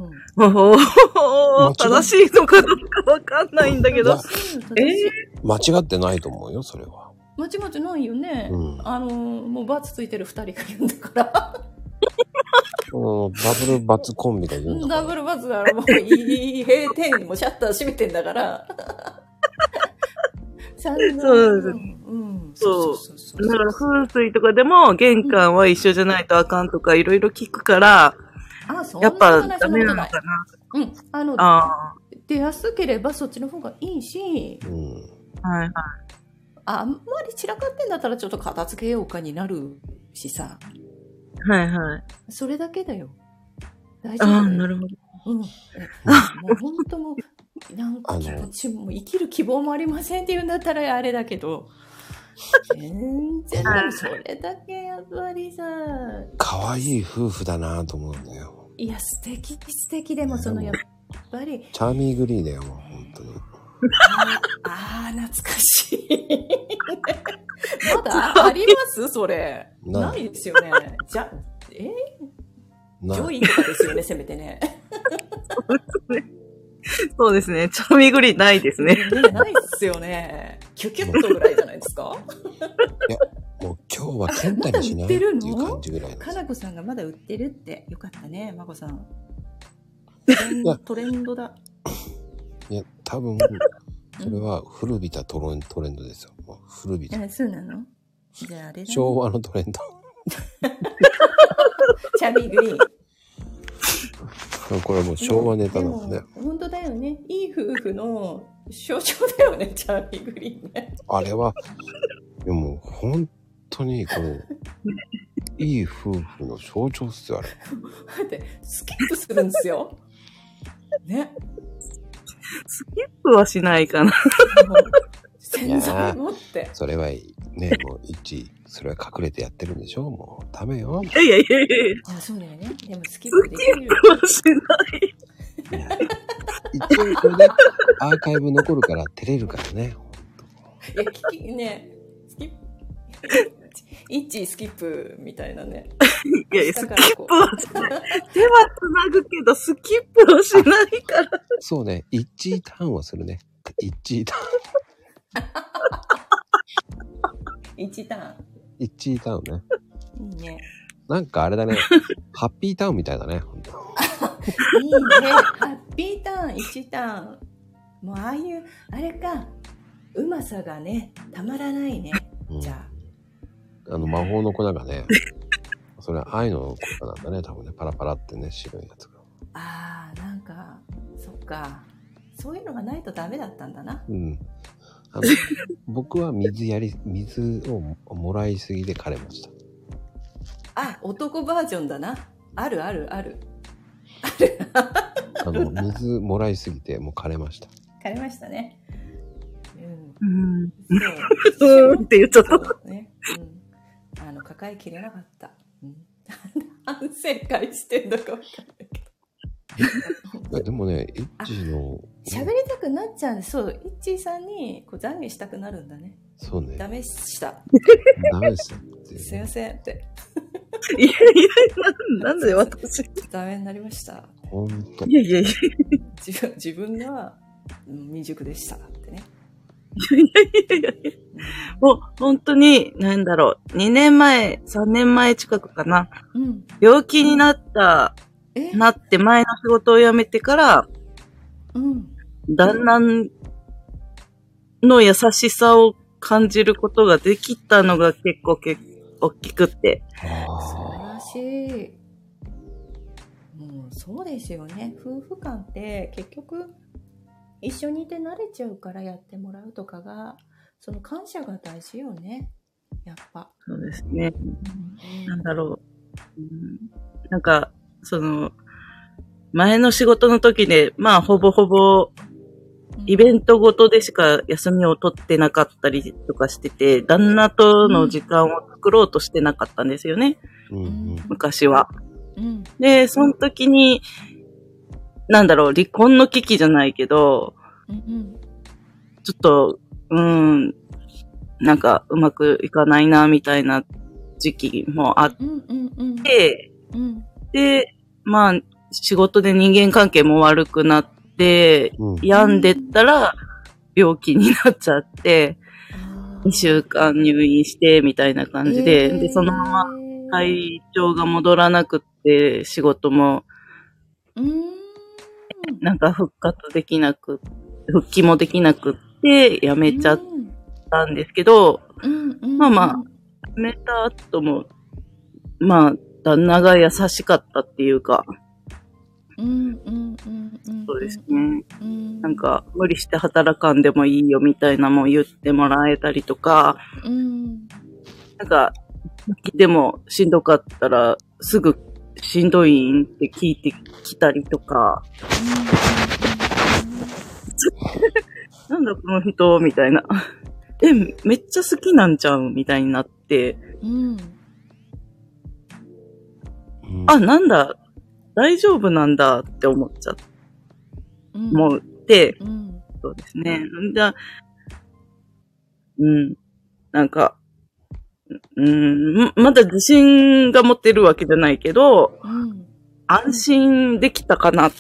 お正しいのかどうかわかんないんだけど、 えー、間違ってないと思うよ、それは。 間違ってないよね。うん、あのもうバツついてる二人が言うんだから。 うん、ダブルバツコンビが言うんだから。 ダブルバツだろ、もういい閉店にもシャッター閉めてんだから。 そうです。うん、そうそうそう。だから風水とかでも玄関は一緒じゃないとあかんとかいろいろ聞くから。 あ、そんなやっぱダメなのかな。 うん、あのあ出やすければそっちの方がいいし、うん、はいはい。 あんまり散らかってんだったらちょっと片付けようかになるしさ。 はいはい。 それだけだよ。大丈夫。 ああ、なるほど。 うん。もう本当もう、なんか気持ちも生きる希望もありませんって言うんだったらあれだけど、全然、でもそれだけやっぱりさ、 可愛い夫婦だなと思うんだよ。 いや、素敵、素敵でもそのやっぱり。 チャーミーグリーンだよ、もう本当に。 ああ、懐かしい。まだありますそれ。ないですよね。じゃ、えー、ジョイとかですよね、せめてね。 そうですね。チャーミーグリーンないですね。 ねないっすよね。キュキュッとぐらいじゃないですか。 いや、もう今日はケンタにしないっていう感じぐらい。 かなこさんがまだ売ってるって。よかったね、まこさん。トレンドだ。 いや、多分、それは古びたトレントレンドですよ。もう古びた。 え、そうなの？じゃああれだ、ね。 昭和のトレンド。 チャーミーグリーン。 これもう昭和ネタなんでね。 本当だよね。いい夫婦の象徴だよね、チャーミーグリーンね。 あれは、でも本当にこう、いい夫婦の象徴っすよ、あれ。だってスキップするんですよ。ね。 スキップはしないかな。 洗剤持って。 それはね、もう一、それは隠れてやってるんでしょ？もうダメよ。 いやいやいやいや。 あ、そうだよね。でもスキップできるよ。 スキップはしない。 いや一応これでアーカイブ残るから照れるからね。 いや、聞きね、スキップ、イッチースキップみたいなね。 いやいや、スキップはしない。手は繋ぐけど、スキップはしないから。 そうね、イッチーターンはするね。イッチーターン。 イッチーターン。 イッチーターンね。 いいね。 なんかあれだね。ハッピーターンみたいだね。本当いいね。ハッピーターン、イッチーターン。もうああいう、あれか、うまさがね、たまらないね。うん、じゃあ。あの、魔法の粉がね、それは愛の粉なんだね。多分ね、パラパラってね、白いやつが。 ああ、なんか、そっか。そういうのがないとダメだったんだな。 うん。あの僕は水やり、水をもらいすぎで枯れました。 あ、男バージョンだな。あるあるある。ある。 あの、水もらいすぎてもう枯れました。 枯れましたね。 うん。そう。うんって言っちゃった。 ね。うん。あの、抱えきれなかった。うん。反省会してんだか分かんないけど。 いやでもね、イッチーの喋りたくなっちゃうんです。そう、イッチーさんにこう懺悔したくなるんだね。 そうね。 ダメした。 ダメですよ。 すいませんって。 いやいや、なんで私。 ダメになりました。 ほんと。 いやいやいや。 自分、自分が未熟でしたってね。 いやいやいやいや。もう本当に、なんだろう、にねんまえ、さんねんまえ近くかな。うん、病気になった、なって前の仕事を辞めてから、うん、旦那の優しさを感じることができたのが結構け大きくって。 素晴らしい。もうそうですよね。夫婦間って結局一緒にいて慣れちゃうからやってもらうとかが、その感謝が大事よね。やっぱ。 そうですね。うん、なんだろう、うん。なんか、その、前の仕事の時で、まあ、ほぼほぼ、イベントごとでしか休みを取ってなかったりとかしてて、旦那との時間を作ろうとしてなかったんですよね。うん、昔は、うん。で、その時に、なんだろう、離婚の危機じゃないけど、うん、ちょっと、うーん、なんかうまくいかないな、みたいな時期もあって、うんうんうん、で、まあ、仕事で人間関係も悪くなって、うん、病んでったら病気になっちゃって、にしゅうかん入院して、みたいな感じで、えー、で、そのまま体調が戻らなくって、仕事も、うーんなんか復活できなく、復帰もできなくって、辞めちゃったんですけど、うんうん、まあまあ、辞めた後も、まあ、旦那が優しかったっていうか、うんうんうんうん、 そうですね。うん、なんか、無理して働かんでもいいよみたいなもん言ってもらえたりとか、うん、なんか、でもしんどかったらすぐしんどいんって聞いてきたりとか、うん、なんだこの人みたいな。え、めっちゃ好きなんちゃうみたいになって、うん、あ、なんだ、大丈夫なんだって思っちゃって、うん、思って、うん、そうですね。じゃあ、うん、なんか、うん、まだ自信が持ってるわけじゃないけど、うん、安心できたかなって。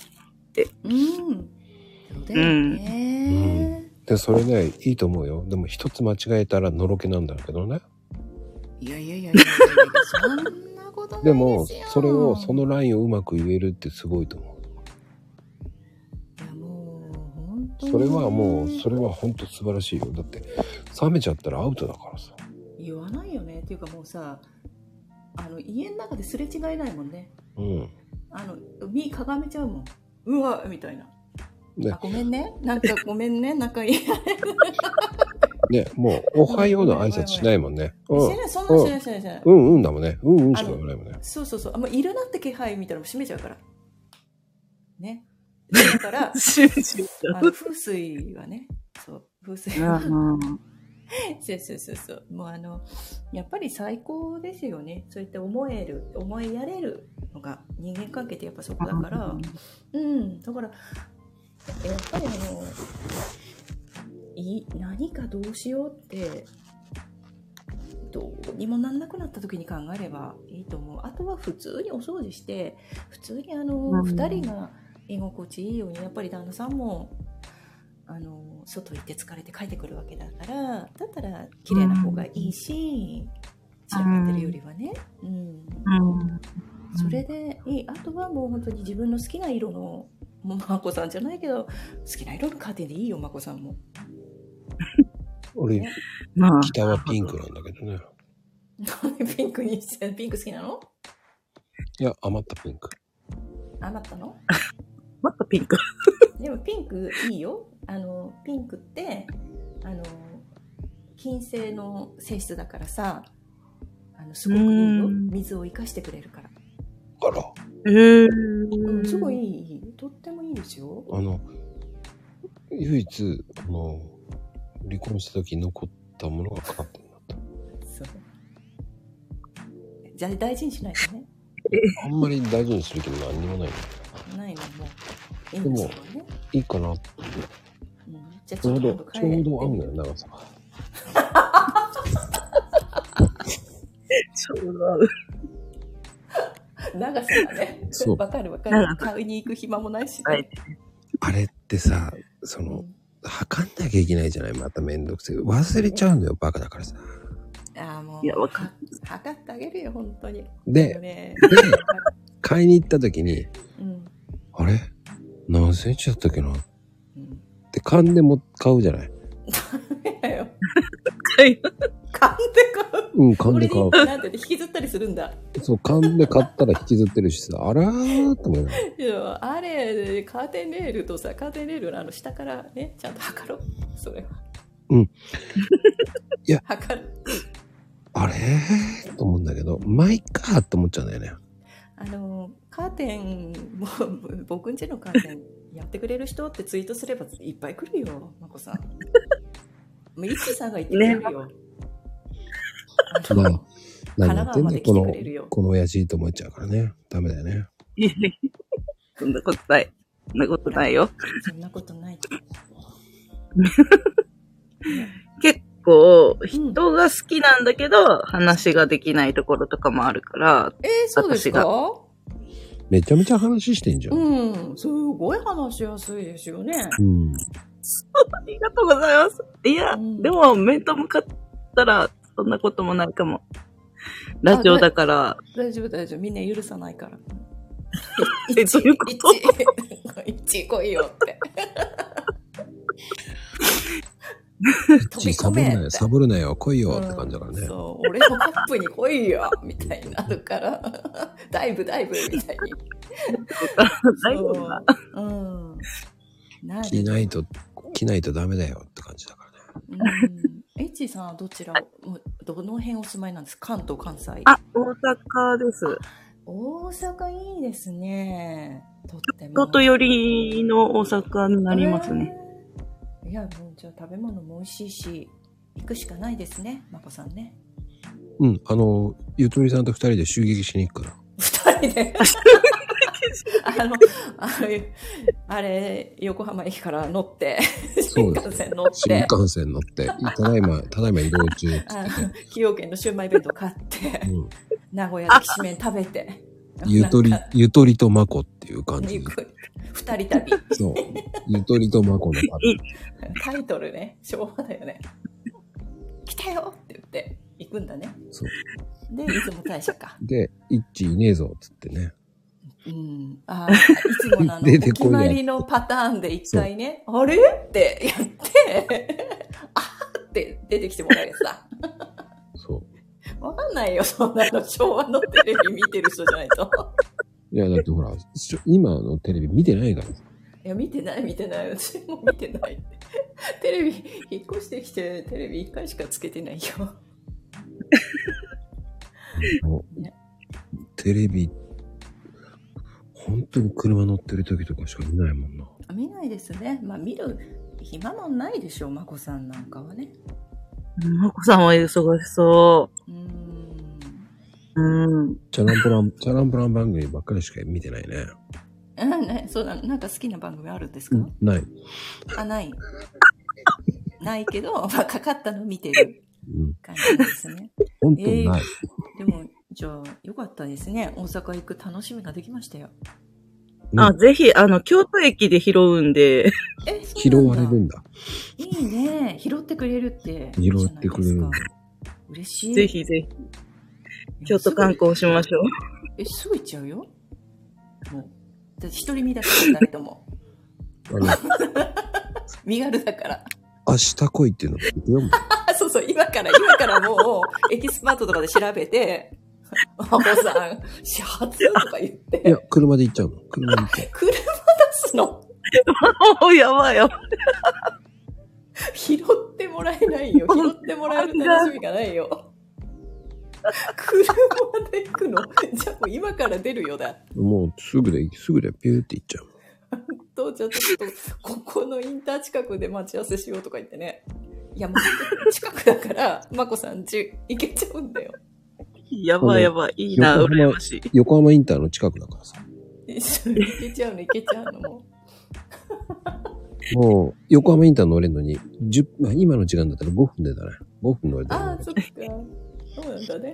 うん。 そうだよね。うん。で、それね、いいと思うよ。でも一つ間違えたらのろけなんだけどね。 いやいやいやいやいや、そんなことないですよ。 でも、それを、そのラインをうまく言えるってすごいと思う。 いや、もう、本当に。 それはもう、それは本当素晴らしいよ。だって、冷めちゃったらアウトだからさ。 言わないよねっていうかもうさ、あの家の中ですれ違いないもんね。うん。あの身かがめちゃうもん。うわみたいな。ね、あごめんね。なんかごめんね。仲いい。 ね、もうおはようの挨拶しないもんね。 しない、そんなしないしないしない。 うんうんだもんね。うんうんしか言わないもんね。 そうそうそう。あもういるなって気配見たら閉めちゃうから。ね。だからあの風水はね、そう風水は。そうそうそうそう。もうあのやっぱり最高ですよね。そうやって思える、思いやれるのが人間関係ってやっぱそこだから、うん。だからやっぱりあのい何かどうしようってどうにもなんなくなった時に考えればいいと思う。あとは普通にお掃除して普通にあのふたりが居心地いいようにやっぱり旦那さんも。あの外行って疲れて帰ってくるわけだからだったら綺麗な方がいいし散らかってるよりはね、うんうん、それでいい。あとはもう本当に自分の好きな色のもうまこさんじゃないけど好きな色のカーテンでいいよまこさんも俺、ね、まあ、北はピンクなんだけどね。 ピンクにしてピンク好きなの？ いや余ったピンク。 余ったの？ 余ったピンクでもピンクいいよ。あのピンクってあの金星の性質だからさ、あのすごくいいよ。水を生かしてくれるから。 あら。 へえ、うん。すごいいい。とってもいいですよ。 あの唯一あの離婚した時に残ったものがカーテンだった。そう。 じゃあ大事にしないとね。 あんまり大事にする気も何にもないの。 ないのもういいんでですよもね。 いいかなって。 うん、じゃあちょうどちょうど合うんだよ長さ。 ちょうど合う。 長さがね。そう。わかるわかる。買いに行く暇もないし、ね。はい。 あれってさ、その、うん、測んなきゃいけないじゃない。まためんどくせえ。忘れちゃうんだよ、バカだからさ。 ああ、もう。いや、わかる。測ってあげるよ、本当に。 で、ね、で買いに行った時に、うん、あれ何センチだったっけな、うん、って勘でも買うじゃない。 ダメだよ。勘で買う。 うん、勘で買う。 なんて引きずったりするんだ。 そう、勘で買ったら引きずってるしさ、あらーって思いながら。 いや、あれ、カーテンレールとさ、カーテンレールのあの下からね、ちゃんと測ろう。それは。 うん。いや、 測る。 あれーと思うんだけど、まあいっかーって思っちゃうんだよね。 あの、カーテン、もう、僕んちのカーテンやってくれる人ってツイートすればいっぱい来るよ、まこさん。もういちさんが言ってくれるよ。ね、 まあ、何やってんだこの、この親父と思っちゃうからね。ダメだよね。 そんなことない。そんなことないよ。 そんなことない。 結構、人が好きなんだけど、話ができないところとかもあるから。 えー、そうですか？ めちゃめちゃ話してんじゃん。 うん。すごい話しやすいですよね。 うん。 ありがとうございます。いや、うん、でも面と向かったらそんなこともないかも。ラジオだから。 大丈夫大丈夫。みんな許さないから。 え、どういうこと一来いよって。 飛び込めって。サボるなよ、来いよって感じだからね。 うん、そう、俺のカップに来いよみたいになるから、ダイブダイブみたいに。 大丈夫だ。 うん。 着ないと、着ないとダメだよって感じだからね。 うん。エッチーさんはどちら、どの辺お住まいなんですか？関東、関西？ あ、大阪です。 大阪いいですね。とっても。 京都寄りの大阪になりますね。 えー、いや、もうじゃあ食べ物も美味しいし、行くしかないですね、まこさんね。 うん、あの、ゆとりさんと二人で襲撃しに行くから。 二人であの、あれ、あれ、横浜駅から乗って、新幹線乗って。 新幹線乗って、ただいま、ただいま移動中。 あの、崎陽軒のシウマイ弁当買って、うん、名古屋できしめん食べて。 ゆとり、ゆとりとまこっていう感じ。 二人旅。 そう。ゆとりとまこの旅。 タイトルね、昭和だよね。来たよって言って、行くんだね。 そう。 で、出雲大社か。 で、一致いねえぞ、つってね。 うん。ああ、いつものあの、お決まりのパターンで一回ね、あれってやって、あーって出てきてもらえさ。 そう。 わかんないよ、そんなの。昭和のテレビ見てる人じゃないと。 いや、だってほら、今のテレビ見てないから。いや、見てない、見てない。私も見てない。テレビ、引っ越してきて、テレビ一回しかつけてないよ。 ね、テレビ、本当に車乗ってる時とかしか見ないもんな。 見ないですね。まあ見る暇もないでしょう、まこさんなんかはね。 まこさんは忙しそう。うーん。うん。 チャランプラン、チャランプラン番組ばっかりしか見てないね。 うん、ね、そうだ、なんか好きな番組あるんですか？うん、 ない。 あ、ない。ないけど、まあ、かかったの見てる感じですね。 本当にない、 えー。でも、じゃあ、よかったですね。大阪行く楽しみができましたよ。 あ、ぜひ、あの、京都駅で拾うんで。 え、 拾われるんだ。 いいね。拾ってくれるっていい。拾ってくれるんだ。 嬉しい。 ぜひぜひ。京都観光しましょう。 え、すぐ行っちゃうよ。もう。だって一人身だから誰とも。身軽だから。 明日来いっていうの聞くよ。 そうそう、今から、今からもう、エキスパートとかで調べて、あほさん、始発とか言って。 いや、車で行っちゃうの。車で行っちゃう。 車出すのもうやばいよ。 拾ってもらえないよ。拾ってもらえる楽しみがないよ。車で行くの？じゃあもう今から出るよだ。 もうすぐで、すぐでピューって行っちゃう。 と、じゃあちょっと、ここのインター近くで待ち合わせしようとか言ってね。いや、もう近くだから、まこさん家行けちゃうんだよ。 やばいやばい。いいな、羨ましい。 横浜インターの近くだからさ。 行けちゃうの、行けちゃうのもう。もう、横浜インター乗れるのに、じゅう、まあ今の時間だったらごふんでだね。ごふん乗れたら。 ああ、そっか。そうなんだね。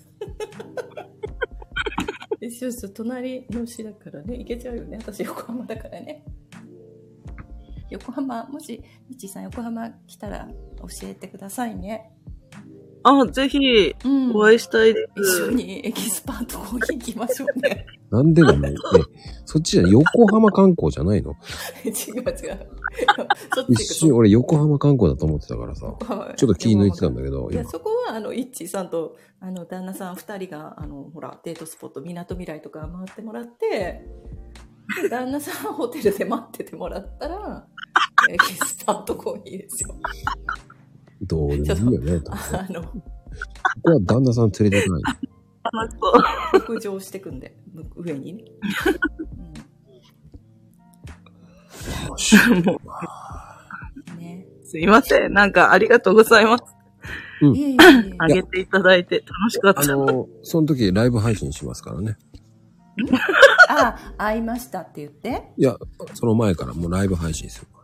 そうそう、隣の市だからね、行けちゃうよね。私、横浜だからね。横浜、もし、みちさん、横浜来たら教えてくださいね。 あ、ぜひ、お会いしたいです。 うん、一緒にエキスパートコーヒー行きましょうね。 なんでだろうね。そっちじゃ横浜観光じゃないの？ 違う違う。 一瞬俺横浜観光だと思ってたからさ、ちょっと気抜いてたんだけど。 いや、そこはあの、イッチーさんと、あの、旦那さん二人が、あの、ほら、デートスポット、港未来とか回ってもらって、旦那さんホテルで待っててもらったら、エキスパートコーヒーですよ。 どうでもいいよね。 あの、ここは旦那さん連れてかない。 北上してくんで、上にね。 うん、ね、すいません。なんかありがとうございます。うん。あげていただいて楽しかった。 あの、その時ライブ配信しますからね。 ああ、会いましたって言って？ いや、その前からもうライブ配信するから。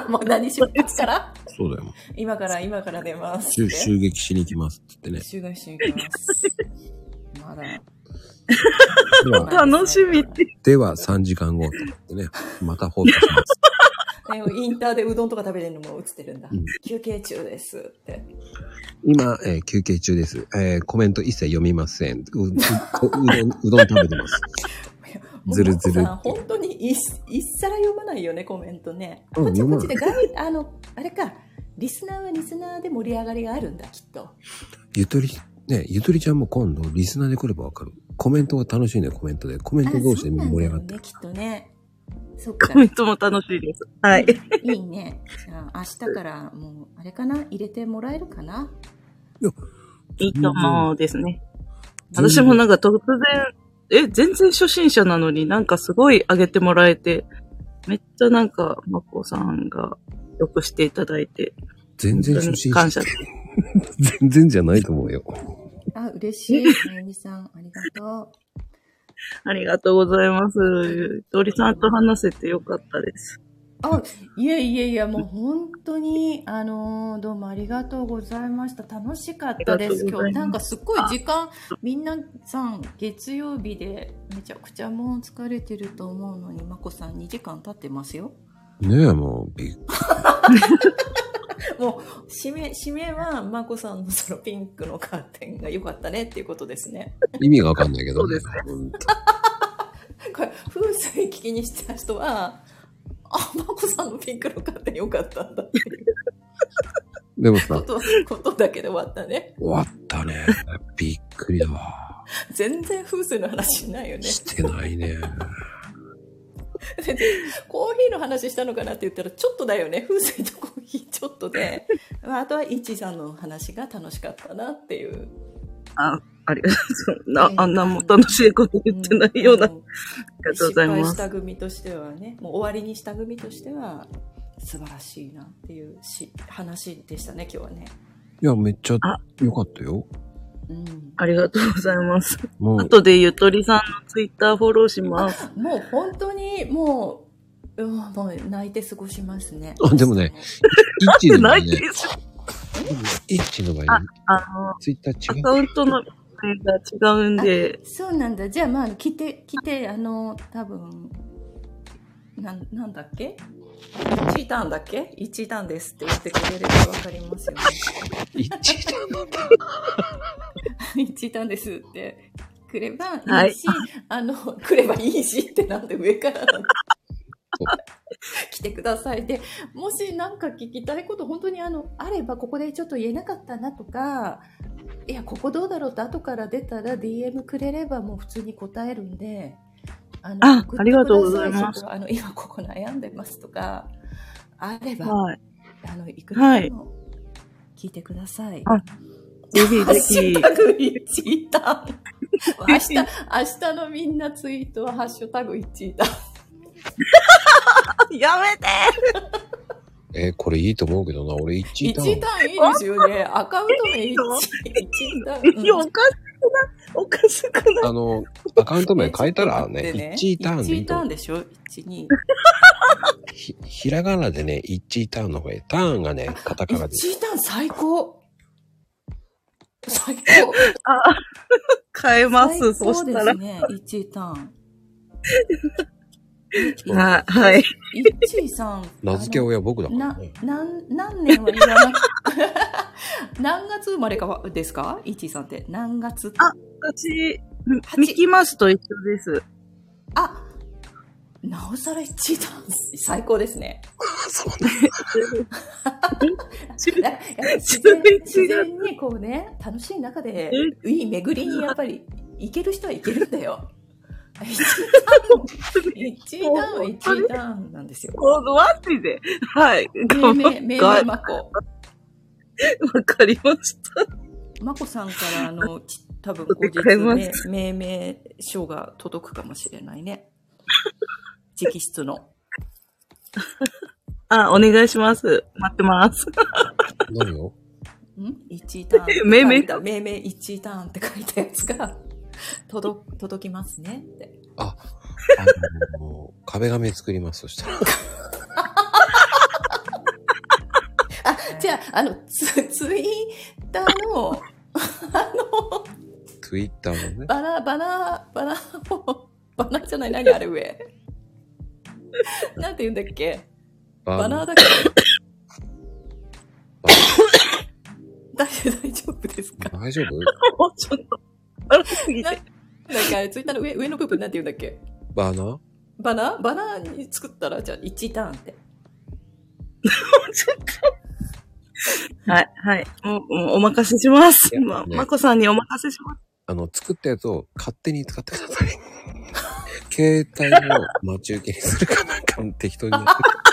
もう何しますからそうだよ。 今から、今から出ます。 襲撃しに行きますってってね。 襲撃しに行きます。まだ。 楽しみって。 ではさんじかんごとってね、また放送します。 インターでうどんとか食べてるのも映ってるんだ。うん、休憩中ですって。 今、えー、休憩中です。えー、コメント一切読みません。う、う、うどん、うどん食べてます。ずるずる。 本当に一皿読まないよね、コメントね。こっちこっちでガイ、あの、あれか、リスナーはリスナーで盛り上がりがあるんだ、きっと。 ゆとり、ね、ゆとりちゃんも今度リスナーで来ればわかる。コメントが楽しいね、コメントで。コメント同士で盛り上がってる。 ね、きっとね。 そっか。 コメントも楽しいです。はい。 いいね。じゃあ、明日からもう、あれかな入れてもらえるかないいと思うですね。私もなんか突然、え、全然初心者なのになんかすごい上げてもらえて、めっちゃなんか、まこさんがよくしていただいて。 全然初心者。 感謝。 全然じゃないと思うよ。 あ、嬉しい。まゆみさん、ありがとう。 ありがとうございます。鳥さんと話せてよかったです。 あ、いやいやいや、もう本当に、あのー、どうもありがとうございました。楽しかったです。今日、なんかすっごい時間、みんなさん、月曜日でめちゃくちゃもう疲れてると思うのに、まこさんにじかん経ってますよ。 ねえ、もう、びっくり。 もう、締め、締めは、まこさんのそのピンクのカーテンが良かったねっていうことですね。 意味がわかんないけど。 そうですね。 これ、風水聞きにした人は、あ、まこさんのピンクのカーテン良かったんだっていう。 でもさ、 こと、ことだけで終わったね。 終わったね。びっくりだわ。 全然風水の話しないよね。 してないね。 コーヒーの話したのかなって言ったらちょっとだよね。風水とコーヒーちょっとで、あとはイチさんの話が楽しかったなっていう。 あ、ありがとう。な、あんなも楽しいこと言ってないような。ありがとうございます。 失敗した組としてはね、もう終わりにした組としては素晴らしいなっていうし話でしたね、今日はね。 いや、めっちゃ良かったよ。 うん、 ありがとうございます。もう後でゆとりさんのツイッターフォローします。 もう本当にもう、うん、もう泣いて過ごしますね。 あ、でもね、イッチの場合ね、イッチの場合ね、あ、あの、 ツイッター違う。 アカウントの名が違うんで。 そうなんだ。じゃあまあ、来て、来て、あの、多分、なん、なんだっけいちターンだっけ ?いち ターンですって言ってくれればわかりますよね。 いちターンなんだ。 いちターンですってくればいいし、 はい、 あの、来ればいいしってなんで上からなん来てください。で、もしなんか聞きたいこと本当にあの、あればここでちょっと言えなかったなとか、いや、ここどうだろうって後から出たら ディーエム くれればもう普通に答えるんで、 あの、あ、ありがとうございます。 あの、今ここ悩んでますとか、あれば、 はい、 あの、いくらでも聞いてください。 はい、ぜひぜひ。ハッシュタグいちターン。明日、明日のみんなツイートはハッシュタグいちターン。やめてえー、これいいと思うけどな、俺いちターン。 いちターンいいですよね。アカウント名いちターン。 いや、おかしくない。おかしくない。 あの、アカウント名変えたらね、いちターンでいいと思う。 いちターンでしょ ?いち、に。 ひ、ひらがなでね、いちターンの方がいい。ターンがね、カタカナで。 いちターン最高。最高。 あ、変えます、そしたら。 そうですね、いちターン。 は、はい。 いちさん。 名付け親僕だからね。 な、な、何年は言わなく何月生まれかですか ?いちさんって。何月あ、私、ミキマスと一緒です。 あ、なおさらいちターン最高ですね。 そうね。 自然、自然にこうね、楽しい中で、いい巡りにやっぱり行ける人は行けるんだよ。いちターンはいちターンなんですよ。 マジではい。 めいめい、めいめいまこ。 わかりました。 まこさんからあの、多分後日命名書が届くかもしれないね。直筆の。 あ、お願いします。待ってます。 何を？ ん ?いち ターン。 命名命名いちターンって書いたやつが届、届きますねって。 あ、あのー、壁紙作ります、そしたら。 あ、じゃあ、あの、ツ、ツイッターの、あの、 ツイッターのね。 バナ、バナ、バナを、バナじゃない、何あれ上。なんて言うんだっけバナーだっけ大丈夫ですか大丈夫もうちょっと。あすぎて。 なんだっけツイッターの上、上の部分なんて言うんだっけバナーバナーバナーに作ったら、じゃあいちターンって。 ちょっと。はい、はい。もう、もうお任せします。ま、ね、まこさんにお任せします。 あの、作ったやつを勝手に使ってください。 携帯を待ち受けにするかなんか適当にやって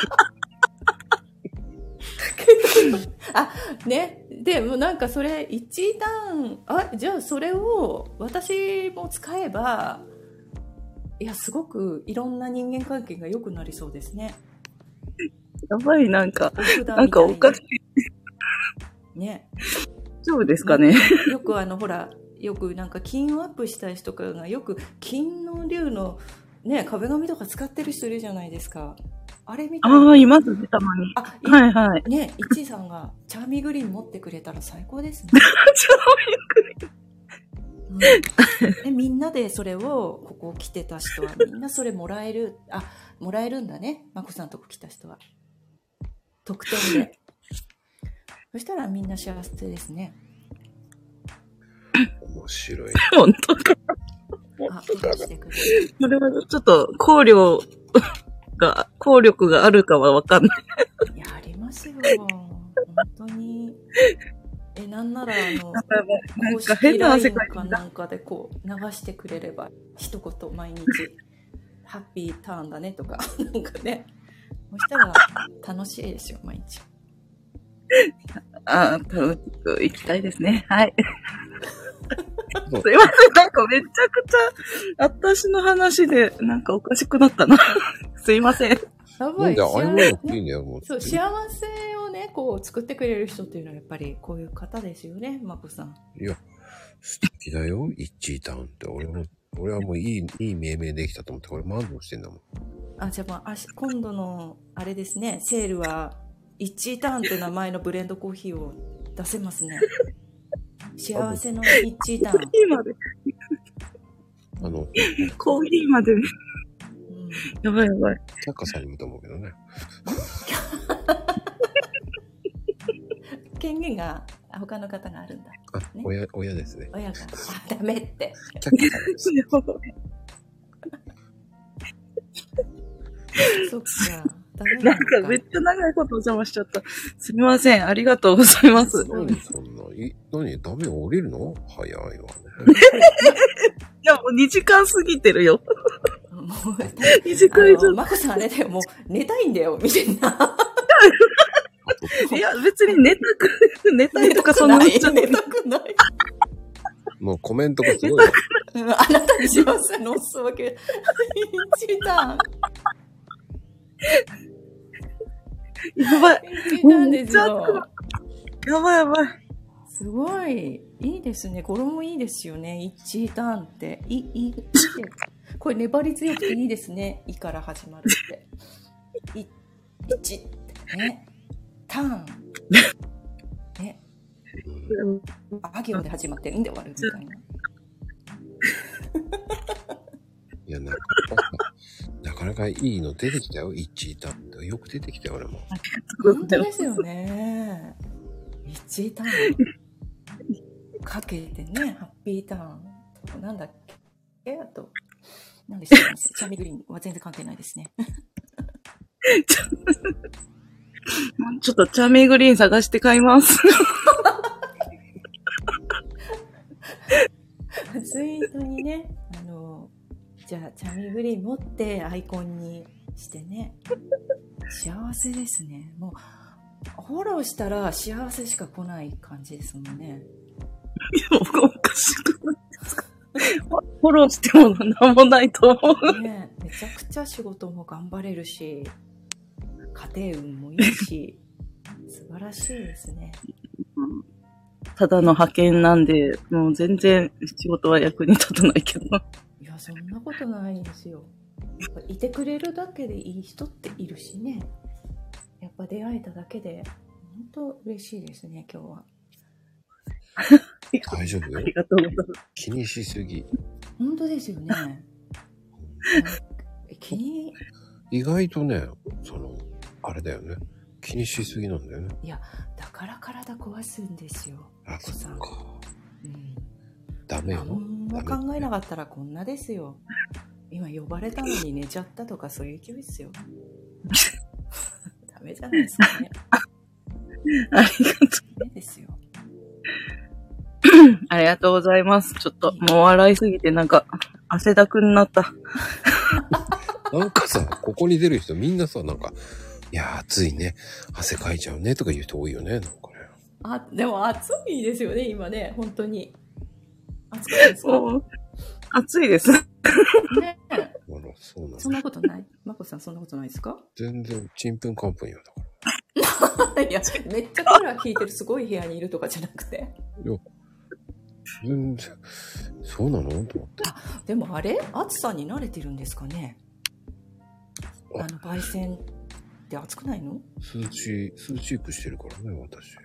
あ、ね。でもなんかそれ一段、あ、じゃあそれを私も使えば、いや、すごくいろんな人間関係が良くなりそうですね。 やばい、なんか、なんかおかしい。 ね。 大丈夫ですかね。 よくあの、ほら、よくなんか金をアップした人とかがよく金の竜のね、壁紙とか使ってる人いるじゃないですか。あれみたいな。 ああ、いますね、たまに。 あ、 はいはい。 ね、いちいさんがチャーミーグリーン持ってくれたら最高ですね。 チャーミーグリーン。 うん、でみんなでそれをここ来てた人はみんなそれもらえる。あ、もらえるんだね、まこさんとこ来た人は特典で。そしたらみんな幸せですね。 面白い。 本当か。 あ、フォローしてくれる。 それはちょっと考慮が効力があるかはわかんない。 いや、ありますよ。本当に。え、なんならあの、公式 ライン かなんかでこう流してくれれば、一言毎日、ハッピーターンだねとか、なんかね。そしたら楽しいですよ、毎日。 ああ、楽しく行きたいですね。はい。すいません、なんかめちゃくちゃ、私の話でなんかおかしくなったな。すいません。 やばい。 なんで謝らなくていいんだよ、もう。 そう、幸せをね、こう作ってくれる人っていうのはやっぱりこういう方ですよね、まこさん。 いや、素敵だよ、イッチータウンって。俺も、俺はもういい、いい命名できたと思って、これ満足してんだもん。 あ、じゃあ、まあ、今度の、あれですね、セールは、イッチータウンって名前のブレンドコーヒーを出せますね。幸せのイッチータウン。 コーヒーまで。 あの、 コーヒーまで。うん、やばいやばい。 作家さんにもいいと思うけどね。 権限が他の方があるんだ。 あ、ね、親、親ですね。 親が、あ、ダメって。 作家さんです。 そっか。 なんかめっちゃ長いことお邪魔しちゃった。すみません。ありがとうございます。 何そんな、い、何ダメ降りるの早いわね。 いや、もうにじかん過ぎてるよ。 もうにじかん以上。 マコさんあれだよ、もう寝たいんだよ、みたいな。 いや、別に寝たく、寝たいとかそんな。 寝たくない。 もうコメントがすごいよ。 あなたに幸せのおすわけ。一段。 やばい。 一段ですよ。 やばいやばい。 すごい。いいですね。これもいいですよね。一段って。いい、いい。これ粘り強くていいですね。いから始まるって。い、一ってね。ターン。ね。あ行で始まってるんで終わるみたいな。 いや、なかなか、なかなかいいの出てきたよ。一位ターンって。よく出てきたよ、俺も。 本当ですよね。一位ターン。かけてね、ハッピーターン。なんだっけあと、なんでしょうね。チャーミーグリーンは全然関係ないですね。 ちょっとチャーミーグリーン探して買います。 ツイートにね、あの、じゃあ、チャーミーグリーン持ってアイコンにしてね。幸せですね。もう、フォローしたら幸せしか来ない感じですもんね。 いや、おかしくないですか。フォローしてもなんもないと思う。 ね、めちゃくちゃ仕事も頑張れるし、家庭運もいいし、素晴らしいですね。 ただの派遣なんで、もう全然仕事は役に立たないけど。 いや、そんなことないですよ。やっぱいてくれるだけでいい人っているしね。やっぱ出会えただけで、本当嬉しいですね、今日は。 大丈夫よ。 ありがとうございます。 気にしすぎ。 本当ですよね。気に。 意外とね、その、あれだよね。気にしすぎなんだよね。 いや、だから体壊すんですよ。 あ、そっか。 うん。 ダメよ。 何も考えなかったらこんなですよ。今呼ばれたのに寝ちゃったとかそういう勢いですよ。ダメじゃないですかね。 ありがとう。 ダメですよ。 ありがとうございます。ちょっともう笑いすぎてなんか汗だくになった。 なんかさ、ここに出る人みんなさ、なんか、いや、暑いね。汗かいちゃうね。とか言う人多いよね。なんかね。 あ、でも暑いですよね、今ね。本当に。暑くないですか？ 暑いです。ねえ。あら、そうなんだ。 そんなことない？まこさんそんなことないですか？ 全然、ちんぷんかんぷんよ、だから。 いや、めっちゃカラー効いてるすごい部屋にいるとかじゃなくて。いや、 全然、そうなのと思って。 あ、でもあれ暑さに慣れてるんですかね。あの、焙煎って暑くないの？ 涼しい、涼しくしてるからね、私。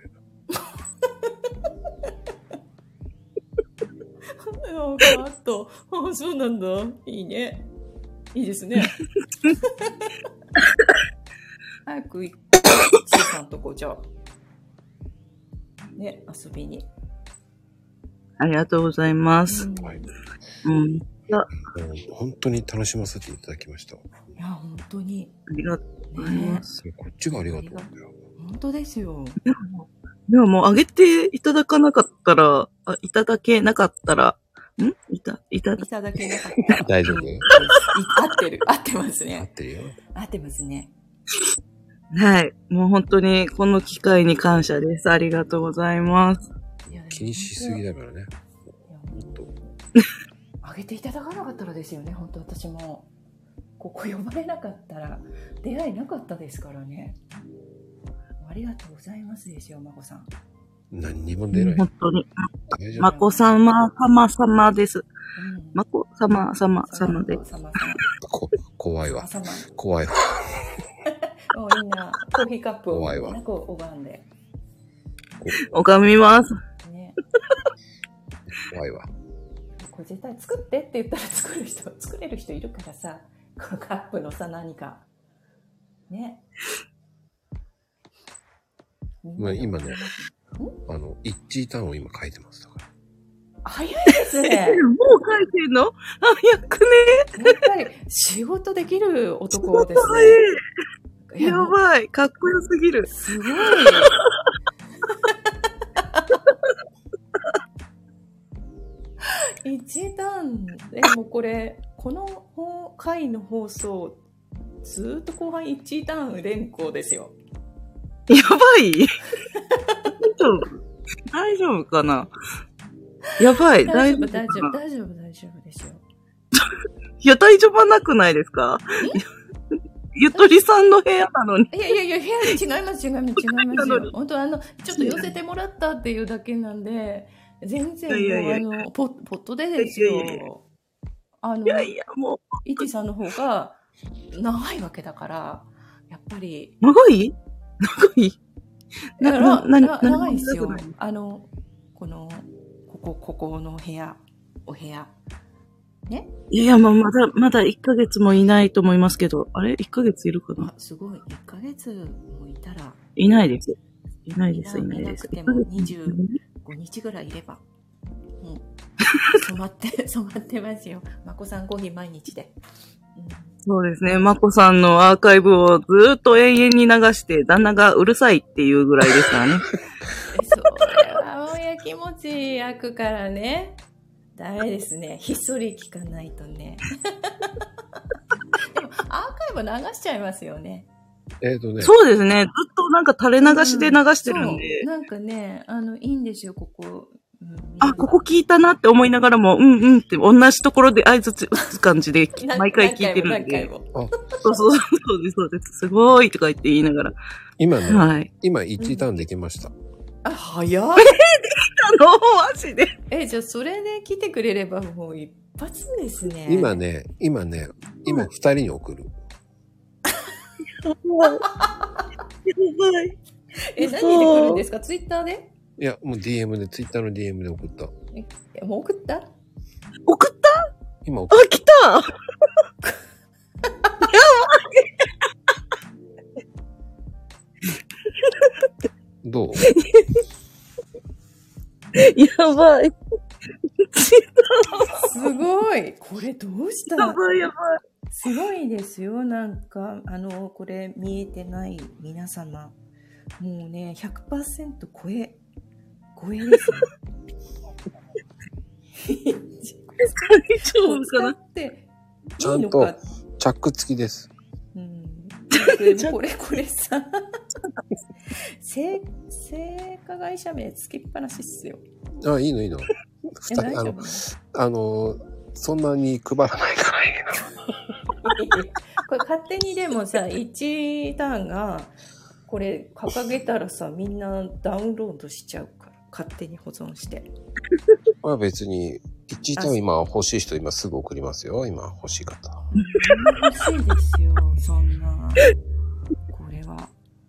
あ、パッと。あ、そうなんだ。いいね。いいですね。早く行こう。ちいさんとこじゃあ。ね、遊びに。 ありがとうございます。 うん。はい。 うん。 本当に楽しませていただきました。いや、本当に。 ありがとうございます。 ね、こっちがありがとうだよ。 本当ですよ。 でももうあげていただかなかったら、あ、いただけなかったら、んいた、いただ、 いただけなかったら。 大丈夫？ 合ってる。合ってますね。 合ってるよ。 合ってますね。 はい。もう本当にこの機会に感謝です。ありがとうございます。 気にしすぎだからね。もっと。 あげていただかなかったらですよね。本当私も。ここ呼ばれなかったら出会いなかったですからね。ありがとうございますですよ、まこさん。 何にも出ない。 本当に。まこ様様様です。まこ様様様で。 こ怖いわ。怖いわ。 もうみんなコーヒーカップを怖いわ。 こう拝んで。 拝みます。 ね。 怖いわ。 これ絶対作ってって言ったら作る人、作れる人いるからさ、このカップのさ、何か。ね。 まあ今ね、あの、イッチーターンを今書いてますだから。 早いですね。 もう書いてんの？早くね。 やっぱり仕事できる男ですね。やばい。かっこよすぎる。 すごい。一段、でもこれ、この回の放送、ずーっと後半一段連行ですよ。 やばい大丈夫大丈夫かなやばい。 大丈夫、大丈夫、大丈夫、大丈夫ですよ。 いや、大丈夫はなくないですか？ゆとりさんの部屋なのに。 いやいやいや、部屋違います、違います、違いますよ。本当あの、ちょっと寄せてもらったっていうだけなんで、全然もう、いやいやいやあの、ポッ、ポットでですよ。いやいやいやあの、いやいや、もう。いちさんの方が長いわけだから、やっぱり。 長い長いな、な、な、な長いですよ。あの、この、ここ、ここの部屋、お部屋。ね。 いやいや、まあ、まだ、まだいっかげつもいないと思いますけど、あれ ?いっかげついるかな？ あ、すごい。いっかげつもいたら。 いないです。いないです、いないです。 いなくてもにじゅうごにちぐらいいれば。もう、染まって、染まってますよ。まこさんコーヒー毎日で。 うん、そうですね。まこさんのアーカイブをずーっと永遠に流して、旦那がうるさいっていうぐらいですからね。 それはもうやきもち焼くからね。ダメですね。ひっそり聞かないとね。でも、アーカイブ流しちゃいますよね。 えっとね。 そうですね。ずっとなんか垂れ流しで流してるんで。 うん、なんかね、あの、いいんですよ、ここ。 うん、あ、ここ聞いたなって思いながらも、うんうんって同じところで合図打つ感じで毎回聞いてるんで。そうそうそうですそうです。すごいとか言って言いながら。 今ね、はい、今いちターンできました。うん、 あ、早い。 えー、できたのマジで。 え、じゃあそれで来てくれればもう一発ですね。 今ね、今ね、今二人に送る。 やばい。 え、何で来るんですか？ツイッターで？ いや、もう ディーエム で、ツイッターの ディーエム で送った。 え、もう送った？ 送った今送った。 あ、来たやばいどうやばい。 すごい。これどうした？ やばいやばい。 すごいですよ。なんか、あの、これ見えてない皆様。もうね、ひゃくパーセント 超え、超えですよ。 大丈夫かな？ 使って、 ちゃんとチャック付きです。 うん。これこれさ、成果会社名つきっぱなしっすよ。 あ、いいのいいの。二人あのあのそんなに配らないからいいな。これ勝手にでもさ、いちターンがこれ掲げたらさ、みんなダウンロードしちゃうから、勝手に保存して。 まあ別にいちターン今欲しい人今すぐ送りますよ。今欲しい方。 欲しいですよ、そんな。これは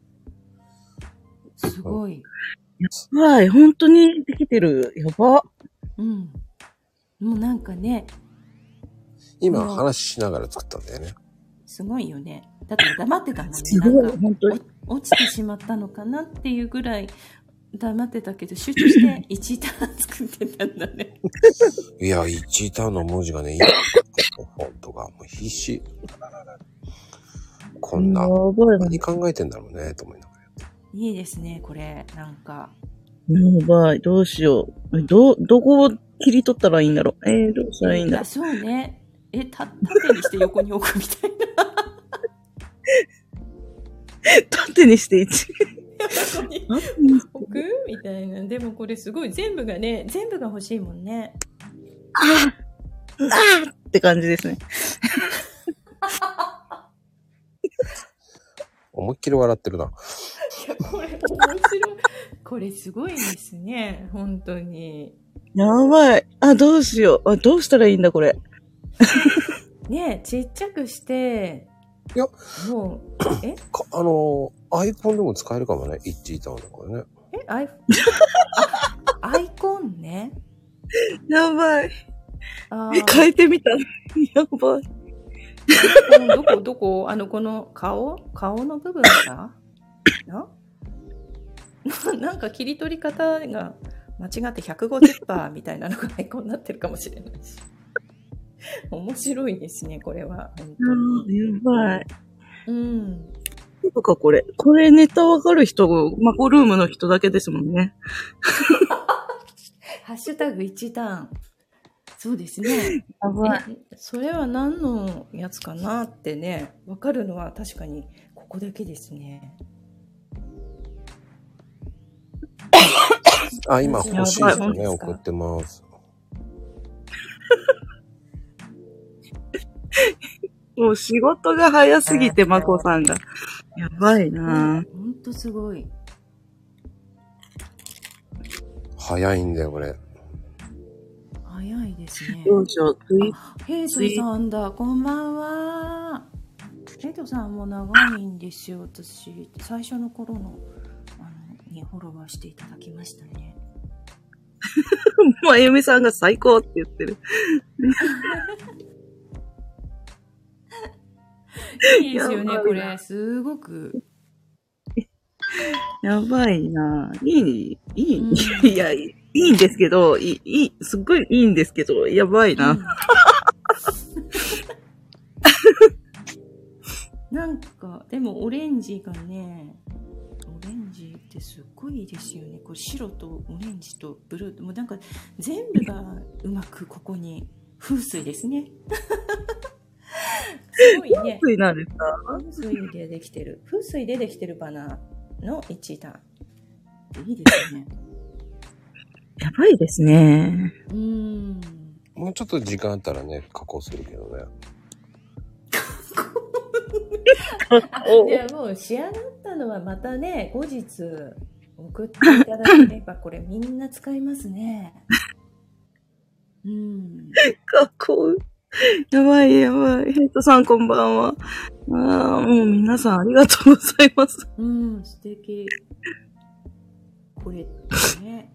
すごい。 やばい、本当にできてる。やば。 うん。もうなんかね。 今話しながら作ったんだよね。 すごいよね。だって黙ってたもんね。なんか本当に落ちてしまったのかなっていうぐらい黙ってたけど、集中していちターン作ってたんだね。 いや、いちターンの文字がね、いいフォントがもう必死。こんな、何考えてんだろうね、と思いながら。 いいですね、これ、なんか。 やばい、どうしよう。ど、どこを切り取ったらいいんだろう。えー、どうしたらいいんだろう。 そうね。え、た、縦にして横に置くみたいな。 縦にしていち。 横に置くみたいな。でもこれすごい、全部がね、全部が欲しいもんね。 あああって感じですね。 思いっきり笑ってるな。 いや、これ面白い。これすごいですね。本当に。 やばい。あ、どうしよう。あ、どうしたらいいんだ、これ。 ねえ、ちっちゃくして。 いや、 もう、えかあの、アイコンでも使えるかもね。イッチーターンだからね。 え、アイ、アイコンね。 やばい。あ変えてみた。やばい。 どこ、どこ、あの、この顔顔の部分がななんか切り取り方が間違って ひゃくごじゅっパーセント みたいなのがアイコンになってるかもしれないし。面白いですね、これは。本当に。 やばい。 うん。 なんかこれ、これネタわかる人、マコルームの人だけですもんね。 ハッシュタグいちターン。そうですね。 やばい。 それは何のやつかなってね、わかるのは確かにここだけですね。 あ、今欲しい人ね、送ってます。 もう仕事が早すぎて、まこさんが。やばいなぁ。 ほんとすごい。 早いんだよ、これ。 早いですね。 どうしよう、ツイヘイトさんだ、こんばんは。ヘイトさんも長いんですよ、私。最初の頃の、あの、にフォロワーしていただきましたね。 まゆみさんが最高って言ってる。 いいですよね、これ。すごく。 やばいなぁ。いい、いい、うん、いや、いいんですけど、いい、いい、すっごいいいんですけど、やばいな。うん、 なんか、でもオレンジがね、オレンジってすっごいいいですよね。これ白とオレンジとブルー、もうなんか全部がうまくここに風水ですね。すごいね。 風水なんですか？ 風水でできてる。風水でできてるバナーのいちターン。いいですね。 やばいですね。 うーん。 もうちょっと時間あったらね、加工するけどね。 いや、もう仕上がったのはまたね、後日送っていただければ、これみんな使いますね。うん。 加工。やばいやばい。ヘイトさんこんばんは。ああ、もう皆さんありがとうございます。 うん、素敵。これね。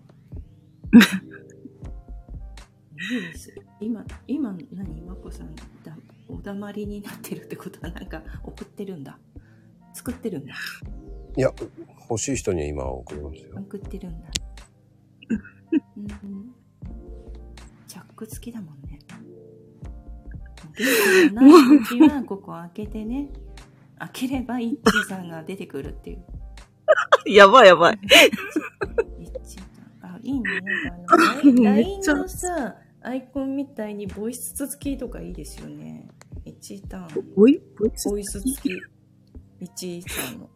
いいです。今、今何まこさんだ、おだまりになってるってことはなんか送ってるんだ。作ってるんだ。 いや、欲しい人には今送りますよ。 送ってるんだ。うんうん、チャック付きだもんね。元気がない時はここ開けてね。開ければイッチーさんが出てくるっていう。 やばいやばい。 イッチーさん。あ、いいね。なんかあの、ライン のさ、アイコンみたいにボイス付きとかいいですよね。イッ一ターン。 ボイ、ボイスボイス付き。一さんの。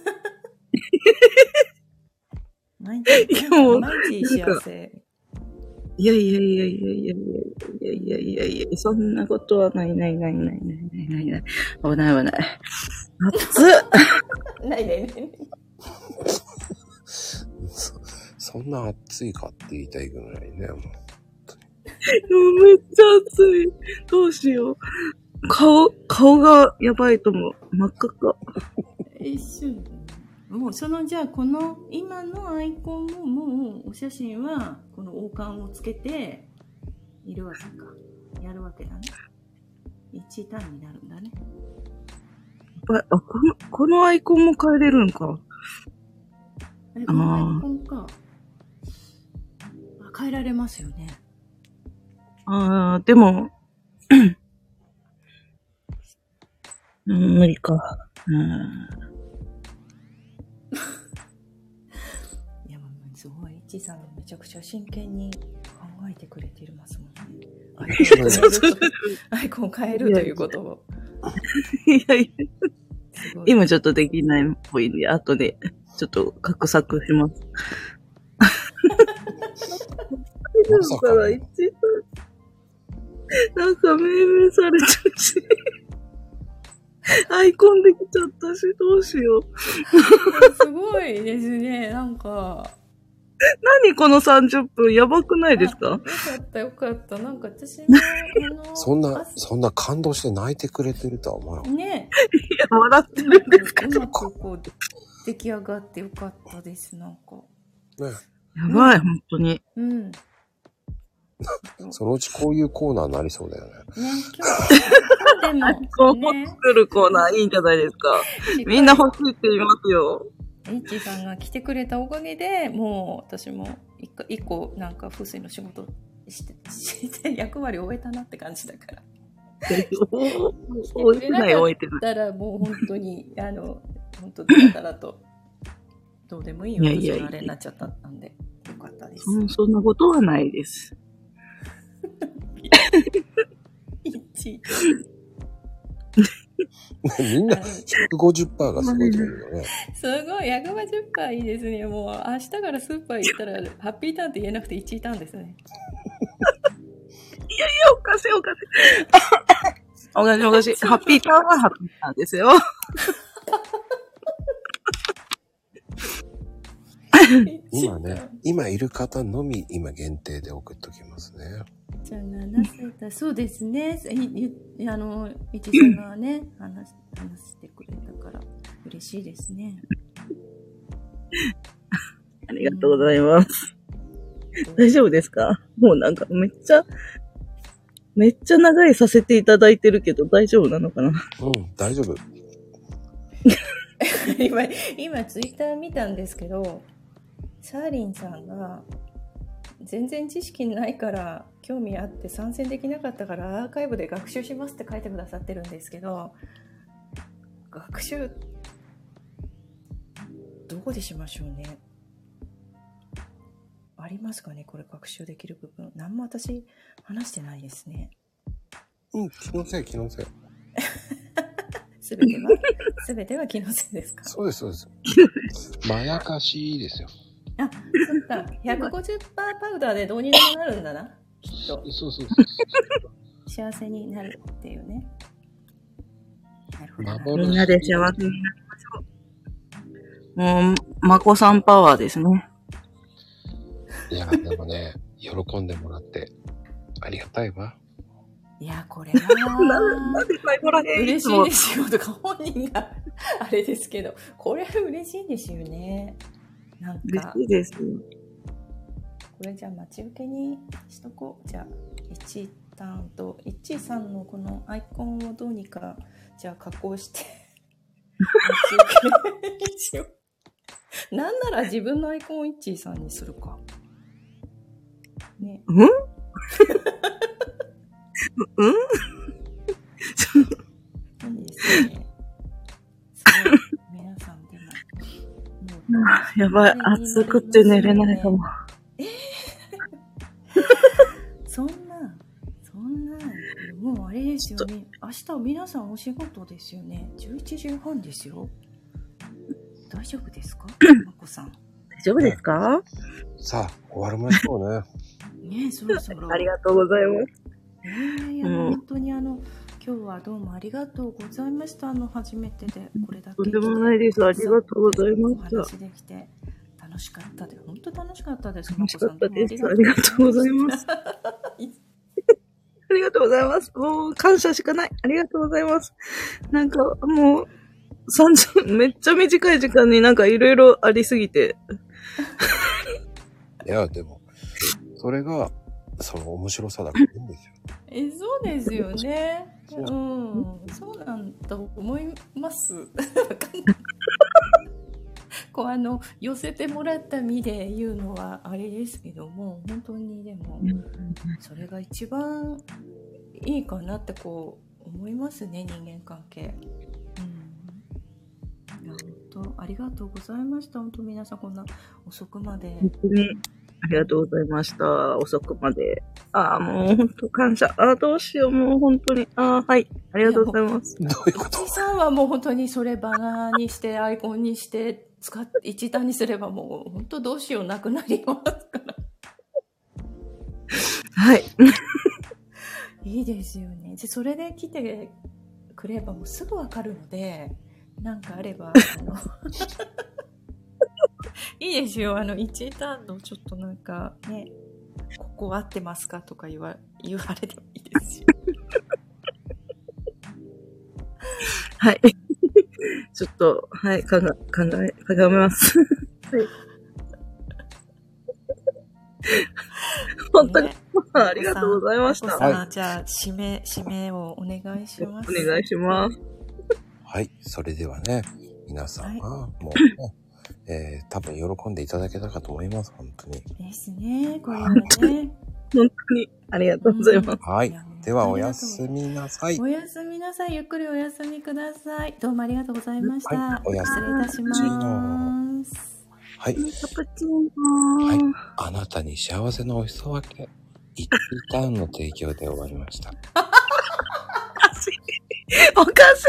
毎日、毎日幸せ。 いやいやいやいやいやいやいやいやいやいや、そんなことはないないないないないないないない。危ない危ない。熱っないないない。 そ, そんな熱いかって言いたいぐらいね、もう。 めっちゃ熱い。どうしよう。顔、顔がやばいと思う。真っ赤っか。 一瞬。もうそのじゃあこの今のアイコンももうお写真はこの王冠をつけているわけか。やるわけだね。一ターンになるんだね。 あ、この、このアイコンも変えれるんか。 え、このアイコンか。あ、変えられますよね。 ああ、でも、うん、無理か。うん。 いや、もうすごい、いちさんめちゃくちゃ真剣に考えてくれていますもんね。アイコン変えるということを。 いやいや。今ちょっとできないっぽいんで、後でちょっと画策します。 まさかね、 なんか命名されちゃうし、アイコンできちゃったし、どうしよう。 すごいですね、なんか。 何このさんじゅっぷん、やばくないですか？ よかったよかった。なんか私も、あの、 そんな、そんな感動して泣いてくれてるとは思わなかった。 ねいや、笑ってるんですか？ うまくこう、出来上がってよかったです、なんか。 ね。 やばい、うん、本当に。 うん。 そのうちこういうコーナーになりそうだよね。ね、 今日、でも、 こう作るコーナーいいんじゃないですか。みんな欲しいって言いますよ。 エイチさんが来てくれたおかげで、もう私も一個、一個なんか風水の仕事して、して役割を終えたなって感じだから。 終えてない、終えてない。 だからもう本当に、あの、本当だったらと、どうでもいいよ、私のあれになっちゃったんで、よかったです。 うん、そんなことはないです。 一みんな ひゃくごじゅっパーセント がすごいと思うよね。 すごい、ひゃくごじゅっパーセント いいですね。もう明日からスーパー行ったら、ハッピーターンって言えなくていちターンですね。 いやいや、おかしいおかしい。おかしいおかしい。ハッピーターンはハッピーターンですよ。 今ね、今いる方のみ今限定で送っときますね。 じゃあななせた、そうですね。いあのいちさんがね話話してくれたから嬉しいですね。 ありがとうございます。うん、大丈夫ですか？もうなんかめっちゃめっちゃ長いさせていただいてるけど大丈夫なのかな？ うん、大丈夫。 今今ツイッター見たんですけど、サーリンさんが全然知識ないから興味あって参戦できなかったからアーカイブで学習しますって書いてくださってるんですけど、学習どこでしましょうね。ありますかね、これ学習できる部分。何も私話してないですね。 うん、気のせい気のせい。 すべてはすべては気のせいですか？ そうですそうです。まやかしですよ。 あ、そっか。ひゃくごじゅっパーセント パウダーでどうにでもなるんだな。きっと。 そうそうそう。 幸せになるっていうね。なるほど。 みんなで幸せになりましょう。もう、まこさんパワーですね。 いや、でもね、喜んでもらってありがたいわ。 いや、これは嬉しいですよとか本人があれですけど、これは嬉しいですよね。なんか嬉しいですよ。 これじゃあ待ち受けにしとこう。じゃあいちターンといちさんのこのアイコンをどうにかじゃあ加工して待ち受けにしよう。なんなら自分のアイコンをいちさんにするか。ね。 うん？うん？ いいですね。すごい。皆さんでも。 もうやばい、暑くて寝れないかも。 えー、そんな、そんな、もうあれですよね。明日は皆さんお仕事ですよね。じゅういちじはんですよ。大丈夫ですか？まこさん。 大丈夫ですか？ さあ、終わりましょうね。 ねえ、そろそろ。 ありがとうございます。 えー、いや、うん、本当にあの、今日はどうもありがとうございました。あの、初めてで、これだけ。 とんでもないです。ありがとうございました。 お話できて、楽しかったです。本当楽しかったです。 楽しかったです。ありがとうございます。ありがとうございます。もう、感謝しかない。ありがとうございます。なんか、もう、さんじゅう、めっちゃ短い時間になんかいろいろありすぎて。 いや、でも、それが、その面白さだからいいんですよ。 え、そうですよね。うん、そうなんだと思います。こうあの寄せてもらった身で言うのはあれですけども、本当にでもそれが一番いいかなってこう思いますね、人間関係。うん、いや本当ありがとうございました。本当皆さんこんな遅くまで。 本当にありがとうございました。遅くまで。ああ、もう本当感謝。ああ、どうしよう。もう本当に。ああ、はい。ありがとうございます。 どういうこと？ おじさんはもう本当にそれバナーにしてアイコンにして使って一段にすればもう本当どうしようなくなりますから。 はい。 いいですよね。でそれで来てくればもうすぐわかるので、なんかあればあのいいですよ。あの一段のちょっとなんかね、ここ合ってますかとか言わ言われてもいいですよ。 はい。ちょっと、はい、考え、考え、考えます。はい。本当に、ね、ありがとうございました。 はい、じゃあ、締め、締めをお願いします。 お願いします。 はい、それではね、皆さんはもうね、はい、えー、多分喜んでいただけたかと思います、本当に。 ですね、これはね。 本当に、ありがとうございます。うん、 はい。では、おやすみなさい。 おやすみなさい。ゆっくりおやすみください。どうもありがとうございました。はい、 おやすみ。 失礼いたします。 はい。 カプチーノ。 はい。あなたに幸せのお裾分け。イッティターンの提供で終わりました。 おかしい。おかしい。